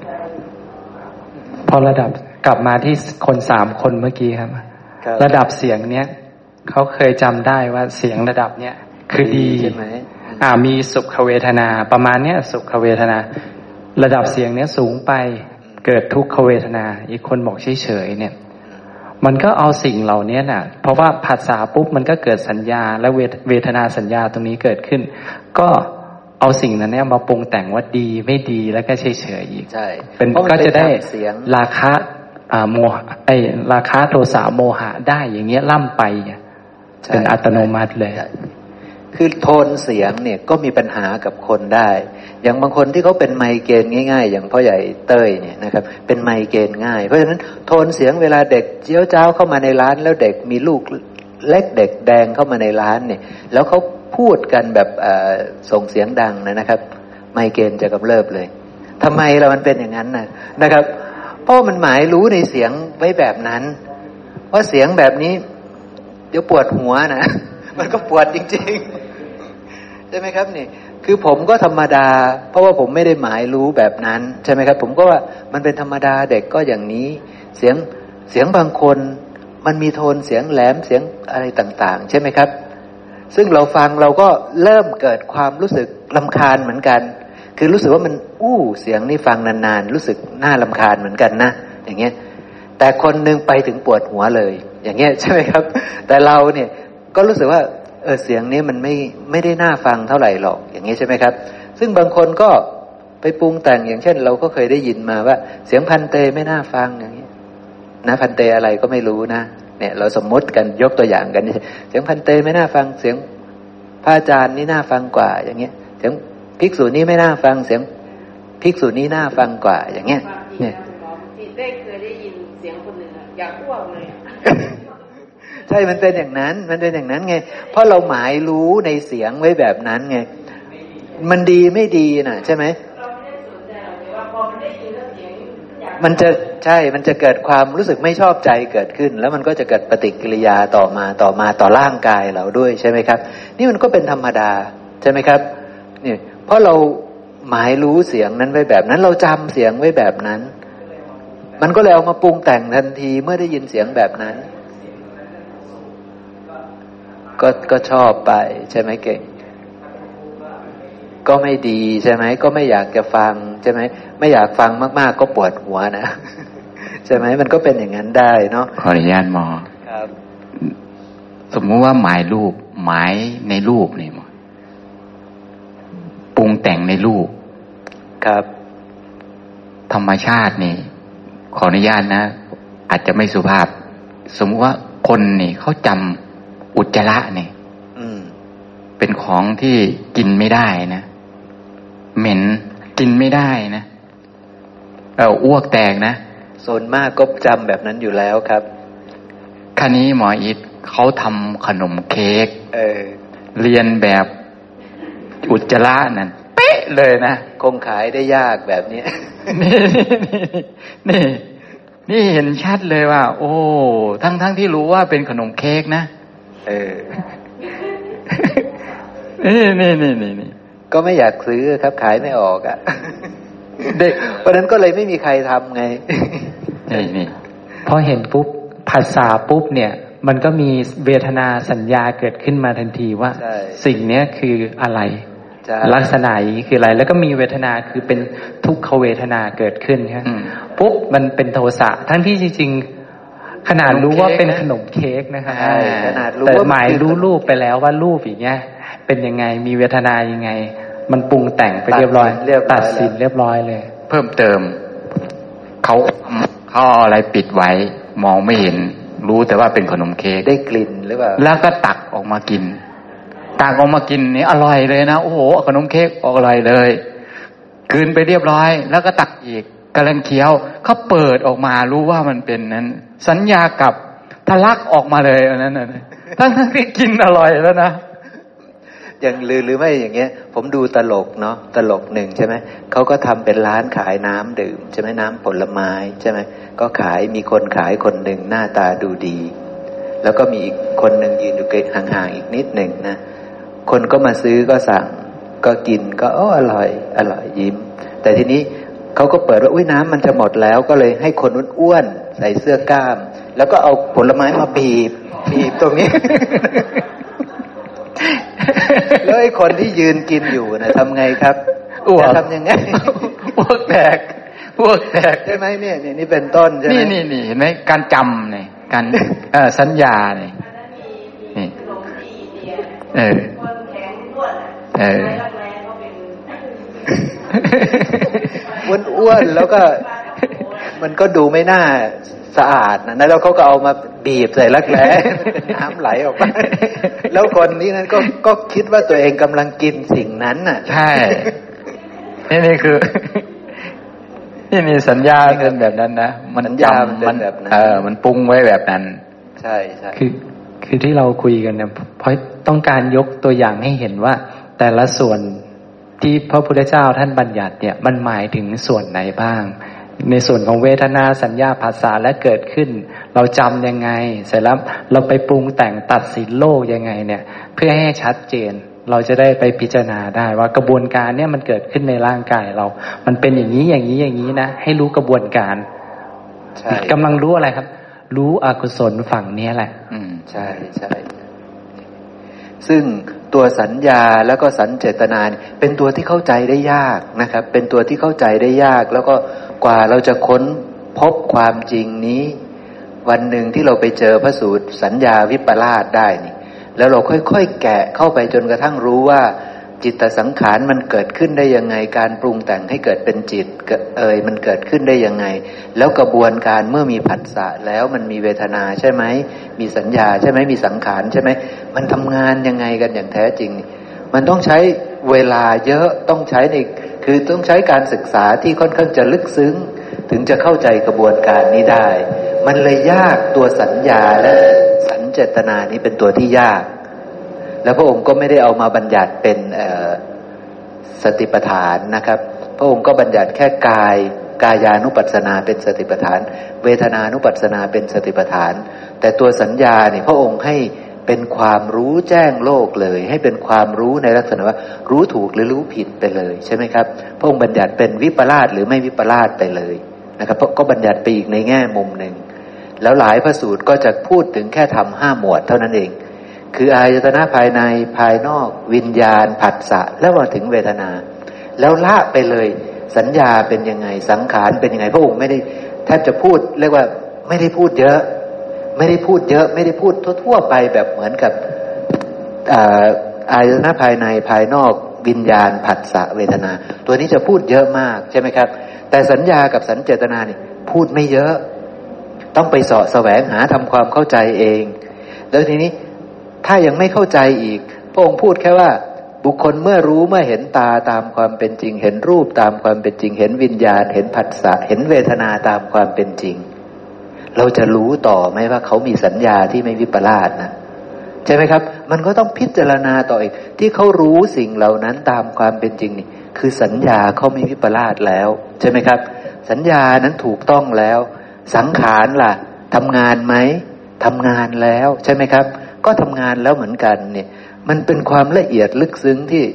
พอระดับกลับมาที่คน3 คนเมื่อกี้ครับระดับเสียงเนี้ยเขาเคยจำได้ว่าเสียงระดับเนี้ยคือดีใช่ไหมมีสุขเวทนาประมาณเนี้ยสุขเวทนาระดับเสียงเนี้ยสูงไปเกิดทุกขเวทนาอีกคนบอกเฉยๆเนี่ยมันก็เอาสิ่งเหล่านี้น่ะเพราะว่าภาษาปุ๊บมันก็เกิดสัญญาและเวทนาสัญญาตรงนี้เกิดขึ้นก็เอาสิ่งนั้นเนี่ยมาปรุงแต่งว่าดีไม่ดีแล้วก็เฉยๆอีกใช่เป็นก็จะได้ราคะโมหะราคะโทสะโมหะได้อย่างเงี้ยล่ำไปเป็นอัตโนมัติเลยคือโทนเสียงเนี่ยก็มีปัญหากับคนได้อย่างบางคนที่เขาเป็นไมเกรนง่ายๆอย่างพ่อใหญ่เต้ยเนี่ยนะครับเป็นไมเกรนง่ายเพราะฉะนั้นโทนเสียงเวลาเด็กเจี๊ยวจ้าวเข้ามาในร้านแล้วเด็กมีลูกเล็กเด็กแดงเข้ามาในร้านเนี่ยแล้วเขาพูดกันแบบส่งเสียงดังนะครับไมเกรนจะกำเริบเลยทำไมเรามันเป็นอย่างนั้นนะครับเพราะมันหมายรู้ในเสียงไว้แบบนั้นว่าเสียงแบบนี้เดี๋ยวปวดหัวนะมันก็ปวดจริงๆใช่ไหมครับนี่คือผมก็ธรรมดาเพราะว่าผมไม่ได้หมายรู้แบบนั้นใช่ไหมครับผมก็ว่ามันเป็นธรรมดาเด็กก็อย่างนี้เสียงบางคนมันมีโทนเสียงแหลมเสียงอะไรต่างๆใช่ไหมครับซึ่งเราฟังเราก็เริ่มเกิดความรู้สึกรำคาญเหมือนกันคือรู้สึกว่ามันเสียงนี่ฟังนานๆรู้สึกน่ารำคาญเหมือนกันนะอย่างเงี้ยแต่คนนึงไปถึงปวดหัวเลยอย่างเงี้ยใช่ไหมครับแต่เราเนี่ยก็รู้สึกว่าเสียงนี้มันไม่ได้น่าฟังเท่าไหร่หรอกอย่างนี้ใช่ไหมครับซึ่งบางคนก็ไปปรุงแต่งอย่างเช่นเราก็เคยได้ยินมาว่าเสียงพันเตไม่น่าฟังอย่างนี้นะพันเตอะไรก็ไม่รู้นะเนี่ยเราสมมติกันยกตัวอย่างกันเสียงพันเตไม่น่าฟังเสียงพระอาจารย์นี่น่าฟังกว่าอย่างเงี้ยเสียงภิกษุนี้ไม่น่าฟังเสียงภิกษุนี้น่าฟังกว่าอย่างเงี้ยเนี่ยได้เคยได้ยินเสียงคนหนึ่งอยากอ้วกเลยใช่มันเป็นอย่างนั้นไงเพราะเราหมายรู้ในเสียงไว้แบบนั้นไงมันดีไม่ดีน่ะใช่ไหมมันจะเกิดความรู้สึกไม่ชอบใจเกิดขึ้นแล้วมันก็จะเกิดปฏิกิริยาต่อมาต่อร่างกายเราด้วยใช่ไหมครับนี่มันก็เป็นธรรมดาใช่ไหมครับนี่เพราะเราหมายรู้เสียงนั้นไว้แบบนั้นเราจำเสียงไว้แบบนั้นมันก็เลยเอามาปรุงแต่งทันทีเมื่อได้ยินเสียงแบบนั้นก็ชอบไปใช่ไหมเก่งก็ไม่ดีใช่ไหมก็ไม่อยากจะฟังใช่ไหมไม่อยากฟังมากๆก็ปวดหัวนะใช่ไหมมันก็เป็นอย่างนั้นได้เนาะขออนุญาตหมอครับสมมุติว่าหมายรูปหมายในรูปนี่หมอปรุงแต่งในรูปครับธรรมชาตินี่ขออนุญาตนะอาจจะไม่สุภาพสมมุติว่าคนนี่เขาจำอุจจาระเนี่ยเป็นของที่กินไม่ได้นะเหม็นกินไม่ได้นะอ้วกแตกนะส่วนมากก็จำแบบนั้นอยู่แล้วครับคราวนี้หมออิทเขาทำขนมเค้กเรียนแบบอุจจาระนั่นเป๊ะเลยนะคงขายได้ยากแบบนี้นี่เห็นชัดเลยว่าโอ้ทั้งที่รู้ว่าเป็นขนมเค้กนะนี่ก็ไม่อยากซื้อครับขายไม่ออกอ่ะเพราะนั้นก็เลยไม่มีใครทำไงนี่พอเห็นปุ๊บภาษาปุ๊บเนี่ยมันก็มีเวทนาสัญญาเกิดขึ้นมาทันทีว่าสิ่งนี้คืออะไรลักษณะนี้คืออะไรแล้วก็มีเวทนาคือเป็นทุกขเวทนาเกิดขึ้นครับปุ๊บมันเป็นโทสะทั้งที่จริงๆขนาดรู้ว่าเป็นขนมเค้กนะครับแต่หมายรู้รูปไปแล้วว่ารูปอย่างเงี้ยเป็นยังไงมีเวทนายังไงมันปรุงแต่งไปเรียบร้อยตัดสินเรียบร้อยเลยเพิ่มเติมเขาเอาอะไรปิดไว้มองไม่เห็นรู้แต่ว่าเป็นขนมเค้กได้กลิ่นหรือเปล่าแล้วก็ตักออกมากินนี่อร่อยเลยนะโอ้โหขนมเค้กอร่อยเลยคืนไปเรียบร้อยแล้วก็ตักอีกกำลังเคี้ยวเขาเปิดออกมารู้ว่ามันเป็นนั้นสัญญากับทะลักออกมาเลยอันนั้นทั้งที่กินอร่อยแล้วนะอย่างหรือไม่อย่างเงี้ยผมดูตลกเนาะตลกหนึ่งใช่ไหมเขาก็ทำเป็นร้านขายน้ำดื่มใช่ไหมน้ำผลไม้ใช่ไหมก็ขายมีคนขายคนหนึ่งหน้าตาดูดีแล้วก็มีอีกคนหนึ่งยืนอยู่ห่างๆอีกนิดหนึ่งนะคนก็มาซื้อก็สั่งก็กินก็อร่อยยิ้มแต่ทีนี้เขาก็เปิดว่าอุ้ยน้ำมันจะหมดแล้วก็เลยให้คนอ้วนๆใส่เสื้อกล้ามแล้วก็เอาผลไม้มาบีบตรงนี้ แล้วไอ้คนที่ยืนกินอยู่นะทำไงครับจะทำยังไงพวกแตกใช่ไหมเนี่ยนี่เป็นต้นใช่ไหมนี่เห็นไหมการจำเนี่ยการสัญญาเนี่ยนี่อ้วนแล้วก็มันก็ดูไม่น่าสะอาดนะแล้วเขาก็เอามาบีบใส่รักแร้น้ำไหลออกมาแล้วคนนี้นั้นก็คิดว่าตัวเองกำลังกินสิ่งนั้นน่ะใช่นี่คือนี่สัญญาเป็นแบบนั้นนะมันจำมันแบบนั้นมันปรุงไว้แบบนั้นใช่คือที่เราคุยกันเนี่ยเพราะต้องการยกตัวอย่างให้เห็นว่าแต่ละส่วนที่พระพุทธเจ้าท่านบัญญัติเนี่ยมันหมายถึงส่วนไหนบ้างในส่วนของเวทนาสัญญาภาษาและเกิดขึ้นเราจำยังไงเสร็จแล้วเราไปปรุงแต่งตัดสินโลกยังไงเนี่ยเพื่อให้ชัดเจนเราจะได้ไปพิจารณาได้ว่ากระบวนการเนี่ยมันเกิดขึ้นในร่างกายเรามันเป็นอย่างนี้นะให้รู้กระบวนการกำลังรู้อะไรครับรู้อกุศลฝั่งนี้แหละใช่ซึ่งตัวสัญญาแล้วก็สัญเจตนาเป็นตัวที่เข้าใจได้ยากนะครับเป็นตัวที่เข้าใจได้ยากแล้วก็กว่าเราจะค้นพบความจริงนี้วันหนึ่งที่เราไปเจอพระสูตรสัญญาวิปลาสได้นี่แล้วเราค่อยๆแกะเข้าไปจนกระทั่งรู้ว่าจิตสังขารมันเกิดขึ้นได้ยังไงการปรุงแต่งให้เกิดเป็นจิตมันเกิดขึ้นได้ยังไงแล้วกระบวนการเมื่อมีผัสสะแล้วมันมีเวทนาใช่ไหมมีสัญญาใช่ไหมมีสังขารใช่ไหมมันทำงานยังไงกันอย่างแท้จริงมันต้องใช้เวลาเยอะต้องใช้คือต้องใช้การศึกษาที่ค่อนข้างจะลึกซึ้งถึงจะเข้าใจกระบวนการนี้ได้มันเลยยากตัวสัญญาและสัญเจตนานี้เป็นตัวที่ยากแล้วพระองค์ก็ไม่ได้เอามาบัญญัติเป็นสติปัฏฐานนะครับพระองค์ก็บัญญัติแค่กายานุปัสสนาเป็นสติปัฏฐานเวทนานุปัสสนาเป็นสติปัฏฐานแต่ตัวสัญญาเนี่ยพระองค์ให้เป็นความรู้แจ้งโลกเลยให้เป็นความรู้ในลักษณะว่ารู้ถูกหรือรู้ผิดไปเลยใช่ไหมครับพระองค์บัญญัติเป็นวิปลาสหรือไม่วิปลาสไปเลยนะครับก็บัญญัติไปอีกในแง่มุมหนึ่งแล้วหลายพระสูตรก็จะพูดถึงแค่ทำ5หมวดเท่านั้นเองคืออายตนะภายในภายนอกวิญญาณผัสสะแล้วมาถึงเวทนาแล้วละไปเลยสัญญาเป็นยังไงสังขารเป็นยังไงพระองค์ไม่ได้ท่านจะพูดเรียกว่าไม่ได้พูดเยอะไม่ได้พูดทั่วไปแบบเหมือนกับอายตนะภายในภายนอกวิญญาณผัสสะเวทนาตัวนี้จะพูดเยอะมากใช่ไหมครับแต่สัญญากับสัญเจตนานี่พูดไม่เยอะต้องไปเสาะแสวงหาทำความเข้าใจเองแล้วทีนี้ถ้ายังไม่เข้าใจอีกพระองค์พูดแค่ว่าบุคคลเมื่อรู้เมื่อเห็นตาตามความเป็นจริงเห็นรูปตามความเป็นจริงเห็นวิญญาณเห็นผัสสะเห็นเวทนาตามความเป็นจริงเราจะรู้ต่อไหมว่าเขามีสัญญาที่ไม่วิปลาสนะใช่ไหมครับมันก็ต้องพิจารณาต่ออีกที่เขารู้สิ่งเหล่านั้นตามความเป็นจริงนี่คือสัญญาเขาไม่วิปลาสแล้วใช่ไหมครับสัญญานั้นถูกต้องแล้วสังขารล่ะทำงานไหมทำงานแล้วใช่ไหมครับก็ทำงานแล้วเหมือนกันเนี่ยมันเป็นความละเอียดลึกซึ้งที่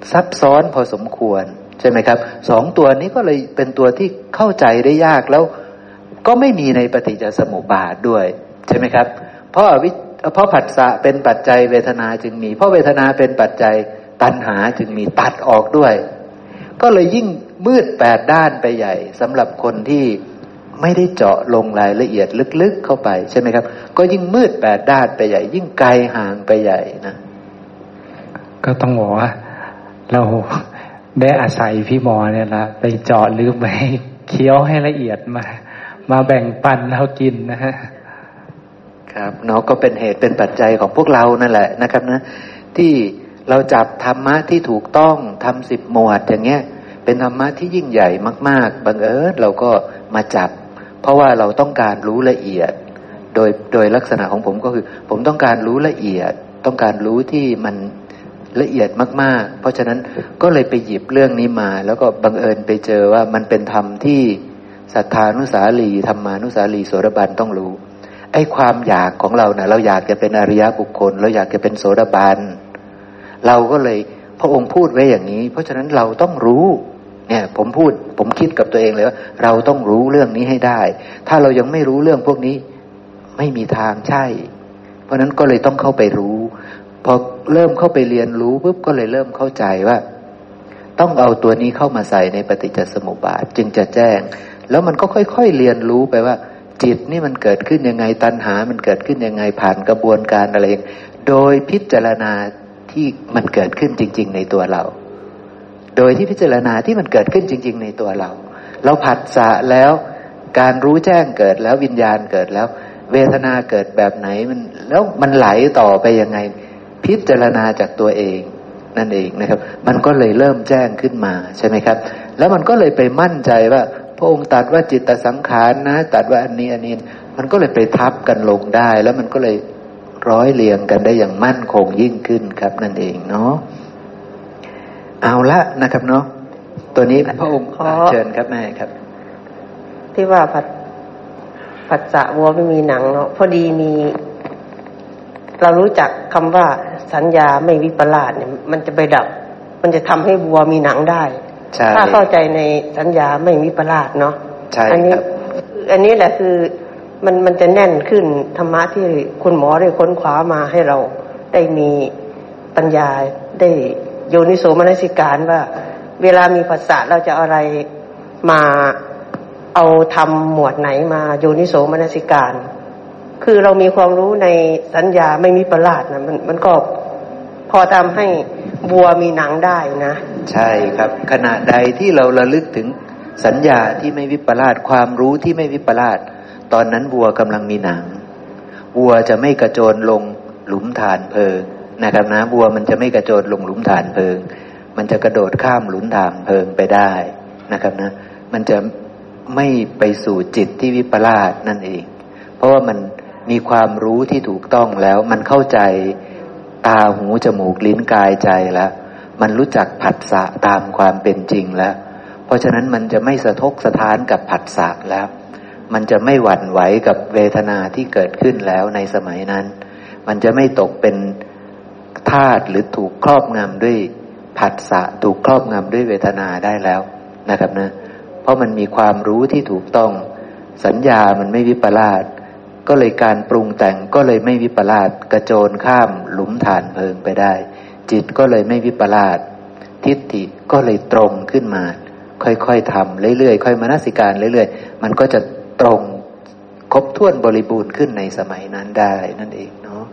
ซับซ้อนพอสมควรใช่ไหมครับสองตัวนี้ก็เลยเป็นตัวที่เข้าใจได้ยากแล้วก็ไม่มีในปฏิจจสมุปบาทด้วยใช่ไหมครับเพราะผัสสะเป็นปัจจัยเวทนาจึงมีเพราะเวทนาเป็นปัจจัยตัณหาจึงมีตัดออกด้วยก็เลยยิ่งมืด8ด้านไปใหญ่สำหรับคนที่ไม่ได้เจาะลงรายละเอียดลึกๆเข้าไปใช่ไหมครับก็ยิ่งมืด8ด้านไปใหญ่ยิ่งไกลห่างไปใหญ่นะก็ต้องบอกว่าเราได้อาศัยพี่หมอเนี่ยละไปเจาะลึกไปเคี้ยวให้ละเอียดมาแบ่งปันเรากินนะฮะครับเนาะก็เป็นเหตุเป็นปัจจัยของพวกเรานั่นแหละนะครับนะที่เราจับธรรมะที่ถูกต้องทำ10 หมวดอย่างเงี้ยเป็นธรรมะที่ยิ่งใหญ่มากๆบังเอิญเราก็มาจับเพราะว่าเราต้องการรู้ละเอียดโดยลักษณะของผมก็คือผมต้องการรู้ละเอียดต้องการรู้ที่มันละเอียดมากๆเพราะฉะนั้นก็เลยไปหยิบเรื่องนี้มาแล้วก็บังเอิญไปเจอว่ามันเป็นธรรมที่ศรัทธานุสาลีธรรมานุสาลีโสดาบันต้องรู้ไอ้ความอยากของเรานะเราอยากจะเป็นอริยบุคคลเราอยากจะเป็นโสดาบันเราก็เลยพระองค์พูดไว้อย่างนี้เพราะฉะนั้นเราต้องรู้เนี่ยผมคิดกับตัวเองเลยว่าเราต้องรู้เรื่องนี้ให้ได้ถ้าเรายังไม่รู้เรื่องพวกนี้ไม่มีทางใช่เพราะนั้นก็เลยต้องเข้าไปรู้พอเริ่มเข้าไปเรียนรู้ปุ๊บก็เลยเริ่มเข้าใจว่าต้องเอาตัวนี้เข้ามาใส่ในปฏิจจสมุปบาทจึงจะแจ้งแล้วมันก็ค่อยๆเรียนรู้ไปว่าจิตนี่มันเกิดขึ้นยังไงตัณหามันเกิดขึ้นยังไงผ่านกระบวนการอะไรโดยพิจารณาที่มันเกิดขึ้นจริงๆในตัวเราโดยที่พิจารณาที่มันเกิดขึ้นจริงๆในตัวเราผัสสะแล้วการรู้แจ้งเกิดแล้ววิญญาณเกิดแล้วเวทนาเกิดแบบไหนแล้วมันไหลต่อไปยังไงพิจารณาจากตัวเองนั่นเองนะครับมันก็เลยเริ่มแจ้งขึ้นมาใช่ไหมครับแล้วมันก็เลยไปมั่นใจว่าพระองค์ตรัสว่าจิตสังขารนะตรัสว่าอันนี้มันก็เลยไปทับกันลงได้แล้วมันก็เลยร้อยเรียงกันได้อย่างมั่นคงยิ่งขึ้นครับนั่นเองเนาะเอาละนะครับเนาะตัวนี้พระองค์เชิญครับแม่ครับที่ว่าผัสสะวัวไม่มีหนังเนาะพอดีมีเรารู้จักคำว่าสัญญาไม่วิปลาสเนี่ยมันจะไปดับมันจะทำให้วัวมีหนังได้ถ้าเข้าใจในสัญญาไม่วิปลาสเนาะอันนี้แหละคือมันจะแน่นขึ้นธรรมะที่คุณหมอได้ค้นคว้ามาให้เราได้มีปัญญาได้โยนิโสมนสิการว่าเวลามีผัสสะเราจะอะไรมาเอาทำหมวดไหนมาโยนิโสมนสิการคือเรามีความรู้ในสัญญาไม่มีประหลาดนะมันก็พอทำให้วัวมีหนังได้นะใช่ครับขณะใดที่เราระลึกถึงสัญญาที่ไม่วิปลาสความรู้ที่ไม่วิปลาสตอนนั้นวัวกำลังมีหนังวัวจะไม่กระโจนลงหลุมฐานเพลิงนะครับนะวัวมันจะไม่กระโจนลงหลุมฐานเพลิงมันจะกระโดดข้ามหลุมฐานเพลิงไปได้นะครับนะมันจะไม่ไปสู่จิตที่วิปลาสนั่นเองเพราะว่ามันมีความรู้ที่ถูกต้องแล้วมันเข้าใจตาหูจมูกลิ้นกายใจแล้วมันรู้จักผัสสะตามความเป็นจริงแล้วเพราะฉะนั้นมันจะไม่สะทกสะท้านกับผัสสะแล้วมันจะไม่หวั่นไหวกับเวทนาที่เกิดขึ้นแล้วในสมัยนั้นมันจะไม่ตกเป็นทาสหรือถูกครอบงำด้วยผัสสะถูกครอบงำด้วยเวทนาได้แล้วนะครับนะเพราะมันมีความรู้ที่ถูกต้องสัญญามันไม่วิปลาสก็เลยการปรุงแต่งก็เลยไม่วิปลาสกระโจนข้ามหลุมฐานเพลิงไปได้จิตก็เลยไม่วิปลาสทิฏฐิก็เลยตรงขึ้นมาค่อยๆทำเรื่อยๆค่อยมนสิการเรื่อยๆมันก็จะตรงครบถ้วนบริบูรณ์ขึ้นในสมัยนั้นได้นั่นเองเนาะ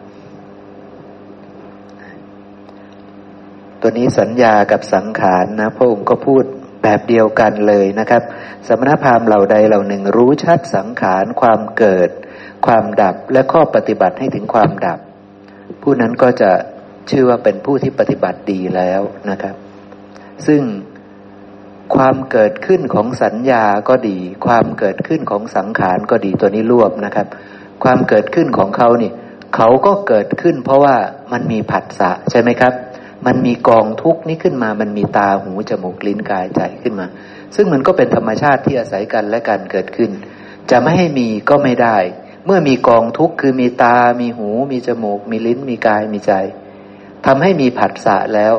ตัวนี้สัญญากับสังขารนะพระองค์ก็พูดแบบเดียวกันเลยนะครับสมณพราหมณ์เหล่าใดเหล่าหนึ่งรู้ชัดสังขารความเกิดความดับและข้อปฏิบัติให้ถึงความดับผู้นั้นก็จะชื่อว่าเป็นผู้ที่ปฏิบัติดีแล้วนะครับซึ่งความเกิดขึ้นของสัญญาก็ดีความเกิดขึ้นของสังขารก็ดีตัวนี้รวบนะครับความเกิดขึ้นของเขานี่เขาก็เกิดขึ้นเพราะว่ามันมีผัสสะใช่ไหมครับมันมีกองทุกข์นี้ขึ้นมามันมีตาหูจมูกลิ้นกายใจขึ้นมาซึ่งมันก็เป็นธรรมชาติที่อาศัยกันและกันเกิดขึ้นจะไม่ให้มีก็ไม่ได้เมื่อมีกองทุกข์คือมีตามีหูมีจมูกมีลิ้นมีกายมีใจทำให้มีผัสสะแล้ว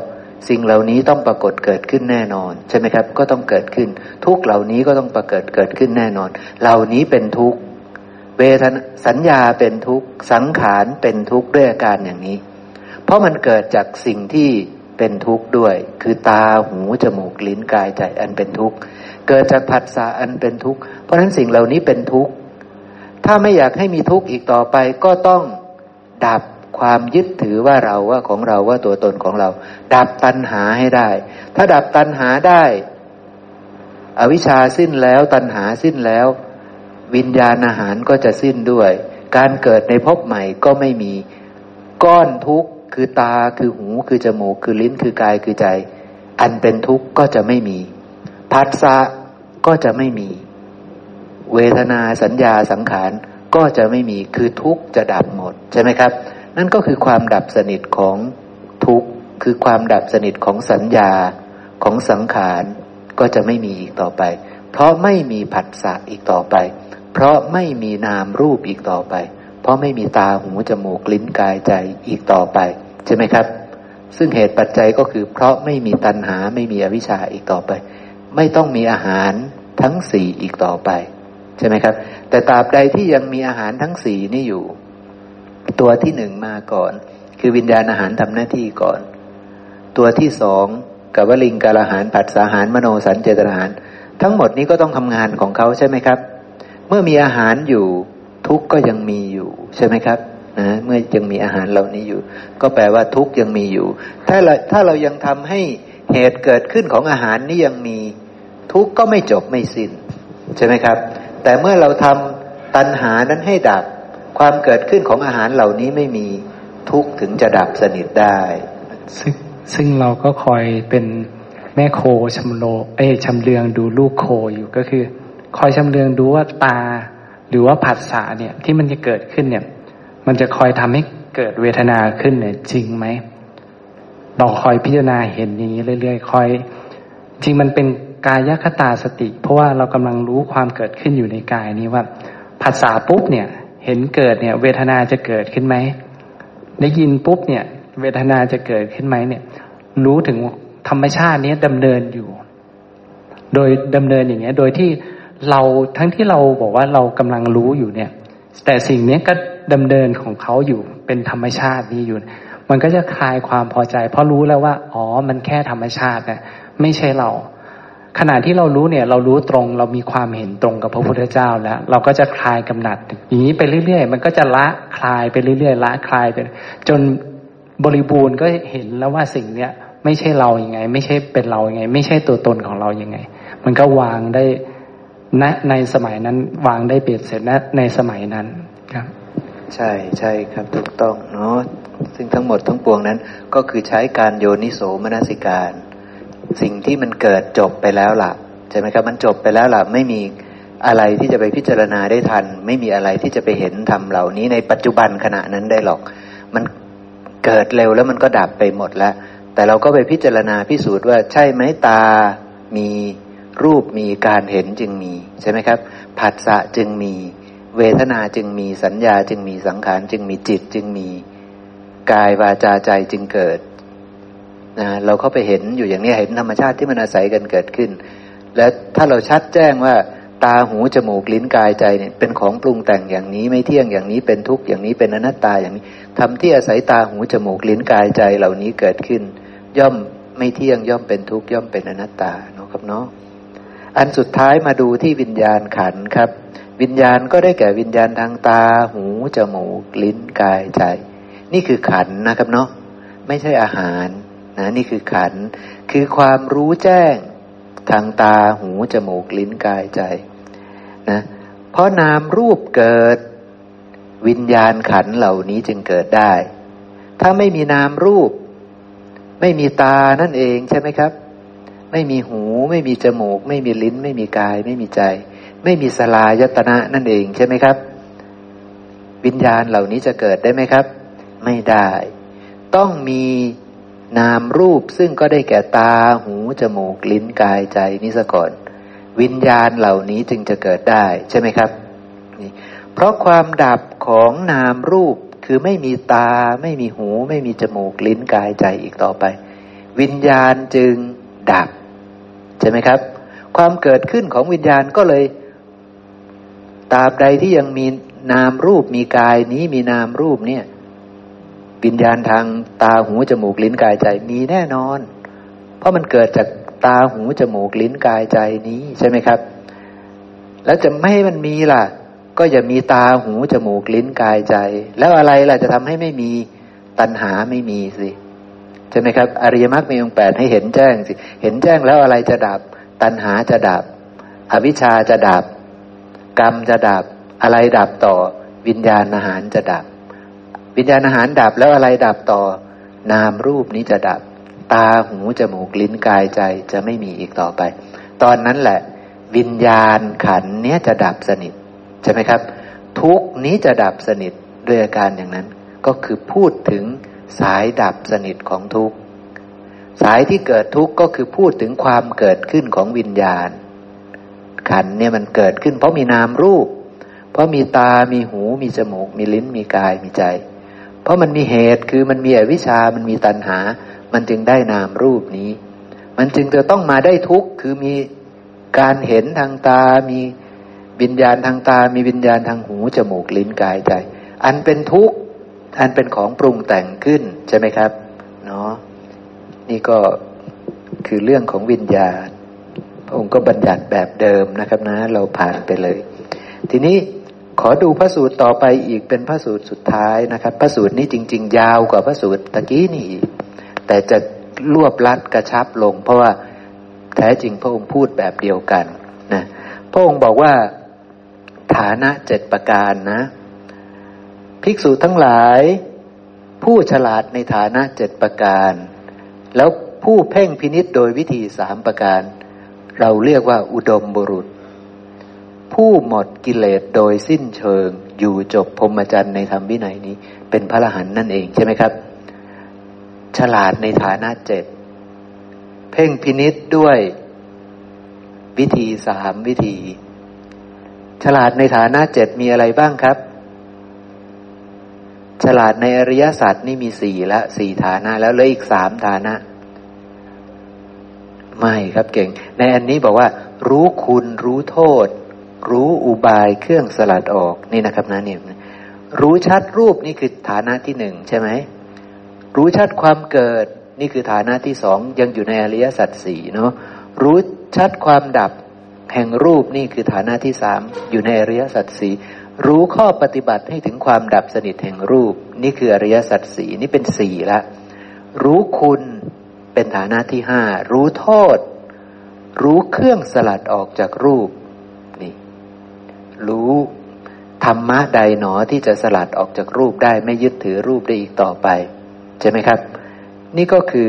สิ่งเหล่านี้ต้องปรากฏเกิดขึ้นแน่นอนใช่ไหมครับก็ต้องเกิดขึ้นทุกเหล่านี้ก็ต้องปรากฏเกิดขึ้นแน่นอนเหล่านี้เป็นทุกข์เวทนาสัญญาเป็นทุกข์สังขารเป็นทุกข์ด้วยอาการอย่างนี้เพราะมันเกิดจากสิ่งที่เป็นทุกข์ด้วยคือตาหูจมูกลิ้นกายใจอันเป็นทุกข์เกิดจากผัสสะอันเป็นทุกข์เพราะฉะนั้นสิ่งเหล่านี้เป็นทุกข์ถ้าไม่อยากให้มีทุกข์อีกต่อไปก็ต้องดับความยึดถือว่าเราว่าของเราว่าตัวตนของเราดับตัณหาให้ได้ถ้าดับตัณหาได้อวิชชาสิ้นแล้วตัณหาสิ้นแล้ววิญญาณอาหารก็จะสิ้นด้วยการเกิดในภพใหม่ก็ไม่มีก้อนทุกข์คือตาคือหูคือจมูกคือลิ้นคือกายคือใจอันเป็นทุกข์ก็จะไม่มีผัสสะก็จะไม่มีเวทนาสัญญาสังขารก็จะไม่มีคือทุกข์จะดับหมดใช่ไหมครับนั่นก็คือความดับสนิทของทุกข์คือความดับสนิทของสัญญาของสังขารก็จะไม่มีอีกต่อไปเพราะไม่มีผัสสะอีกต่อไปเพราะไม่มีนามรูปอีกต่อไปเพราะไม่มีตาหูจมูกลิ้นกายใจอีกต่อไปใช่ไหมครับซึ่งเหตุปัจจัยก็คือเพราะไม่มีตัณหาไม่มีอวิชชาอีกต่อไปไม่ต้องมีอาหารทั้งสี่อีกต่อไปใช่ไหมครับแต่ตราบใดที่ยังมีอาหารทั้งสี่นี่อยู่ตัวที่หนึ่งมาก่อนคือวิญญาณอาหารทำหน้าที่ก่อนตัวที่สองกับวลิงกาลอาหารผัสสะอาหารมโนสัญเจตนาอาหารทั้งหมดนี้ก็ต้องทำงานของเขาใช่ไหมครับเมื่อมีอาหารอยู่ทุกข์ก็ยังมีอยู่ใช่ไหมครับนะเมื่อยังมีอาหารเหล่านี้อยู่ก็แปลว่าทุกข์ยังมีอยู่ถ้าเรายังทำให้เหตุเกิดขึ้นของอาหารนี้ยังมีทุกข์ก็ไม่จบไม่สิ้นใช่ไหมครับแต่เมื่อเราทำตัณหานั้นให้ดับความเกิดขึ้นของอาหารเหล่านี้ไม่มีทุกข์ถึงจะดับสนิทได้ซึ่งเราก็คอยเป็นแม่โคชำเลืองดูลูกโคอยู่ก็คือคอยชำเลืองดูว่าตาหรือว่าผัสสะเนี่ยที่มันจะเกิดขึ้นเนี่ยมันจะคอยทำให้เกิดเวทนาขึ้นเนี่ยจริงไหมเราคอยพิจารณาเห็นอย่างนี้เรื่อยๆคอยจริงมันเป็นกายคตาสติเพราะว่าเรากำลังรู้ความเกิดขึ้นอยู่ในกายนี้ว่าผัสสะปุ๊บเนี่ยเห็นเกิดเนี่ยเวทนาจะเกิดขึ้นไหมได้ยินปุ๊บเนี่ยเวทนาจะเกิดขึ้นไหมเนี่ยรู้ถึงธรรมชาตินี้ดำเนินอยู่โดยดำเนินอย่างเงี้ยโดยที่เราทั้งที่เราบอกว่าเรากำลังรู้อยู่เนี่ยแต่สิ่งนี้ก็ดำเนินของเขาอยู่เป็นธรรมชาตินี้อยู่มันก็จะคลายความพอใจเพราะรู้แล้วว่าอ๋อมันแค่ธรรมชาตินะไม่ใช่เราขณะที่เรารู้เนี่ยเรารู้ตรงเรามีความเห็นตรงกับพระพุทธเจ้าแล้วเราก็จะคลายกำหนัดอย่างนี้ไปเรื่อยๆมันก็จะละคลายไปเรื่อยๆละคลายไปจนบริบูรณ์ก็เห็นแล้วว่าสิ่งเนี้ยไม่ใช่เรายังไงไม่ใช่เป็นเรายังไงไม่ใช่ตัวตนของเรายังไงมันก็วางได้ในสมัยนั้นวางได้เบ็ดเสร็จในสมัยนั้นครับใช่ใช่ครับถูกต้องเนาะซึ่งทั้งหมดทั้งปวงนั้นก็คือใช้การโยนิโสมนสิการสิ่งที่มันเกิดจบไปแล้วล่ะใช่ไหมครับมันจบไปแล้วล่ะไม่มีอะไรที่จะไปพิจารณาได้ทันไม่มีอะไรที่จะไปเห็นธรรมเหล่านี้ในปัจจุบันขณะนั้นได้หรอกมันเกิดเร็วแล้วมันก็ดับไปหมดแล้วแต่เราก็ไปพิจารณาพิสูจน์ว่าใช่ไหมตามีรูปมีการเห็นจึงมีใช่ไหมครับผัสสะจึงมีเวทนาจึงมีสัญญาจึงมีสังขารจึงมีจิตจึงมีกายวาจาใจจึงเกิดเราเข้าไปเห็นอยู่อย่างนี้เห็นธรรมชาติที่มันอาศัยกันเกิดขึ้นและถ้าเราชัดแจ้งว่าตาหูจมูกลิ้นกายใจเนี่ยเป็นของปรุงแต่งอย่างนี้ไม่เที่ยงอย่างนี้เป็นทุกข์อย่างนี้เป็นอนัตตาอย่างนี้ทำที่อาศัยตาหูจมูกลิ้นกายใจเหล่านี้เกิดขึ้นย่อมไม่เที่ยงย่อมเป็นทุกข์ย่อมเป็นอนัตตาเนาะครับเนาะอันสุดท้ายมาดูที่วิญญาณขันธ์ครับวิญญาณก็ได้แก่วิญญาณทางตาหูจมูกลิ้นกายใจนี่คือขันธ์นะครับเนาะไม่ใช่อาหารนะนี่คือขันธ์คือความรู้แจ้งทางตาหูจมูกลิ้นกายใจนะเพราะนามรูปเกิดวิญญาณขันธ์เหล่านี้จึงเกิดได้ถ้าไม่มีนามรูปไม่มีตานั่นเองใช่ไหมครับไม่มีหูไม่มีจมูกไม่มีลิ้นไม่มีกายไม่มีใจไม่มีสลายตนะนั่นเองใช่ไหมครับวิญญาณเหล่านี้จะเกิดได้ไหมครับไม่ได้ต้องมีนามรูปซึ่งก็ได้แก่ตาหูจมูกลิ้นกายใจนี้ซะก่อนวิญญาณเหล่านี้จึงจะเกิดได้ใช่ไหมครับเพราะความดับของนามรูปคือไม่มีตาไม่มีหูไม่มีจมูกลิ้นกายใจอีกต่อไปวิญญาณจึงดับใช่ไหมครับความเกิดขึ้นของวิญญาณก็เลยตราบใดที่ยังมีนามรูปมีกายนี้มีนามรูปเนี่ยวิญญาณทางตาหูจมูกลิ้นกายใจมีแน่นอนเพราะมันเกิดจากตาหูจมูกลิ้นกายใจนี้ใช่ไหมครับแล้วจะไม่ให้มันมีล่ะก็อย่ามีตาหูจมูกลิ้นกายใจแล้วอะไรล่ะจะทำให้ไม่มีตัณหาไม่มีสิใช่ไหมครับอริยมรรคมีองค์ 8ให้เห็นแจ้งสิเห็นแจ้งแล้วอะไรจะดับตัณหาจะดับอวิชชาจะดับกรรมจะดับอะไรดับต่อวิญญาณอาหารจะดับวิญญาณอาหารดับแล้วอะไรดับต่อนามรูปนี้จะดับตาหูจมูกลิ้นกายใจจะไม่มีอีกต่อไปตอนนั้นแหละวิญญาณขันธ์เนี้ยจะดับสนิทใช่ไหมครับทุกนี้จะดับสนิทด้วยอาการอย่างนั้นก็คือพูดถึงสายดับสนิทของทุกข์สายที่เกิดทุกข์ก็คือพูดถึงความเกิดขึ้นของวิญญาณขันธ์เนี่ยมันเกิดขึ้นเพราะมีนามรูปเพราะมีตามีหูมีจมูกมีลิ้นมีกายมีใจเพราะมันมีเหตุคือมันมีอวิชชามันมีตัณหามันจึงได้นามรูปนี้มันจึงจะต้องมาได้ทุกข์คือมีการเห็นทางตามีวิญญาณทางตามีวิญญาณทางหูจมูกลิ้นกายใจอันเป็นทุกข์อันเป็นของปรุงแต่งขึ้นใช่ไหมครับเนาะนี่ก็คือเรื่องของวิญญาณพระองค์ก็บัญญัติแบบเดิมนะครับนะเราผ่านไปเลยทีนี้ขอดูพระสูตรต่อไปอีกเป็นพระสูตรสุดท้ายนะครับพระสูตรนี้จริงๆยาวกว่าพระสูตรตะกี้นี่แต่จะรวบลัดกระชับลงเพราะว่าแท้จริงพระองค์พูดแบบเดียวกันนะพระองค์บอกว่าฐานะ7ประการนะภิกษุทั้งหลายผู้ฉลาดในฐานะ7ประการแล้วผู้เพ่งพินิจโดยวิธี3ประการเราเรียกว่าอุดมบุรุษผู้หมดกิเลสโดยสิ้นเชิงอยู่จบพรหมจรรย์ในธรรมวินัยนี้เป็นพระอรหันต์นั่นเองใช่ไหมครับฉลาดในฐานะ7เพ่งพินิจด้วยวิธี3วิธีฉลาดในฐานะ7มีอะไรบ้างครับฉลาดในอริยสัจนี่มี4ละ4ฐานะแล้วเหลืออีก3ฐานะไม่ครับเก่งในอันนี้บอกว่ารู้คุณรู้โทษรู้อุบายเครื่องสลัดออกนี่นะครับนะเนี่ยรู้ชัดรูปนี่คือฐานะที่1ใช่ไหมรู้ชัดความเกิดนี่คือฐานะที่2ยังอยู่ในอริยสัจ4เนาะรู้ชัดความดับแห่งรูปนี่คือฐานะที่3อยู่ในอริยสัจ4รู้ข้อปฏิบัติให้ถึงความดับสนิทแห่งรูปนี่คืออริยสัจ4นี่เป็น4ละรู้คุณเป็นฐานะที่5รู้โทษรู้เครื่องสลัดออกจากรูปนี่รู้ธรรมะใดหนอที่จะสลัดออกจากรูปได้ไม่ยึดถือรูปได้อีกต่อไปใช่ไหมครับนี่ก็คือ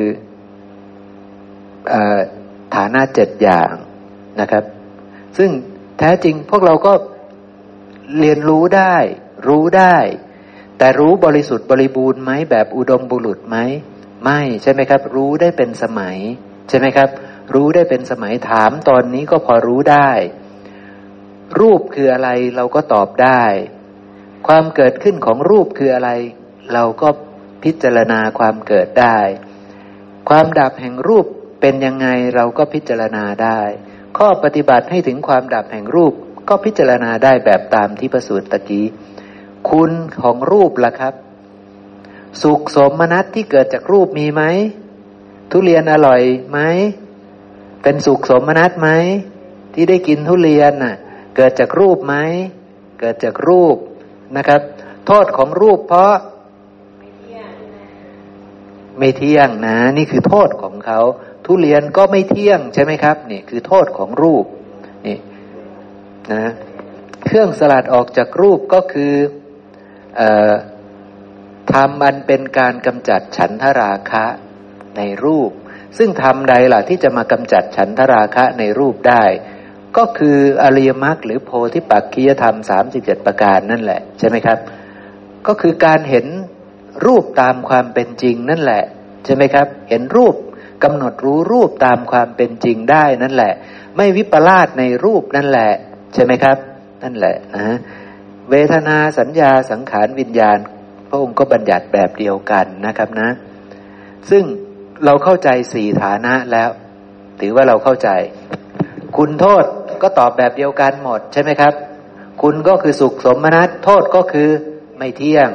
ฐานะ7อย่างนะครับซึ่งแท้จริงพวกเราก็เรียนรู้ได้รู้ได้แต่รู้บริสุทธิ์บริบูรณ์ไหมแบบอุดมบุรุษไหมไม่ใช่ไหมครับรู้ได้เป็นสมัยใช่ไหมครับรู้ได้เป็นสมัยถามตอนนี้ก็พอรู้ได้รูปคืออะไรเราก็ตอบได้ความเกิดขึ้นของรูปคืออะไรเราก็พิจารณาความเกิดได้ความดับแห่งรูปเป็นยังไงเราก็พิจารณาได้ข้อปฏิบัติให้ถึงความดับแห่งรูปก็พิจารณาได้แบบตามที่พระสูตรตะกี้คุณของรูปล่ะครับสุขสมนัสที่เกิดจากรูปมีไหมทุเรียนอร่อยไหมเป็นสุขสมนัสไหมที่ได้กินทุเรียนน่ะเกิดจากรูปไหมเกิดจากรูปนะครับโทษของรูปเพราะไม่เที่ยงนะนี่คือโทษของเขาทุเรียนก็ไม่เที่ยงใช่ไหมครับนี่คือโทษของรูปนี่นะเครื่องสลัดออกจากรูปก็คือธรรมอันเป็นการกำจัดฉันทราคะในรูปซึ่งธรรมใดล่ะที่จะมากำจัดฉันทราคะในรูปได้ก็คืออริยมรรคหรือโพธิปักขิยธรรม37ประการนั่นแหละใช่ไหมครับก็คือการเห็นรูปตามความเป็นจริงนั่นแหละใช่ไหมครับเห็นรูปกำหนดรู้รูปตามความเป็นจริงได้นั่นแหละไม่วิปลาสในรูปนั่นแหละใช่ไหมครับนั่นแหละนะเวทนาสัญญาสังขารวิญญาณพระองค์ก็บัญญัติแบบเดียวกันนะครับนะซึ่งเราเข้าใจสี่ฐานะแล้วถือว่าเราเข้าใจคุณโทษก็ตอบแบบเดียวกันหมดใช่ไหมครับคุณก็คือสุขสมนัสโทษก็คือไม่เที่ยง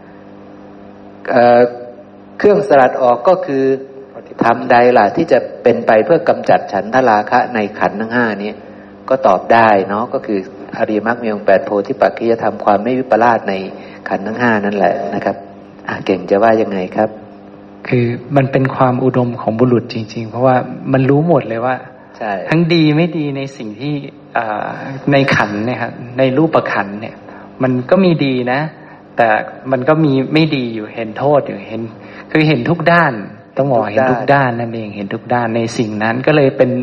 เครื่องสลัดออกก็คือทำใดล่ะที่จะเป็นไปเพื่อกำจัดฉันทราคะในขันธ์ทั้งห้านี้ก็ตอบได้เนาะก็คืออริยมรรคมีองค์8โพธิปักขิยธรรมความไม่วิปลาสในขันธ์ทั้งห้านั่นแหละนะครับเก่งจะว่ายังไงครับคือมันเป็นความอุดมของบุรุษจริงๆเพราะว่ามันรู้หมดเลยว่าทั้งดีไม่ดีในสิ่งที่ในขันธ์เนี่ยครับในรูปขันธ์เนี่ยมันก็มีดีนะแต่มันก็มีไม่ดีอยู่เห็นโทษอยู่เห็นคือเห็นทุกด้านต้องบอกเห็นทุกด้านนั่นเองเห็นทุกด้านในสิ่งนั้นก็เลยเป็น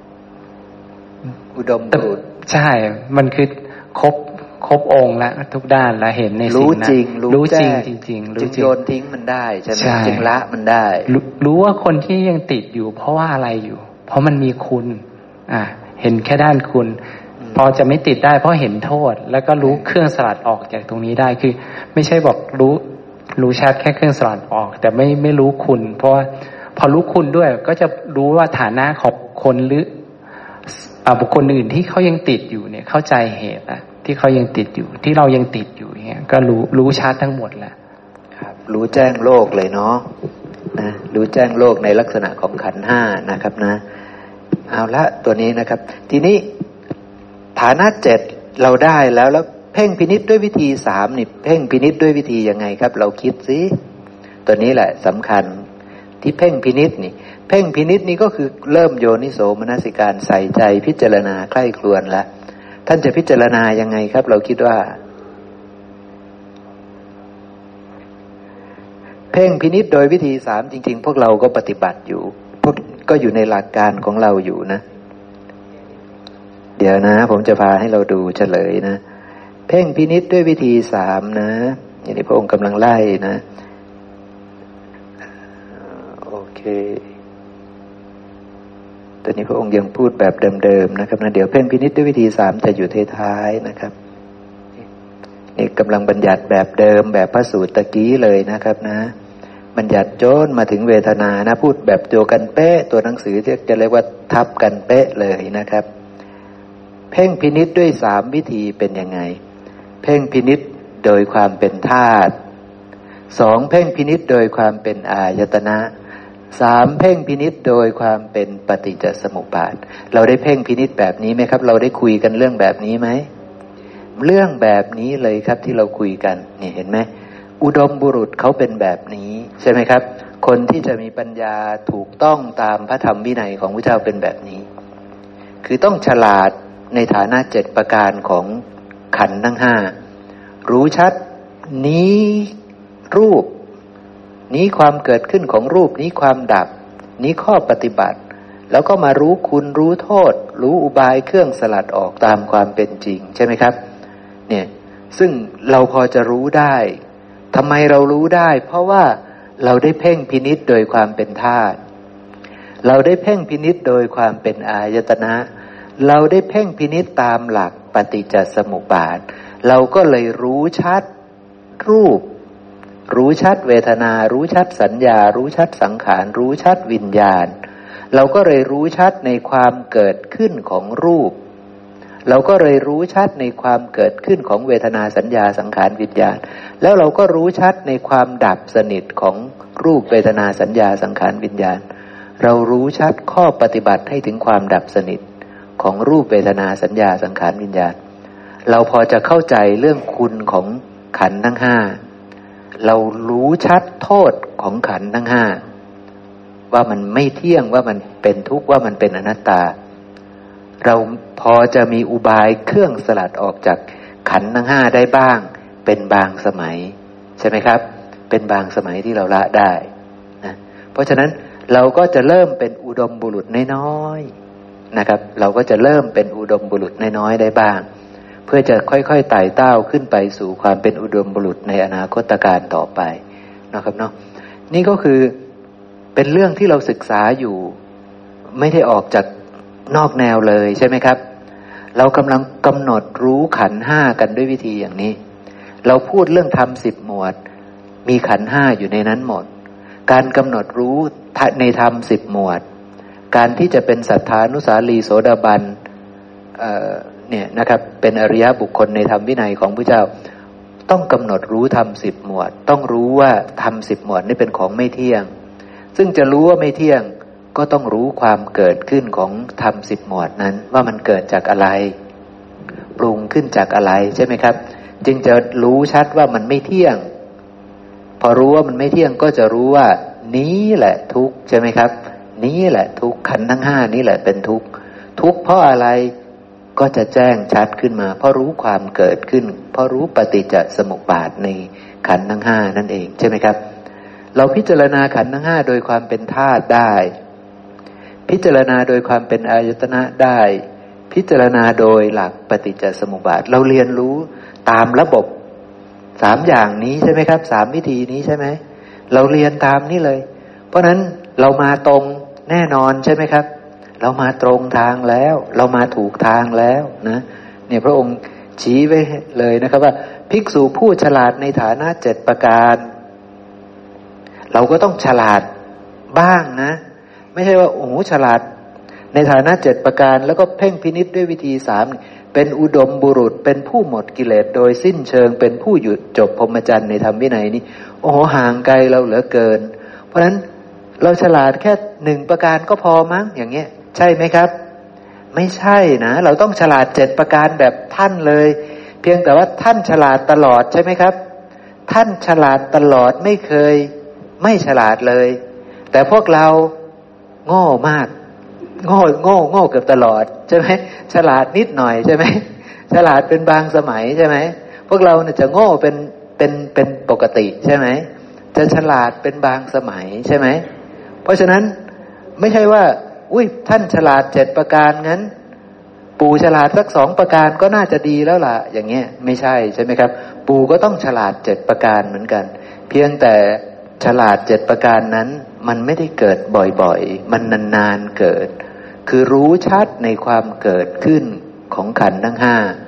อุดมบุรุษใช่มันคือครบองค์แล้วทุกด้านแล้วเห็นในสิ่งนั้นรู้จริงจริงจึงโยนทิ้งมันได้ใช่ไหมจึงละมันได้รู้ว่าคนที่ยังติดอยู่เพราะว่าอะไรอยู่เพราะมันมีคุณเห็นแค่ด้านคุณพอจะไม่ติดได้เพราะเห็นโทษแล้วก็รู้เครื่องสลัดออกจากตรงนี้ได้คือไม่ใช่บอกรู้ชัดแค่เครื่องสลัดออกแต่ไม่รู้คุณเพราะว่าพอรู้คุณด้วยก็จะรู้ว่าฐานะของคนหรือบุคคลอื่นที่เขายังติดอยู่เนี่ยเข้าใจเหตุที่เขายังติดอยู่ที่เรายังติดอยู่เนี่ยก็รู้ชัดทั้งหมดแหละครับรู้แจ้งโลกเลยเนาะนะรู้แจ้งโลกในลักษณะของขันธ์ห้านะครับนะเอาละตัวนี้นะครับทีนี้ฐานะ7เราได้แล้วเพ่งพินิจด้วยวิธี3นี่เพ่งพินิจด้วยวิธียังไงครับเราคิดสิตัวนี้แหละสำคัญที่เพ่งพินิจนี่เพ่งพินิจนี่ก็คือเริ่มโยนิโสมนสิการใส่ใจพิจารณาใคร่ครวญแล้วท่านจะพิจารณายังไงครับเราคิดว่าเพ่งพินิจโดยวิธี3จริงๆพวกเราก็ปฏิบัติอยู่พวกก็อยู่ในหลักการของเราอยู่นะเดี๋ยวนะผมจะพาให้เราดูเฉลยนะเพ่งพินิจด้วยวิธี3นะอย่างนี้พระองค์กำลังไล่นะโอเคตอนนี้พระองค์ยังพูดแบบเดิมๆนะครับนะเดี๋ยวเพ่งพินิจด้วยวิธี3จะอยู่ท้ายๆนะครับนี่กำลังบัญญัติแบบเดิมแบบพระสูตรตะกี้เลยนะครับนะบัญญัติโจนมาถึงเวทนานะพูดแบบเดียวกันเป๊ะตัวหนังสือที่จะเรียกว่าทับกันเป๊ะเลยนะครับเพ่งพินิจด้วย3วิธีเป็นยังไงเพ่งพินิจโดยความเป็นธาตุ2เพ่งพินิจโดยความเป็นอายตนะ3เพ่งพินิจโดยความเป็นปฏิจจสมุปบาทเราได้เพ่งพินิจแบบนี้ไหมครับเราได้คุยกันเรื่องแบบนี้ไหมเรื่องแบบนี้เลยครับที่เราคุยกันนี่เห็นไหมอุดมบุรุษเขาเป็นแบบนี้ใช่ไหมครับคนที่จะมีปัญญาถูกต้องตามพระธรรมวินัยของพระเจ้าเป็นแบบนี้คือต้องฉลาดในฐานะ7ประการของขันธ์ทั้ง5รู้ชัดนี้รูปนี้ความเกิดขึ้นของรูปนี้ความดับนี้ข้อปฏิบัติแล้วก็มารู้คุณรู้โทษรู้อุบายเครื่องสลัดออกตามความเป็นจริงใช่ไหมครับเนี่ยซึ่งเราพอจะรู้ได้ทำไมเรารู้ได้เพราะว่าเราได้เพ่งพินิจโดยความเป็นธาตุเราได้เพ่งพินิจโดยความเป็นอายตนะเราได้เพ่งพินิจตามหลักปฏิจจสมุปบาทเราก็เลยรู้ชัดรูปรู้ชัดเวทนารู้ชัดสัญญารู้ชัดสังขารรู้ชัดวิญญาณเราก็เลยรู้ชัดในความเกิดขึ้นของรูปเราก็เลยรู้ชัดในความเกิดขึ้นของเวทนาสัญญาสังขารวิญญาณแล้วเราก็รู้ชัดในความดับสนิทของรูปเวทนาสัญญาสังขารวิญญาณเรารู้ชัดข้อปฏิบัติให้ถึงความดับสนิทของรูปเวทนาสัญญาสังขารวิญญาณเราพอจะเข้าใจเรื่องคุณของขันธ์ทั้ง5เรารู้ชัดโทษของขันธ์ทั้ง5ว่ามันไม่เที่ยงว่ามันเป็นทุกข์ว่ามันเป็นอนัตตาเราพอจะมีอุบายเครื่องสลัดออกจากขันธ์ทั้ง5ได้บ้างเป็นบางสมัยใช่ไหมครับเป็นบางสมัยที่เราละได้นะเพราะฉะนั้นเราก็จะเริ่มเป็นอุดมบุรุษน้อยๆนะครับเราก็จะเริ่มเป็นอุดมบุรุษน้อยๆได้บ้างเพื่อจะค่อยๆไต่เต้าขึ้นไปสู่ความเป็นอุดมบุรุษในอนาคตการต่อไปนะครับเนาะนี่ก็คือเป็นเรื่องที่เราศึกษาอยู่ไม่ได้ออกจากนอกแนวเลยใช่ไหมครับเรากำลังกำหนดรู้ขันธ์5กันด้วยวิธีอย่างนี้เราพูดเรื่องธรรม10หมวดมีขันธ์5อยู่ในนั้นหมดการกำหนดรู้ในธรรม10 หมวดการที่จะเป็นสัทธานุสาลีโสดาบันเนี่ยนะครับเป็นอริยบุคคลในธรรมวินัยของพระเจ้าต้องกำหนดรู้ธรรม10 หมวดต้องรู้ว่าธรรม10 หมวดนี่เป็นของไม่เที่ยงซึ่งจะรู้ว่าไม่เที่ยงก็ต้องรู้ความเกิดขึ้นของธรรม10 หมวดนั้นว่ามันเกิดจากอะไรปรุงขึ้นจากอะไรใช่ไหมครับจึงจะรู้ชัดว่ามันไม่เที่ยงพอรู้ว่ามันไม่เที่ยงก็จะรู้ว่านี้แหละทุกข์ใช่ไหมครับนี้แหละทุกข์ขันธ์ทั้ง5นี้แหละเป็นทุกข์ทุกข์เพราะอะไรก็จะแจ้งชัดขึ้นมาเพราะรู้ความเกิดขึ้นเพราะรู้ปฏิจจสมุปบาทในขันธ์ทั้ง5นั่นเองใช่ไหมครับเราพิจารณาขันธ์ทั้ง5โดยความเป็นธาตุได้พิจารณาโดยความเป็นอายตนะได้พิจารณาโดยหลักปฏิจจสมุปบาทเราเรียนรู้ตามระบบ3อย่างนี้ใช่ไหมครับ3วิธีนี้ใช่ไหมเราเรียนตามนี้เลยเพราะนั้นเรามาตรงแน่นอนใช่ไหมครับเรามาตรงทางแล้วเรามาถูกทางแล้วนะเนี่ยพระองค์ชี้ไว้เลยนะครับว่าภิกษุผู้ฉลาดในฐานะ7 ประการเราก็ต้องฉลาดบ้างนะไม่ใช่ว่าโอ้โหฉลาดในฐานะ7 ประการแล้วก็เพ่งพินิจด้วยวิธี3เป็นอุดมบุรุษเป็นผู้หมดกิเลสโดยสิ้นเชิงเป็นผู้หยุดจบพรหมจรรย์ในธรรมวินัยนี้โอ้โหห่างไกลเราเหลือเกินเพราะฉะนั้นเราฉลาดแค่1 ประการก็พอมั้งอย่างเงี้ยใช่ไหมครับไม่ใช่นะเราต้องฉลาด7 ประการแบบท่านเลยเพียงแต่ว่าท่านฉลาดตลอดใช่ไหมครับท่านฉลาดตลอดไม่เคยไม่ฉลาดเลยแต่พวกเราโง่มากโง่เกือบตลอดใช่ไหมฉลาดนิดหน่อยใช่ไหมฉลาดเป็นบางสมัยใช่ไหมพวกเราเนี่ยจะโง่เป็นปกติใช่ไหมจะฉลาดเป็นบางสมัยใช่ไหมเพราะฉะนั้นไม่ใช่ว่าอุ้ยท่านฉลาด7 ประการงั้นปู่ฉลาดสัก2 ประการก็น่าจะดีแล้วล่ะอย่างเงี้ยไม่ใช่ใช่ไหมครับปู่ก็ต้องฉลาด7 ประการเหมือนกันเพียงแต่ฉลาด7 ประการนั้นมันไม่ได้เกิดบ่อยๆมันนานๆเกิดคือรู้ชัดในความเกิดขึ้นของขันธ์ทั้ง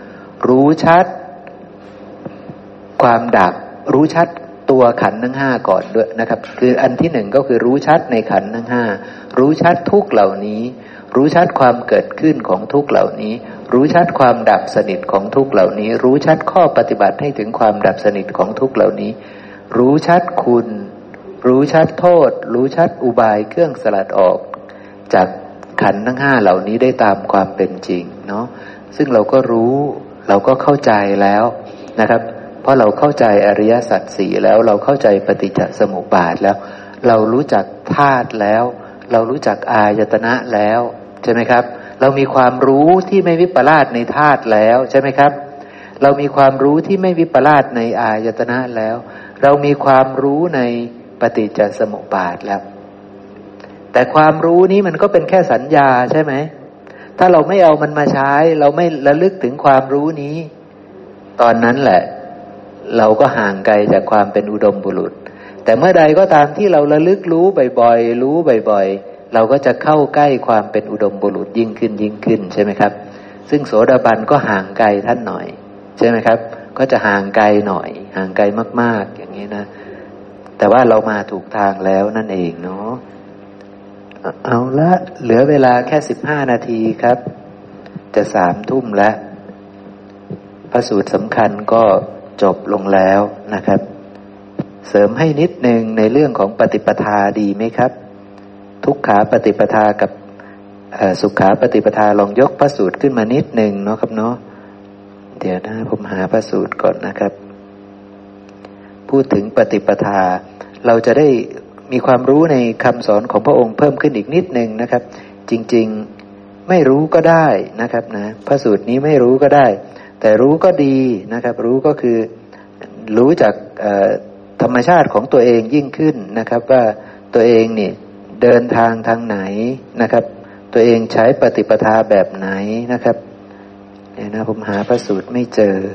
5รู้ชัดความดับรู้ชัดตัวขันธ์ทั้ง5ก่อนด้วยนะครับคืออันที่1ก็คือรู้ชัดในขันธ์ทั้ง5รู้ชัดทุกเหล่านี้รู้ชัดความเกิดขึ้นของทุกเหล่านี้รู้ชัดความดับสนิทของทุกเหล่านี้รู้ชัดข้อปฏิบัติให้ถึงความดับสนิทของทุกเหล่านี้รู้ชัดคุณรู้ชัดโทษรู้ชัดอุบายเครื่องสลัดออกจากขันธ์ทั้ง5เหล่านี้ได้ตามความเป็นจริงเนาะซึ่งเราก็รู้เราก็เข้าใจแล้วนะครับเพราะเราเข้าใจอริยสัจ4แล้วเราเข้าใจปฏิจจสมุปบาทแล้วเรารู้จักธาตุแล้วเรารู้จักอายตนะแล้วใช่ไหมครับเรามีความรู้ที่ไม่วิปลาสในธาตุแล้วใช่ไหมครับเรามีความรู้ที่ไม่วิปลาสในอายตนะแล้วเรามีความรู้ในปฏิจจสมุปบาทแล้วแต่ความรู้นี้มันก็เป็นแค่สัญญาใช่ไหมถ้าเราไม่เอามันมาใช้เราไม่ระลึกถึงความรู้นี้ตอนนั้นแหละเราก็ห่างไกลจากความเป็นอุดมบุรุษแต่เมื่อใดก็ตามที่เราระลึกรู้บ่อยๆรู้บ่อยๆเราก็จะเข้าใกล้ความเป็นอุดมบุรุษยิ่งขึ้นใช่ไหมครับซึ่งโสดาบันก็ห่างไกลท่านหน่อยใช่ไหมครับก็จะห่างไกลหน่อยห่างไกลมากๆอย่างนี้นะแต่ว่าเรามาถูกทางแล้วนั่นเองเนาะเอาละเหลือเวลาแค่15 นาทีครับจะ3 ทุ่มแล้วพระสูตรสำคัญก็จบลงแล้วนะครับเสริมให้นิดนึงในเรื่องของปฏิปทาดีไหมครับทุกขาปฏิปทากับสุขาปฏิปทาลองยกพระสูตรขึ้นมานิดนึงเนาะครับเนาะเดี๋ยวนะผมหาพระสูตรก่อนนะครับพูดถึงปฏิปทาเราจะได้มีความรู้ในคำสอนของพระองค์เพิ่มขึ้นอีกนิดนึงนะครับจริงๆไม่รู้ก็ได้นะครับนะพระสูตรนี้ไม่รู้ก็ได้แต่รู้ก็ดีนะครับรู้ก็คือรู้จากธรรมชาติของตัวเองยิ่งขึ้นนะครับว่าตัวเองนี่เดินทางไหนนะครับตัวเองใช้ปฏิปทาแบบไหนนะครับเนี่ยนะผมหาพระสูตรไม่เจอ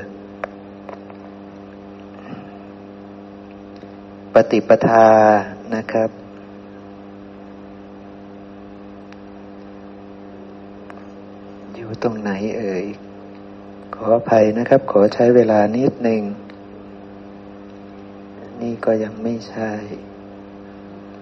ปฏิปทานะครับอยู่ตรงไหนเอ่ยขออภัยนะครับขอใช้เวลานิดนึงนี่ก็ยังไม่ใช่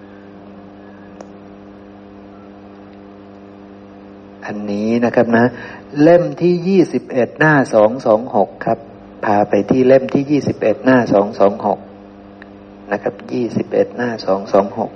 อันนี้นะครับนะเล่มที่21หน้า226ครับพาไปที่เล่มที่21หน้า226นะครับ21หน้า226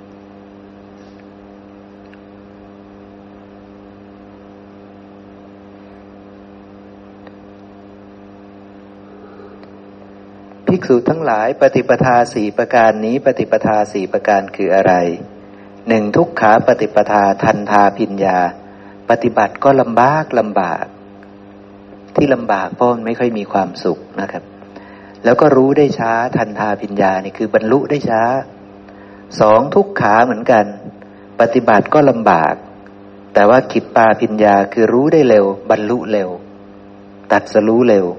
ภิกษุทั้งหลายปฏิปทา4ประการนี้ปฏิปทา4ประการคืออะไร1ทุกขาปฏิปทาทันทาพิญญาปฏิบัติก็ลำบากที่ลำบากเพราะมันไม่ค่อยมีความสุขนะครับแล้วก็รู้ได้ช้าทันทาพิญญานี่คือบรรลุได้ช้า2ทุกขาเหมือนกันปฏิบัติก็ลำบากแต่ว่าขิปปาพิญญาคือรู้ได้เร็วบรรลุเร็วตัดสรู้เร็ว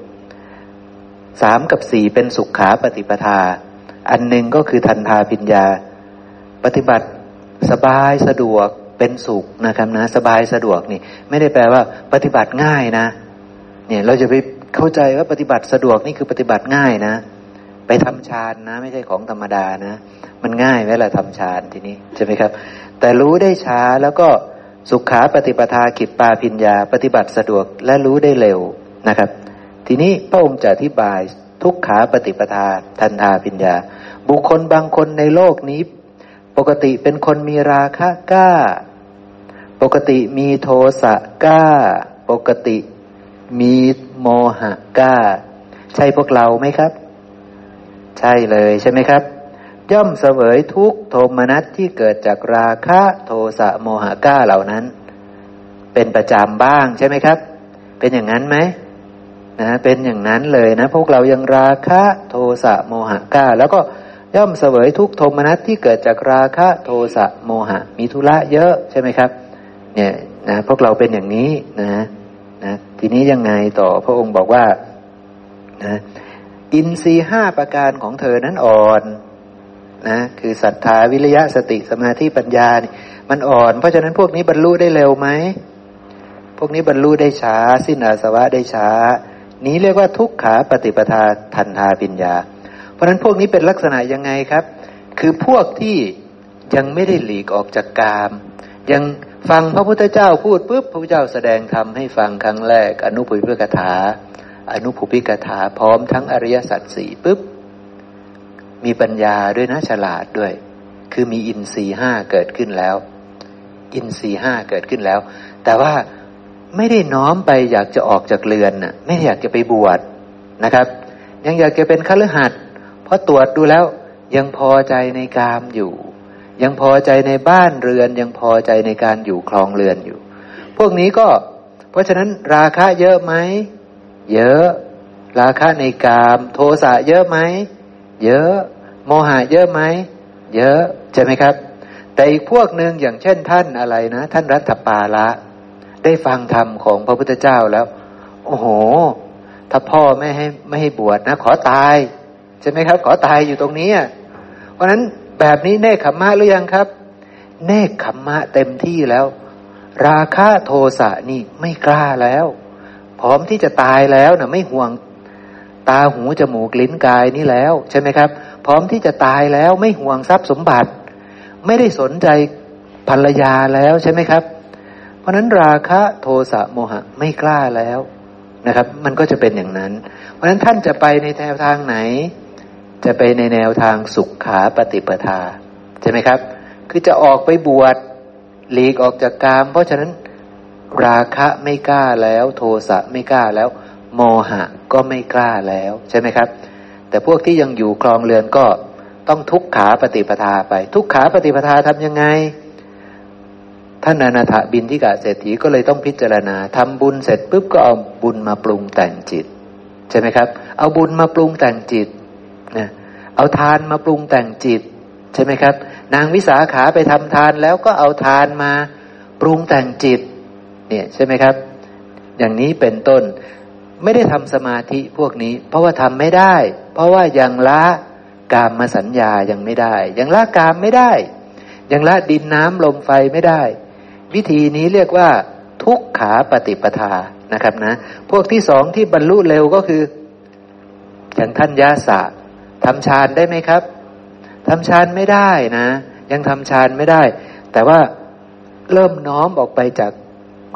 3กับ4เป็นสุขขาปฏิปทาอันหนึ่งก็คือทันทาพิญญาปฏิบัติสบายสะดวกเป็นสุขนะครับนะสบายสะดวกนี่ไม่ได้แปลว่าปฏิบัติง่ายนะเนี่ยเราจะไปเข้าใจว่าปฏิบัติสะดวกนี่คือปฏิบัติง่ายนะไปทำฌานนะไม่ใช่ของธรรมดานะมันง่ายเวลาทำฌานทีนี้ใช่ไหมครับแต่รู้ได้ช้าแล้วก็สุขขาปฏิปทาขิปปาพิญญาปฏิบัติสะดวกและรู้ได้เร็วนะครับทีนี้พระองค์จะอธิบายทุกขาปฏิปทาทันทาพิญญาบุคคลบางคนในโลกนี้ปกติเป็นคนมีราคะกล้าปกติมีโทสะกล้าปกติมีโมหะกล้าใช่พวกเราไหมครับใช่เลยใช่ไหมครับย่อมเสวยทุกข์โทมนัสที่เกิดจากราคะโทสะโมหะกล้าเหล่านั้นเป็นประจำบ้างใช่ไหมครับเป็นอย่างนั้นไหมนะเป็นอย่างนั้นเลยนะพวกเรายังราคะโทสะโมหะกล้าแล้วก็ย่อมเสวยทุกโทมนัสที่เกิดจากราคะโทสะโมหะมีธุระเยอะใช่ไหมครับเนี่ยนะพวกเราเป็นอย่างนี้นะทีนี้ยังไงต่อพระองค์บอกว่านะอินทรีย์5ประการของเธอนั้นอ่อนนะคือศรัทธาวิริยะสติสมาธิปัญญานี่มันอ่อนเพราะฉะนั้นพวกนี้บรรลุได้เร็วไหมพวกนี้บรรลุได้ช้าสิ้นอาสวะได้ช้านี้เรียกว่าทุกขาปฏิปทาทันทาปิญญาเพราะฉะนั้นพวกนี้เป็นลักษณะยังไงครับคือพวกที่ยังไม่ได้หลีกออกจากกามยังฟังพระพุทธเจ้าพูดปุ๊บพระพุทธเจ้าแสดงธรรมให้ฟังครั้งแรกอนุปุพิกถาพร้อมทั้งอริยสัจ4ปุ๊บมีปัญญาด้วยนะฉลาดด้วยคือมีอินทรีย์5เกิดขึ้นแล้วอินทรีย์5เกิดขึ้นแล้วแต่ว่าไม่ได้น้อมไปอยากจะออกจากเรือนน่ะไม่ได้อยากจะไปบวชนะครับยังอยากจะเป็นคฤหัสถ์เพราะตรวจดูแล้วยังพอใจในกามอยู่ยังพอใจในบ้านเรือนยังพอใจในการอยู่ครองเรือนอยู่พวกนี้ก็เพราะฉะนั้นราคะเยอะไหมเยอะราคะในกามโทสะเยอะไหมเยอะโมหะเยอะไหมเยอะใช่ไหมครับแต่อีกพวกหนึ่งอย่างเช่นท่านอะไรนะท่านรัตปาละได้ฟังธรรมของพระพุทธเจ้าแล้วโอ้โหถ้าพ่อไม่ให้บวชนะขอตายใช่ไหมครับขอตายอยู่ตรงนี้เพราะฉะนั้นแบบนี้เนกขัมมะหรือยังครับเนกขัมมะเต็มที่แล้วราคะโทสะนี่ไม่กล้าแล้วพร้อมที่จะตายแล้วนะไม่ห่วงตาหูจมูกลิ้นกายนี่แล้วใช่ไหมครับพร้อมที่จะตายแล้วไม่ห่วงทรัพย์สมบัติไม่ได้สนใจภรรยาแล้วใช่ไหมครับเพราะนั้นราคะโทสะโมหะไม่กล้าแล้วนะครับมันก็จะเป็นอย่างนั้นเพราะนั้นท่านจะไปในแนวทางไหนจะไปในแนวทางสุขขาปฏิปทาใช่ไหมครับคือจะออกไปบวชหลีกออกจากกามเพราะฉะนั้นราคะไม่กล้าแล้วโทสะไม่กล้าแล้วโมหะก็ไม่กล้าแล้วใช่ไหมครับแต่พวกที่ยังอยู่ครองเรือนก็ต้องทุกขาปฏิปทาไปทุกขาปฏิปทาทำยังไงท่านอนาถบิณฑิกะเศรษฐีก็เลยต้องพิจารณาทำบุญเสร็จปุ๊บก็เอาบุญมาปรุงแต่งจิตใช่ไหมครับเอาบุญมาปรุงแต่งจิตนะเอาทานมาปรุงแต่งจิตใช่ไหมครับนางวิสาขาไปทำทานแล้วก็เอาทานมาปรุงแต่งจิตเนี่ยใช่ไหมครับอย่างนี้เป็นต้นไม่ได้ทำสมาธิพวกนี้เพราะว่าทำไม่ได้เพราะว่ายังละกามสัญญายังไม่ได้ยังละกามไม่ได้ยังละดินน้ำลมไฟไม่ได้วิธีนี้เรียกว่าทุกขาปฏิปทานะครับนะพวกที่สองที่บรรลุเร็วก็คืออย่างท่านยาสะทำฌานได้ไหมครับทำฌานไม่ได้นะยังทำฌานไม่ได้แต่ว่าเริ่มน้อมออกไปจาก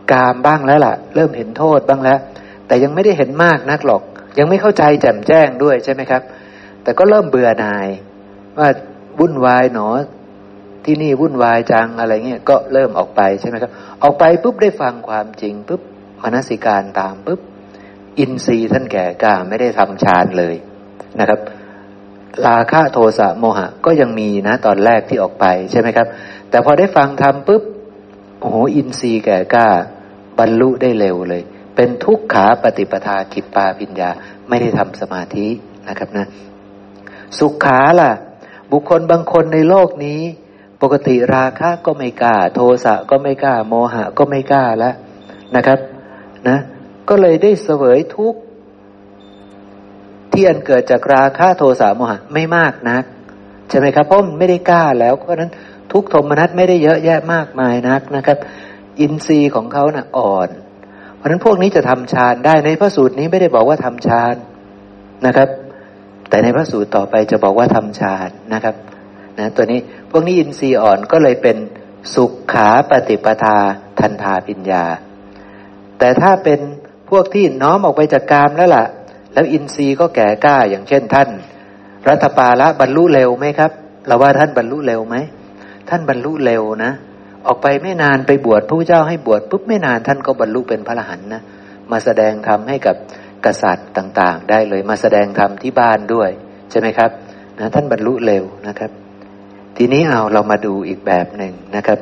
กามบ้างแล้วล่ะเริ่มเห็นโทษบ้างแล้วแต่ยังไม่ได้เห็นมากนักหรอกยังไม่เข้าใจแจ่มแจ้งด้วยใช่ไหมครับแต่ก็เริ่มเบื่อหน่ายว่าวุ่นวายหนอที่นี่วุ่นวายจังอะไรเงี้ยก็เริ่มออกไปใช่ไหมครับออกไปปุ๊บได้ฟังความจริงปุ๊บมนสิการตามปุ๊บอินทรีย์ท่านแก่กล้าไม่ได้ทำฌานเลยนะครับราคะโทสะโมหะก็ยังมีนะตอนแรกที่ออกไปใช่ไหมครับแต่พอได้ฟังธรรมปุ๊บโอ้โหอินทรีย์แก่กล้าบรรลุได้เร็วเลยเป็นทุกขาปฏิปทาขิปปาปิญญาไม่ได้ทำสมาธินะครับนะสุขขาล่ะบุคคลบางคนในโลกนี้ปกติราคะก็ไม่กล้าโทสะก็ไม่กล้าโมหะก็ไม่กล้าแล้วนะครับนะก็เลยได้เสวยทุกข์ที่อันเกิดจากราคะโทสะโมหะไม่มากนักใช่ไหมครับเพราะมันไม่ได้กล้าแล้วเพราะนั้นทุกข์โทมนัสไม่ได้เยอะแยะมากมายนักนะครับอินทรีย์ของเขาน่ะอ่อนเพราะฉะนั้นพวกนี้จะทำฌานได้ในพระสูตรนี้ไม่ได้บอกว่าทำฌานนะครับแต่ในพระสูตรต่อไปจะบอกว่าทำฌานนะครับนะตัวนี้พวกนี้อินทรีย์อ่อนก็เลยเป็นสุขขาปฏิปทาทันทาปิญญาแต่ถ้าเป็นพวกที่น้อมออกไปจากกามแล้วล่ะแล้วอินทรีย์ก็แก่กล้าอย่างเช่นท่านรัตปาละบรรลุเร็วไหมครับเราว่าท่านบรรลุเร็วไหมท่านบรรลุเร็วนะออกไปไม่นานไปบวชพระพุทธเจ้าให้บวชปุ๊บไม่นานท่านก็บรรลุเป็นพระอรหันต์นะมาแสดงธรรมให้กับกษัตริย์ต่างๆได้เลยมาแสดงธรรมที่บ้านด้วยใช่ไหมครับนะท่านบรรลุเร็วนะครับทีนี้เรามาดูอีกแบบหนึ่งนะครับ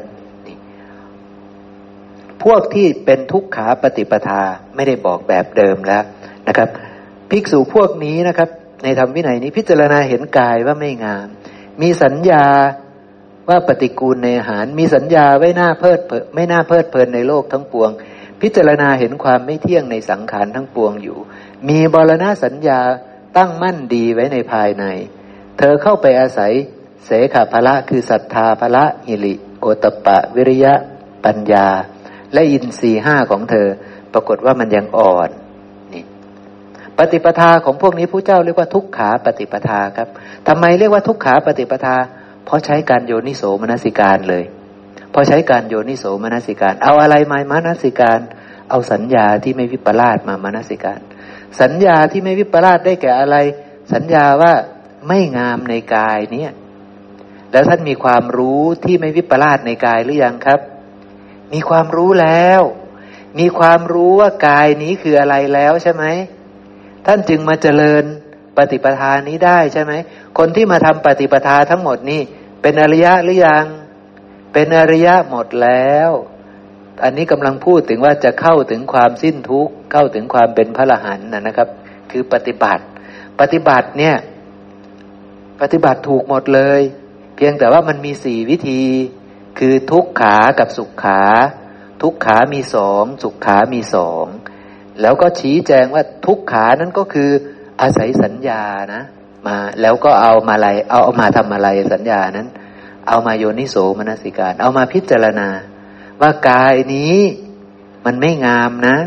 พวกที่เป็นทุกขาปฏิปทาไม่ได้บอกแบบเดิมแล้วนะครับภิกษุพวกนี้นะครับในธรรมวินัยนี้พิจารณาเห็นกายว่าไม่งามมีสัญญาว่าปฏิกูลในอาหารมีสัญญาไว้หน้าไม่น่าเพลิดเพลินในโลกทั้งปวงพิจารณาเห็นความไม่เที่ยงในสังขารทั้งปวงอยู่มีบรณะสัญญาตั้งมั่นดีไว้ในภายในเธอเข้าไปอาศัยเสขภละคือศรัทธาภละหิริโอตตัปปะวิริยะปัญญาและอินทรีย์ห้าของเธอปรากฏว่ามันยังอ่อนนี่ปฏิปทาของพวกนี้พระเจ้าเรียกว่าทุกขาปฏิปทาครับทำไมเรียกว่าทุกขาปฏิปทาเพราะใช้การโยนิโสมนสิการเลยพอใช้การโยนิโสมนสิการเอาอะไรมามนสิการเอาสัญญาที่ไม่วิปลาสมามนสิการสัญญาที่ไม่วิปลาสได้แก่อะไรสัญญาว่าไม่งามในกายเนี่ยแล้วท่านมีความรู้ที่ไม่วิปลาสในกายหรือยังครับมีความรู้แล้วมีความรู้ว่ากายนี้คืออะไรแล้วใช่ไหมท่านจึงมาเจริญปฏิปทานี้ได้ใช่ไหมคนที่มาทำปฏิปทาทั้งหมดนี่เป็นอริยะหรือยังเป็นอริยะหมดแล้วอันนี้กำลังพูดถึงว่าจะเข้าถึงความสิ้นทุกข์เข้าถึงความเป็นพระอรหันต์นะครับคือปฏิบัติเนี่ยปฏิบัติถูกหมดเลยเพียงแต่ว่ามันมี4วิธีคือทุกขากับสุขขาทุกขามี2สุขขามี2แล้วก็ชี้แจงว่าทุกขานั้นก็คืออาศัยสัญญานะมาแล้วก็เอามาทำอะไรสัญญานั้นเอามาโยนิโสมนสิการเอามาพิจารณาว่ากายนี้มันไม่งามนะ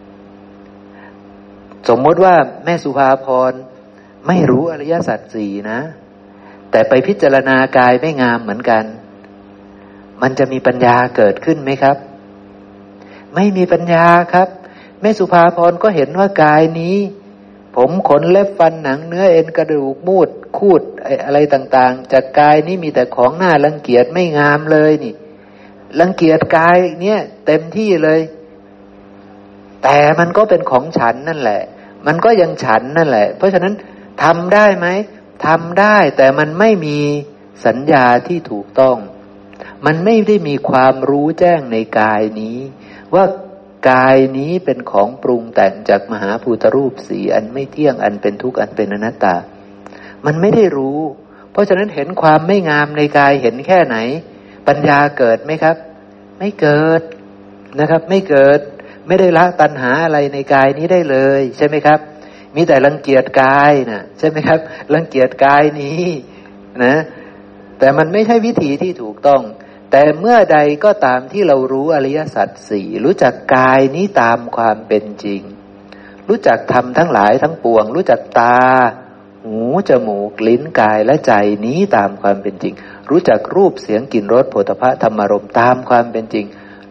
สมมติว่าแม่สุภาพรไม่รู้อริยสัจ4นะแต่ไปพิจารณากายไม่งามเหมือนกันมันจะมีปัญญาเกิดขึ้นไหมครับไม่มีปัญญาครับแม่สุภาพรก็เห็นว่ากายนี้ผมขนเล็บฟันหนังเนื้อเอ็นกระดูกมูดคูดอะไรต่างๆจากกายนี้มีแต่ของน่ารังเกียจไม่งามเลยนี่รังเกียจกายเนี่ยเต็มที่เลยแต่มันก็เป็นของฉันนั่นแหละมันก็ยังฉันนั่นแหละเพราะฉะนั้นทำได้ไหมทำได้แต่มันไม่มีสัญญาที่ถูกต้องมันไม่ได้มีความรู้แจ้งในกายนี้ว่ากายนี้เป็นของปรุงแต่งจากมหาภูตรูป4อันไม่เที่ยงอันเป็นทุกข์อันเป็นอนัตตามันไม่ได้รู้เพราะฉะนั้นเห็นความไม่งามในกายเห็นแค่ไหนปัญญาเกิดไหมครับไม่เกิดนะครับไม่เกิดไม่ได้ละตัณหาอะไรในกายนี้ได้เลยใช่ไหมครับมีแต่รังเกียจกายนะใช่ไหมครับรังเกียจกายนี้นะแต่มันไม่ใช่วิธีที่ถูกต้องแต่เมื่อใดก็ตามที่เรารู้อริยสัจ4รู้จักกายนี้ตามความเป็นจริงรู้จักธรรมทั้งหลายทั้งปวงรู้จักตาหูจมูกลิ้นกายและใจนี้ตามความเป็นจริงรู้จักรูปเสียงกลิ่นรสโผฏฐัพพะธรรมารมณ์ตามความเป็นจริง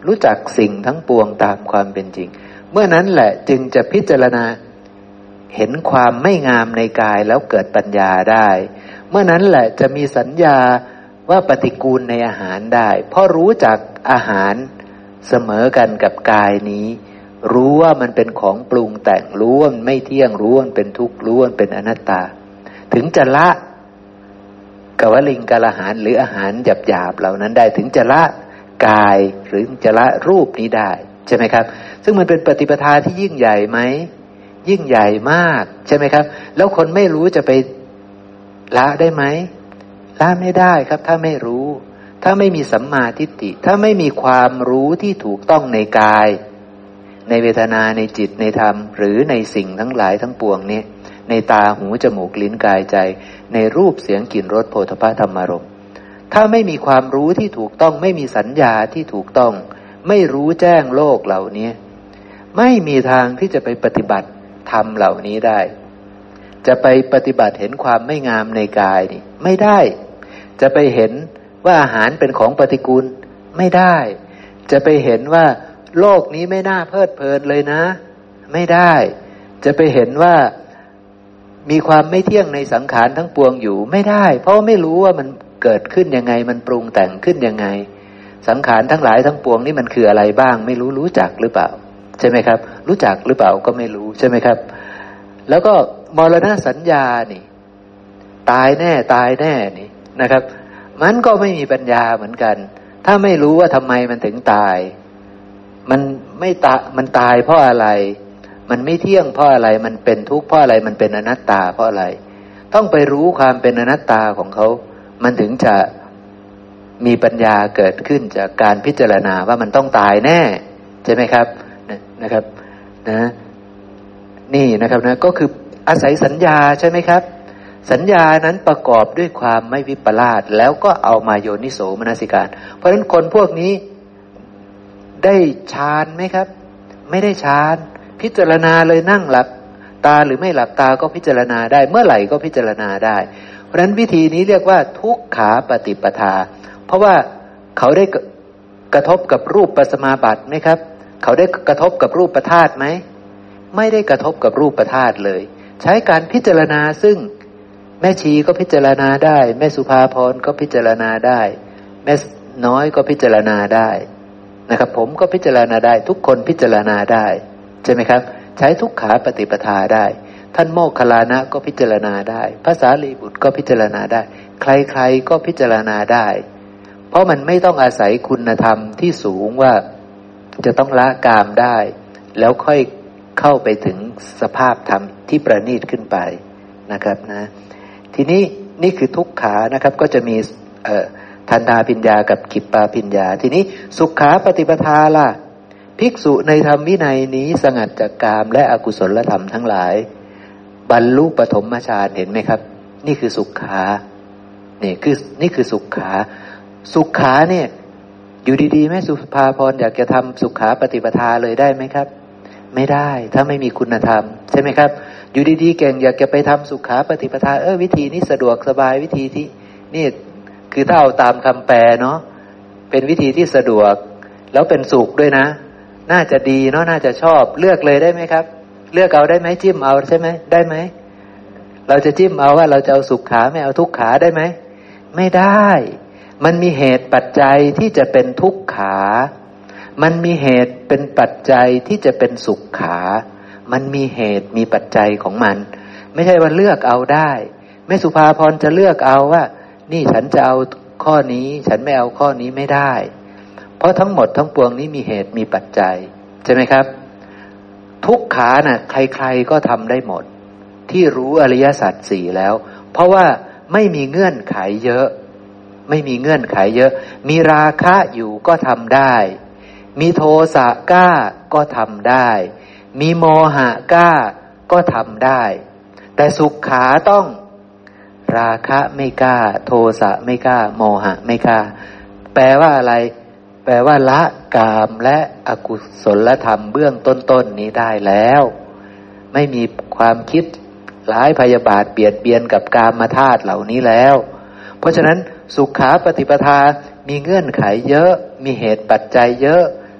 รู้จักสิ่งทั้งปวงตามความเป็นจริงเมื่อนั้นแหละจึงจะพิจารณาเห็นความไม่งามในกายแล้วเกิดปัญญาได้เมื่อนั้นแหละจะมีสัญญาว่าปฏิกูลในอาหารได้เพราะรู้จักอาหารเสมอกันกับกายนี้รู้ว่ามันเป็นของปรุงแต่งรู้ว่ามันไม่เที่ยงรู้ว่ามันเป็นทุกข์รู้ว่ามันเป็นอนัตตาถึงจะละกวลิงกาลอาหารหรืออาหารหยาบๆเหล่านั้นได้ถึงจะละกายหรือจะละรูปนี้ได้ใช่ไหมครับซึ่งมันเป็นปฏิปทาที่ยิ่งใหญ่ไหมยิ่งใหญ่มากใช่ไหมครับแล้วคนไม่รู้จะไปละได้ไหมละไม่ได้ครับถ้าไม่รู้ถ้าไม่มีสัมมาทิฏฐิถ้าไม่มีความรู้ที่ถูกต้องในกายในเวทนาในจิตในธรรมหรือในสิ่งทั้งหลายทั้งปวงนี้ในตาหูจมูกลิ้นกายใจในรูปเสียงกลิ่นรสโผฏฐัพพะธรรมารมณ์ถ้าไม่มีความรู้ที่ถูกต้องไม่มีสัญญาที่ถูกต้องไม่รู้แจ้งโลกเหล่านี้ไม่มีทางที่จะไปปฏิบัติธรรมเหล่านี้ได้จะไปปฏิบัติเห็นความไม่งามในกายนี่ไม่ได้จะไปเห็นว่าอาหารเป็นของปฏิกูลไม่ได้จะไปเห็นว่าโลกนี้ไม่น่าเพลิดเพลินเลยนะไม่ได้จะไปเห็นว่ามีความไม่เที่ยงในสังขารทั้งปวงอยู่ไม่ได้เพราะไม่รู้ว่ามันเกิดขึ้นยังไงมันปรุงแต่งขึ้นยังไงสังขารทั้งหลายทั้งปวงนี่มันคืออะไรบ้างไม่รู้จักหรือเปล่าใช่ไหมครับรู้จักหรือเปล่าก็ไม่รู้ใช่ไหมครับแล้วก็มรณสัญญานี่ตายแน่นี่นะครับมันก็ไม่มีปัญญาเหมือนกันถ้าไม่รู้ว่าทำไมมันถึงตายมันไม่ตายมันตายเพราะอะไรมันไม่เที่ยงเพราะอะไรมันเป็นทุกข์เพราะอะไรมันเป็นอนัตตาเพราะอะไรต้องไปรู้ความเป็นอนัตตาของเขามันถึงจะมีปัญญาเกิดขึ้นจากการพิจารณาว่ามันต้องตายแน่ใช่ไหมครับนะครับนะนี่นะครับนะก็คืออาศัยสัญญาใช่ไหมครับสัญญานั้นประกอบด้วยความไม่วิปลาสแล้วก็เอามาโยนิโสมนสิการเพราะฉะนั้นคนพวกนี้ได้ฌานไหมครับไม่ได้ฌานพิจารณาเลยนั่งหลับตาหรือไม่หลับตาก็พิจารณาได้เมื่อไหร่ก็พิจารณาได้เพราะฉะนั้นวิธีนี้เรียกว่าทุกขาปฏิปทาเพราะว่าเขาได้กระทบกับรูปปัสมาบัติไหมครับเขาได้กระทบกับรูปธาตุไหมไม่ได้กระทบกับรูปธาตุเลยใช้การพิจารณาซึ่งแม่ชีก็พิจารณาได้แม่สุภาพรก็พิจารณาได้แม่น้อยก็พิจารณาได้นะครับผมก็พิจารณาได้ทุกคนพิจารณาได้ใช่ไหมครับใช้ทุกขาปฏิปทาได้ท่านโมคคัลลานะก็พิจารณาได้พระสารีบุตรก็พิจารณาได้ใครๆก็พิจารณาได้เพราะมันไม่ต้องอาศัยคุณธรรมที่สูงว่าจะต้องละกามได้แล้วค่อยเข้าไปถึงสภาพธรรมที่ประณีตขึ้นไปนะครับนะทีนี้นี่คือทุกขานะครับก็จะมีทันตาปิญญากับกิปปาปิญญาทีนี้สุขาปฏิปทาล่ะภิกษุในธรรมวินัยนี้สงัดจากกามและอกุศลธรรมทั้งหลายบรรลุปฐมฌานเห็นไหมครับนี่คือสุขานี่คือสุขาสุขาเนี่ยอยู่ดีๆแม่สุภาพรอยากจะทำสุขาปฏิปทาเลยได้ไหมครับไม่ได้ถ้าไม่มีคุณธรรมใช่ไหมครับอยู่ดีๆเก่งอยากจะไปทำสุขาปฏิปทาวิธีนี้สะดวกสบายวิธีที่นี่คือถ้าเอาตามคำแปลเนาะเป็นวิธีที่สะดวกแล้วเป็นสุขด้วยนะน่าจะดีเนาะน่าจะชอบเลือกเลยได้ไหมครับเลือกเอาได้ไหมจิ้มเอาใช่ไหมได้ไหมเราจะจิ้มเอาว่าเราจะเอาสุขขาไม่เอาทุกขาได้ไหมไม่ได้มันมีเหตุปัจจัยที่จะเป็นทุกขามันมีเหตุเป็นปัจจัยที่จะเป็นสุขขามันมีเหตุมีปัจจัยของมันไม่ใช่ว่าเลือกเอาได้แม่สุภาพรจะเลือกเอาว่านี่ฉันจะเอาข้อนี้ฉันไม่เอาข้อนี้ไม่ได้เพราะทั้งหมดทั้งปวงนี้มีเหตุมีปัจจัยใช่ไหมครับทุกขาน่ะใครๆก็ทำได้หมดที่รู้อริยสัจสี่แล้วเพราะว่าไม่มีเงื่อนไขเยอะไม่มีเงื่อนไขเยอะมีราคะอยู่ก็ทำได้มีโทสะกล้าก็ทำได้มีโมหะกล้าก็ทำได้แต่สุขขาต้องราคะไม่กล้าโทสะไม่กล้าโมหะไม่กล้าแปลว่าอะไรแปลว่าละกามและอกุศลธรรมเบื้องต้นนี้ได้แล้วไม่มีความคิดร้ายพยาบาทเบียดเบียนกับกามธาตุเหล่านี้แล้วเพราะฉะนั้นสุขาปฏิปทามีเงื่อนไขเยอะมีเหตุปัจจัยเยอะ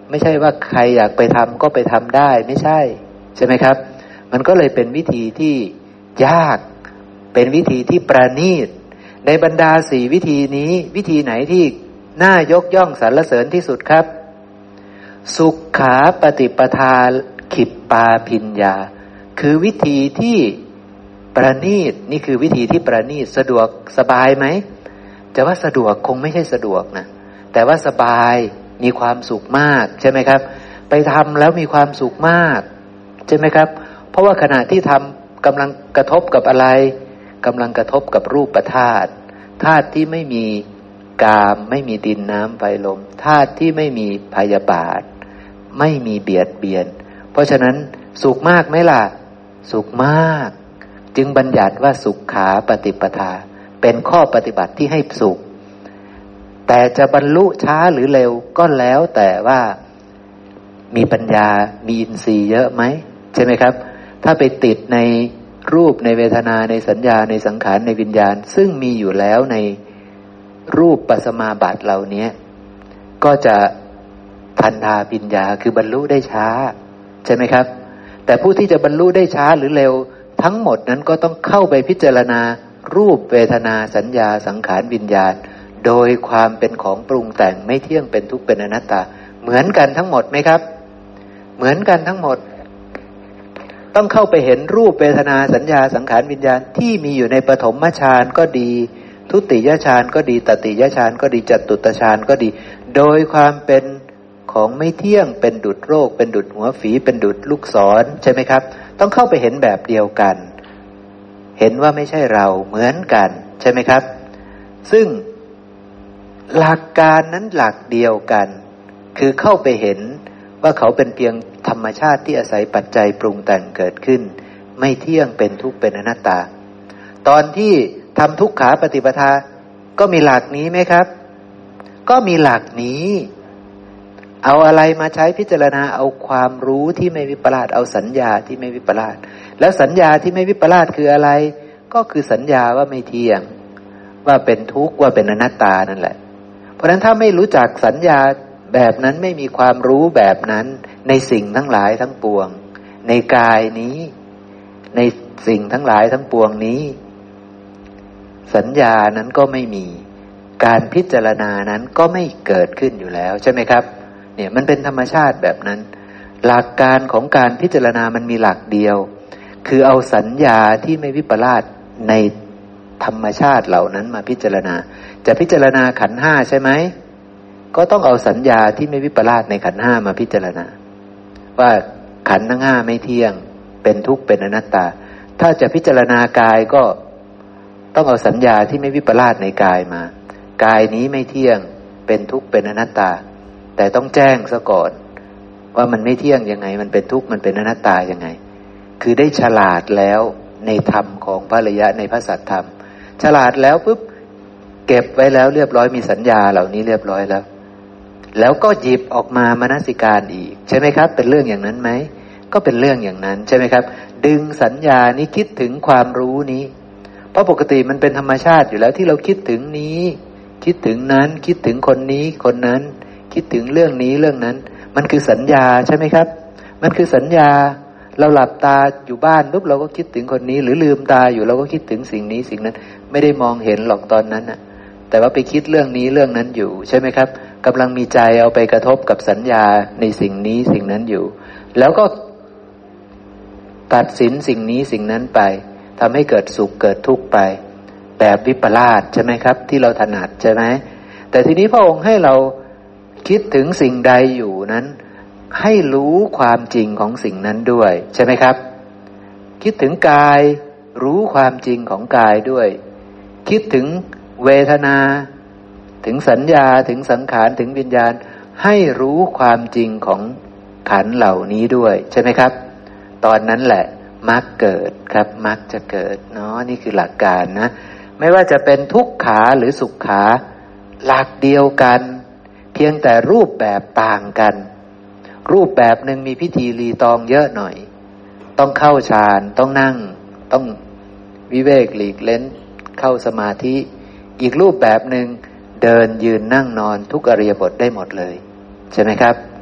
ไม่ใช่ว่าใครอยากไปทำก็ไปทำได้ไม่ใช่ใช่ไหมครับมันก็เลยเป็นวิธีที่ยากเป็นวิธีที่ประณีตในบรรดา4วิธีนี้วิธีไหนที่น่ายกย่องสรรเสริญที่สุดครับสุขาปฏิปทาขิปปาพิญญาคือวิธีที่ประณีตนี่คือวิธีที่ประณีตสะดวกสบายไหมจะว่าสะดวกคงไม่ใช่สะดวกนะแต่ว่าสบายมีความสุขมากใช่ไหมครับไปทำแล้วมีความสุขมากใช่ไหมครับเพราะว่าขณะที่ทำกำลังกระทบกับอะไรกำลังกระทบกับรูปธาตุธาตุที่ไม่มีกามไม่มีดินน้ำไฟลมธาตุที่ไม่มีพยาบาทไม่มีเบียดเบียนเพราะฉะนั้นสุขมากไหมล่ะสุขมากจึงบัญญัติว่าสุขขาปฏิปทาเป็นข้อปฏิบัติที่ให้สุขแต่จะบรรลุช้าหรือเร็วก็แล้วแต่ว่ามีปัญญามีอินทรีย์เยอะไหมใช่ไหมครับถ้าไปติดในรูปในเวทนาในสัญญาในสังขารในวิญญาณซึ่งมีอยู่แล้วในรูปปัสมาบัติเหล่านี้ก็จะทันทาปัญญาคือบรรลุได้ช้าใช่ไหมครับแต่ผู้ที่จะบรรลุได้ช้าหรือเร็วทั้งหมดนั้นก็ต้องเข้าไปพิจารณารูปเวทนาสัญญาสังขารวิญญาณโดยความเป็นของปรุงแต่งไม่เที่ยงเป็นทุกข์เป็นอนัตตาเหมือนกันทั้งหมดไหมครับเหมือนกันทั้งหมดต้องเข้าไปเห็นรูปเวทนาสัญญาสังขารวิญญาณที่มีอยู่ในปฐมฌานก็ดีทุติยฌานก็ดีตติยฌานก็ดีจตุตฌานก็ดีโดยความเป็นของไม่เที่ยงเป็นดุจโรคเป็นดุจหัวฝีเป็นดุจลูกศรใช่ไหมครับต้องเข้าไปเห็นแบบเดียวกันเห็นว่าไม่ใช่เราเหมือนกันใช่ไหมครับซึ่งหลักการนั้นหลักเดียวกันคือเข้าไปเห็นว่าเขาเป็นเพียงธรรมชาติที่อาศัยปัจจัยปรุงแต่งเกิดขึ้นไม่เที่ยงเป็นทุกข์เป็นอนัตตาตอนที่ทำทุกขาปฏิปทาก็มีหลักนี้ไหมครับก็มีหลักนี้เอาอะไรมาใช้พิจารณาเอาความรู้ที่ไม่วิปลาสเอาสัญญาที่ไม่วิปลาสแล้วสัญญาที่ไม่วิปลาสคืออะไรก็คือสัญญาว่าไม่เที่ยงว่าเป็นทุกข์ว่าเป็นอนัตตานั่นแหละเพราะฉะนั้นถ้าไม่รู้จักสัญญาแบบนั้นไม่มีความรู้แบบนั้นในสิ่งทั้งหลายทั้งปวงในกายนี้ในสิ่งทั้งหลายทั้งปวงนี้สัญญานั้นก็ไม่มีการพิจารณานั้นก็ไม่เกิดขึ้นอยู่แล้วใช่ไหมครับเนี่ยมันเป็นธรรมชาติแบบนั้นหลักการของการพิจารณามันมีหลักเดียวคือเอาสัญญาที่ไม่วิปลาสในธรรมชาติเหล่านั้นมาพิจารณาจะพิจารณาขันธ์ห้าใช่ไหมก็ต้องเอาสัญญาที่ไม่วิปลาสในขันธ์ห้ามาพิจารณาว่าขันธ์ทั้งห้าไม่เที่ยงเป็นทุกข์เป็นอนัตตาถ้าจะพิจารณากายก็ต้องเอาสัญญาที่ไม่วิปลาสในกายมากายนี้ไม่เที่ยงเป็นทุกข์เป็นอนัตตาแต่ต้องแจ้งซะก่อนว่ามันไม่เที่ยงยังไงมันเป็นทุกข์มันเป็นอนัตตายังไงคือได้ฉลาดแล้วในธรรมของพระอริยะในพระสัทธรรมฉลาดแล้วปุ๊บเก็บไว้แล้วเรียบร้อยมีสัญญาเหล่านี้เรียบร้อยแล้วก็หยิบออกมามนสิการอีกใช่ไหมครับเป็นเรื่องอย่างนั้นไหมก็เป็นเรื่องอย่างนั้นใช่ไหมครับดึงสัญญานี้คิดถึงความรู้นี้เพราะปกติมันเป็นธรรมชาติอยู่แล้วที่เราคิดถึงนี้คิดถึงนั้นคิดถึงคนนี้คนนั้นคิดถึงเรื่องนี้เรื่องนั้นมันคือสัญญาใช่ไหมครับมันคือสัญญาเราหลับตาอยู่บ้านปุ๊บเราก็คิดถึงคนนี้หรือลืมตาอยู่เราก็คิดถึงสิ่งนี้สิ่งนั้นไม่ได้มองเห็นหรอกตอนนั้นน่ะแต่ว่าไปคิดเรื่องนี้เรื่องนั้นอยู่ใช่ไหมครับกำลังมีใจเอาไปกระทบกับสัญญาในสิ่งนี้สิ่งนั้นอยู่แล้วก็ตัดสินสิ่งนี้สิ่งนั้นไปทำให้เกิดสุขเกิดทุกข์ไปแบบวิปลาสใช่ไหมครับที่เราถนัดใช่ไหมแต่ทีนี้พระองค์ให้เราคิดถึงสิ่งใดอยู่นั้นให้รู้ความจริงของสิ่งนั้นด้วยใช่ไหมครับคิดถึงกายรู้ความจริงของกายด้วยคิดถึงเวทนาถึงสัญญาถึงสังขารถึงวิญญาณให้รู้ความจริงของขันธ์เหล่านี้ด้วยใช่ไหมครับตอนนั้นแหละมรรคเกิดครับมรรคจะเกิดเนาะนี่คือหลักการนะไม่ว่าจะเป็นทุกขาหรือสุขขาหลักเดียวกันเพียงแต่รูปแบบต่างกันรูปแบบหนึ่งมีพิธีรีตองเยอะหน่อยต้องเข้าฌานต้องนั่งต้องวิเวกหลีกเล้นเข้าสมาธิอีกรูปแบบหนึ่งเดินยืนนั่งนอนทุกอริยบทได้หมดเลยใช่ไหมครับ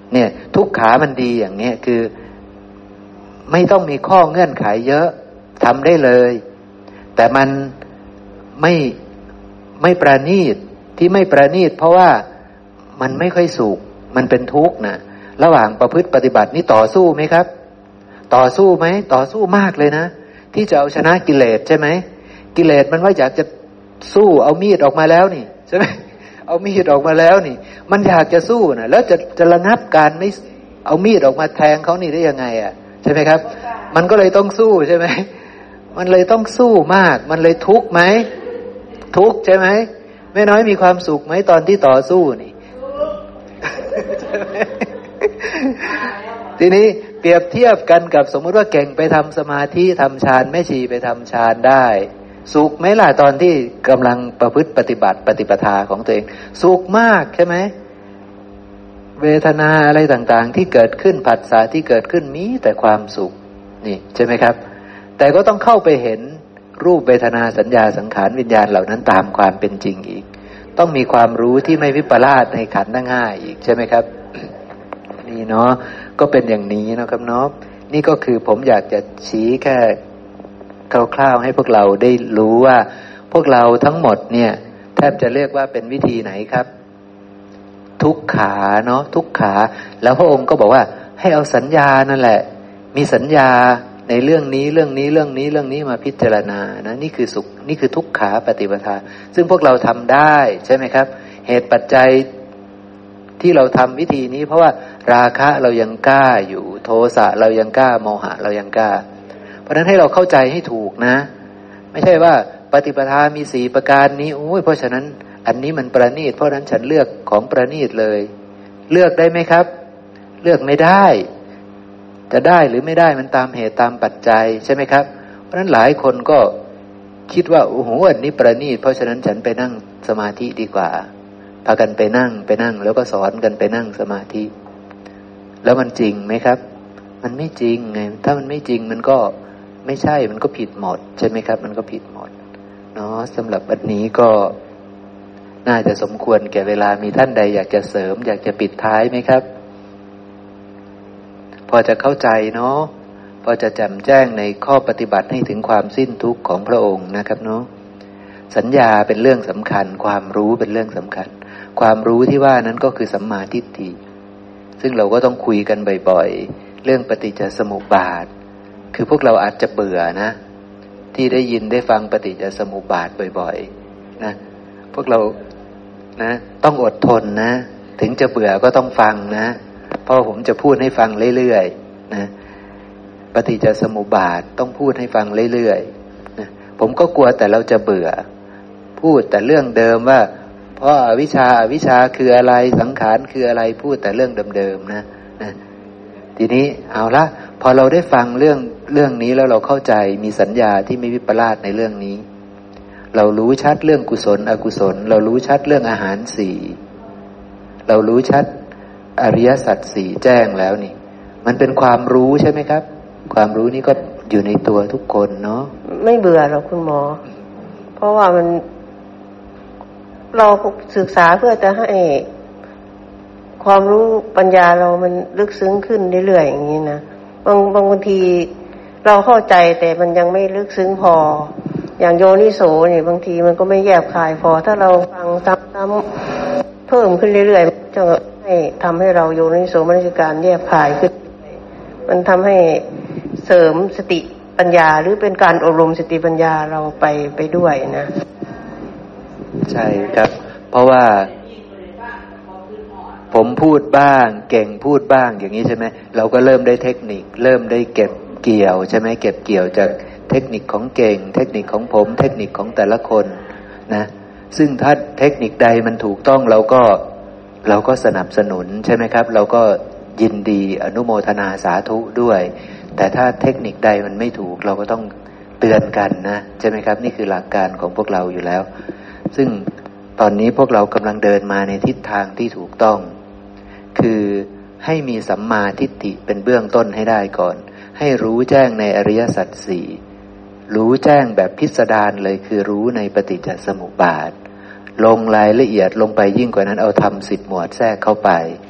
เนี่ยทุกขามันดีอย่างเนี้ยคือไม่ต้องมีข้อเงื่อนไขเยอะทำได้เลยแต่มันไม่ประณีตที่ไม่ประณีตเพราะว่ามันไม่ค่อยสุขมันเป็นทุกข์นะระหว่างประพฤติปฏิบัตินี่ต่อสู้ไหมครับต่อสู้ไหมต่อสู้มากเลยนะที่จะเอาชนะกิเลสใช่ไหมกิเลสมันว่าอยากจะสู้เอามีดออกมาแล้วนี่ใช่ไหมเอามีดออกมาแล้วนี่มันอยากจะสู้นะแล้วจะระงับการไม่เอามีดออกมาแทงเขานี่ได้ยังไงอ่ะใช่ไหมครับมันก็เลยต้องสู้ใช่ไหมมันเลยต้องสู้มากมันเลยทุกข์ไหมทุกข์ใช่ไหมแม่น้อยมีความสุขไหมตอนที่ต่อสู้นี่ ทีนี้เปรียบเทียบกันกับสมมุติว่าเก่งไปทำสมาธิทำฌานแม่ชีไปทำฌานได้สุขไหมล่ะตอนที่กำลังประพฤติปฏิบัติปฏิปทาของตัวเองสุขมากใช่ไหมเวทนาอะไรต่างๆที่เกิดขึ้นผัสสะที่เกิดขึ้นมีแต่ความสุขนี่ใช่ไหมครับแต่ก็ต้องเข้าไปเห็นรูปเวทนาสัญญาสังขารวิญญาณเหล่านั้นตามความเป็นจริงอีกต้องมีความรู้ที่ไม่วิปลาสในขันธ์ทั้งห้าอีกใช่ไหมครับ นี่เนาะก็เป็นอย่างนี้นะครับเนาะนี่ก็คือผมอยากจะชี้แค่คร่าวๆให้พวกเราได้รู้ว่าพวกเราทั้งหมดเนี่ยแทบจะเรียกว่าเป็นวิธีไหนครับทุกขาเนาะทุกขาแล้วพระองค์ก็บอกว่าให้เอาสัญญานั่นแหละมีสัญญาในเรื่องนี้มาพิจารณานะนี่คือสุขนี่คือทุกขาปฏิปทาซึ่งพวกเราทำได้ใช่ไหมครับเหตุปัจจัยที่เราทำวิธีนี้เพราะว่าราคะเรายังกล้าอยู่โทสะเรายังกล้าโมหะเรายังกล้าเพราะฉะนั้นให้เราเข้าใจให้ถูกนะไม่ใช่ว่าปฏิปทามี4ประการนี้โอ้ยเพราะฉะนั้นอันนี้มันประณีตเพราะฉะนั้นฉันเลือกของประณีตเลยเลือกได้ไหมครับเลือกไม่ได้จะได้หรือไม่ได้มันตามเหตุตามปัจจัยใช่ไหมครับเพราะฉะนั้นหลายคนก็คิดว่าโอ้โหอันนี้ประณีตเพราะฉะนั้นฉันไปนั่งสมาธิดีกว่าพากันไปนั่งแล้วก็สอนกันไปนั่งสมาธิแล้วมันจริงไหมครับมันไม่จริงไงถ้ามันไม่จริงมันก็ไม่ใช่มันก็ผิดหมดใช่ไหมครับมันก็ผิดหมดเนาะสำหรับวันนี้ก็น่าจะสมควรแก่เวลามีท่านใดอยากจะเสริมอยากจะปิดท้ายไหมครับพอจะเข้าใจเนาะพอจะแจ่มแจ้งในข้อปฏิบัติให้ถึงความสิ้นทุกข์ของพระองค์นะครับเนาะสัญญาเป็นเรื่องสำคัญความรู้เป็นเรื่องสำคัญความรู้ที่ว่านั้นก็คือสัมมาทิฏฐิซึ่งเราก็ต้องคุยกันบ่อยๆเรื่องปฏิจจสมุปบาทคือพวกเราอาจจะเบื่อนะที่ได้ยินได้ฟังปฏิจจสมุปบาทบ่อยๆนะพวกเรานะต้องอดทนนะถึงจะเบื่อก็ต้องฟังนะเพราะผมจะพูดให้ฟังเรื่อยๆนะปฏิจจสมุปบาทต้องพูดให้ฟังเรื่อยๆนะผมก็กลัวแต่เราจะเบื่อพูดแต่เรื่องเดิมว่าเพราะอวิชชาคืออะไรสังขารคืออะไรพูดแต่เรื่องเดิมๆนะทีนี้เอาละพอเราได้ฟังเรื่องนี้แล้วเราเข้าใจมีสัญญาที่ไม่วิปลาสในเรื่องนี้เรารู้ชัดเรื่องกุศลอกุศลเรารู้ชัดเรื่องอาหาร4เรารู้ชัดอริยสัจ4แจ้งแล้วนี่มันเป็นความรู้ใช่ไหมครับความรู้นี้ก็อยู่ในตัวทุกคนเนาะไม่เบื่อหรอกคุณหมอเพราะว่ามันเราศึกษาเพื่อจะให้ความรู้ปัญญาเรามันลึกซึ้งขึ้นเรื่อยๆอย่างนี้นะบางทีเราเข้าใจแต่มันยังไม่ลึกซึ้งพออย่างโยนิโสนี่บางทีมันก็ไม่แยบคายพอถ้าเราฟังซ้ำๆเพิ่มขึ้นเรื่อยๆจะให้ทำให้เราโยนิโสมนสิการแยบคายขึ้นมันทำให้เสริมสติปัญญาหรือเป็นการอบรมสติปัญญาเราไปด้วยนะใช่ครับเพราะว่าผมพูดบ้างเก่งพูดบ้างอย่างนี้ใช่ไหมเราก็เริ่มได้เทคนิคเริ่มได้เก็บเกี่ยวใช่ไหมเก็บเกี่ยวจากเทคนิคของเก่งเทคนิคของผมเทคนิคของแต่ละคนนะซึ่งถ้าเทคนิคใดมันถูกต้องเราก็สนับสนุนใช่ไหมครับเราก็ยินดีอนุโมทนาสาธุด้วยแต่ถ้าเทคนิคใดมันไม่ถูกเราก็ต้องเตือนกันนะใช่ไหมครับนี่คือหลักการของพวกเราอยู่แล้วซึ่งตอนนี้พวกเรากำลังเดินมาในทิศทางที่ถูกต้องคือให้มีสัมมาทิฏฐิเป็นเบื้องต้นให้ได้ก่อนให้รู้แจ้งในอริยสัจสี่รู้แจ้งแบบพิสดารเลยคือรู้ในปฏิจจสมุปบาทลงรายละเอียดลงไปยิ่งกว่านั้นเอาธรรม10 หมวดแทรกเข้าไป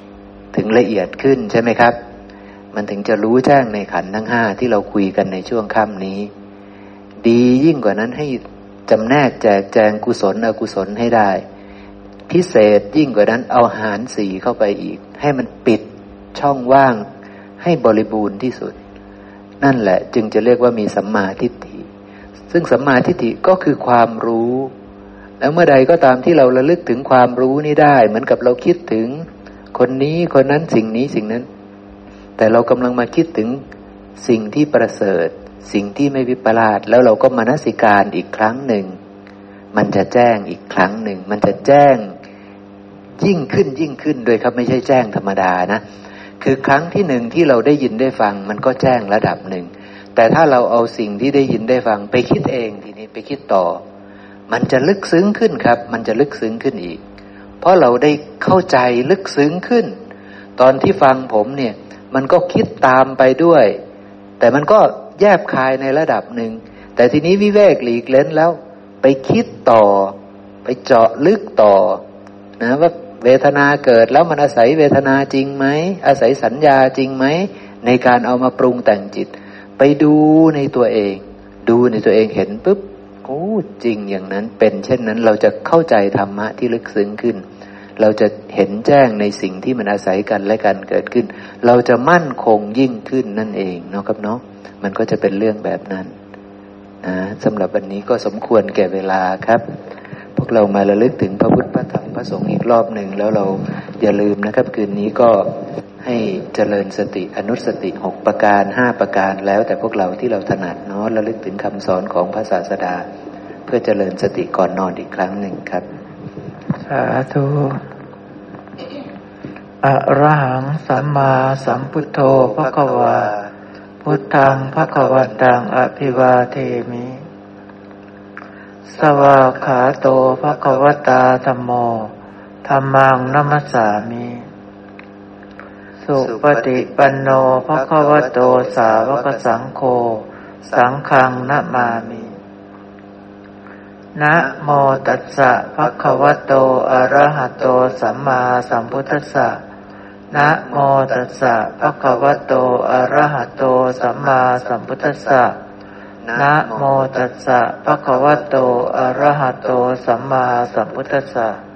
ถึงละเอียดขึ้นใช่ไหมครับมันถึงจะรู้แจ้งในขันธ์ทั้งห้าที่เราคุยกันในช่วงค่ำนี้ดียิ่งกว่านั้นให้จำแนกแจกแจงกุศลอกุศลให้ได้พิเศษยิ่งกว่านั้นเอาหารสี่เข้าไปอีกให้มันปิดช่องว่างให้บริบูรณ์ที่สุดนั่นแหละจึงจะเรียกว่ามีสัมมาทิฏฐิซึ่งสัมมาทิฏฐิก็คือความรู้แล้วเมื่อใดก็ตามที่เราระลึกถึงความรู้นี้ได้เหมือนกับเราคิดถึงคนนี้คนนั้นสิ่งนี้สิ่งนั้นแต่เรากำลังมาคิดถึงสิ่งที่ประเสริฐสิ่งที่ไม่วิปลาสแล้วเราก็มนสิการอีกครั้งหนึ่งมันจะแจ้งอีกครั้งหนึ่งมันจะแจ้งยิ่งขึ้นโดยครับไม่ใช่แจ้งธรรมดานะคือครั้งที่หนึ่งที่เราได้ยินได้ฟังมันก็แจ้งระดับหนึ่งแต่ถ้าเราเอาสิ่งที่ได้ยินได้ฟังไปคิดเองทีนี้ไปคิดต่อมันจะลึกซึ้งขึ้นครับมันจะลึกซึ้งขึ้นอีกเพราะเราได้เข้าใจลึกซึ้งขึ้นตอนที่ฟังผมเนี่ยมันก็คิดตามไปด้วยแต่มันก็แยบคายในระดับหนึ่งแต่ทีนี้วิเวกหลีกเล้นแล้วไปคิดต่อไปเจาะลึกต่อนะว่าเวทนาเกิดแล้วมันอาศัยเวทนาจริงไหมอาศัยสัญญาจริงไหมในการเอามาปรุงแต่งจิตไปดูในตัวเองดูในตัวเองเห็นปุ๊บโอ้จริงอย่างนั้นเป็นเช่นนั้นเราจะเข้าใจธรรมะที่ลึกซึ้งขึ้นเราจะเห็นแจ้งในสิ่งที่มันอาศัยกันและกันเกิดขึ้นเราจะมั่นคงยิ่งขึ้นนั่นเองเนาะครับเนาะมันก็จะเป็นเรื่องแบบนั้นนะสำหรับวันนี้ก็สมควรแก่เวลาครับพวกเรามาระลึกถึงพระพุทธพระธรรมพระสงฆ์อีกรอบหนึ่งแล้วเราอย่าลืมนะครับคืนนี้ก็ให้เจริญสติอนุสติ6ประการ5ประการแล้วแต่พวกเราที่เราถนัดเนาะระลึกถึงคำสอนของพระศาสดาเพื่อเจริญสติก่อนนอนอีกครั้งหนึ่งครับสาธุอะระหังสัมมาสัมพุทโธภควาพุทธังภควันตังอภิวาเทมิสวากขาโตภควตาธัมโมธัมมังนัมสสามิสุปฏิปันโนภควโตสาวกสังโฆสังฆังนะมามินะโมตัสสะภะคะวะโตอะระหะโตสัมมาสัมพุทธัสสะนะโมตัสสะภะคะวะโตอะระหะโตสัมมาสัมพุทธัสสะนะโมตัสสะภะคะวะโตอะระหะโตสัมมาสัมพุทธัสสะ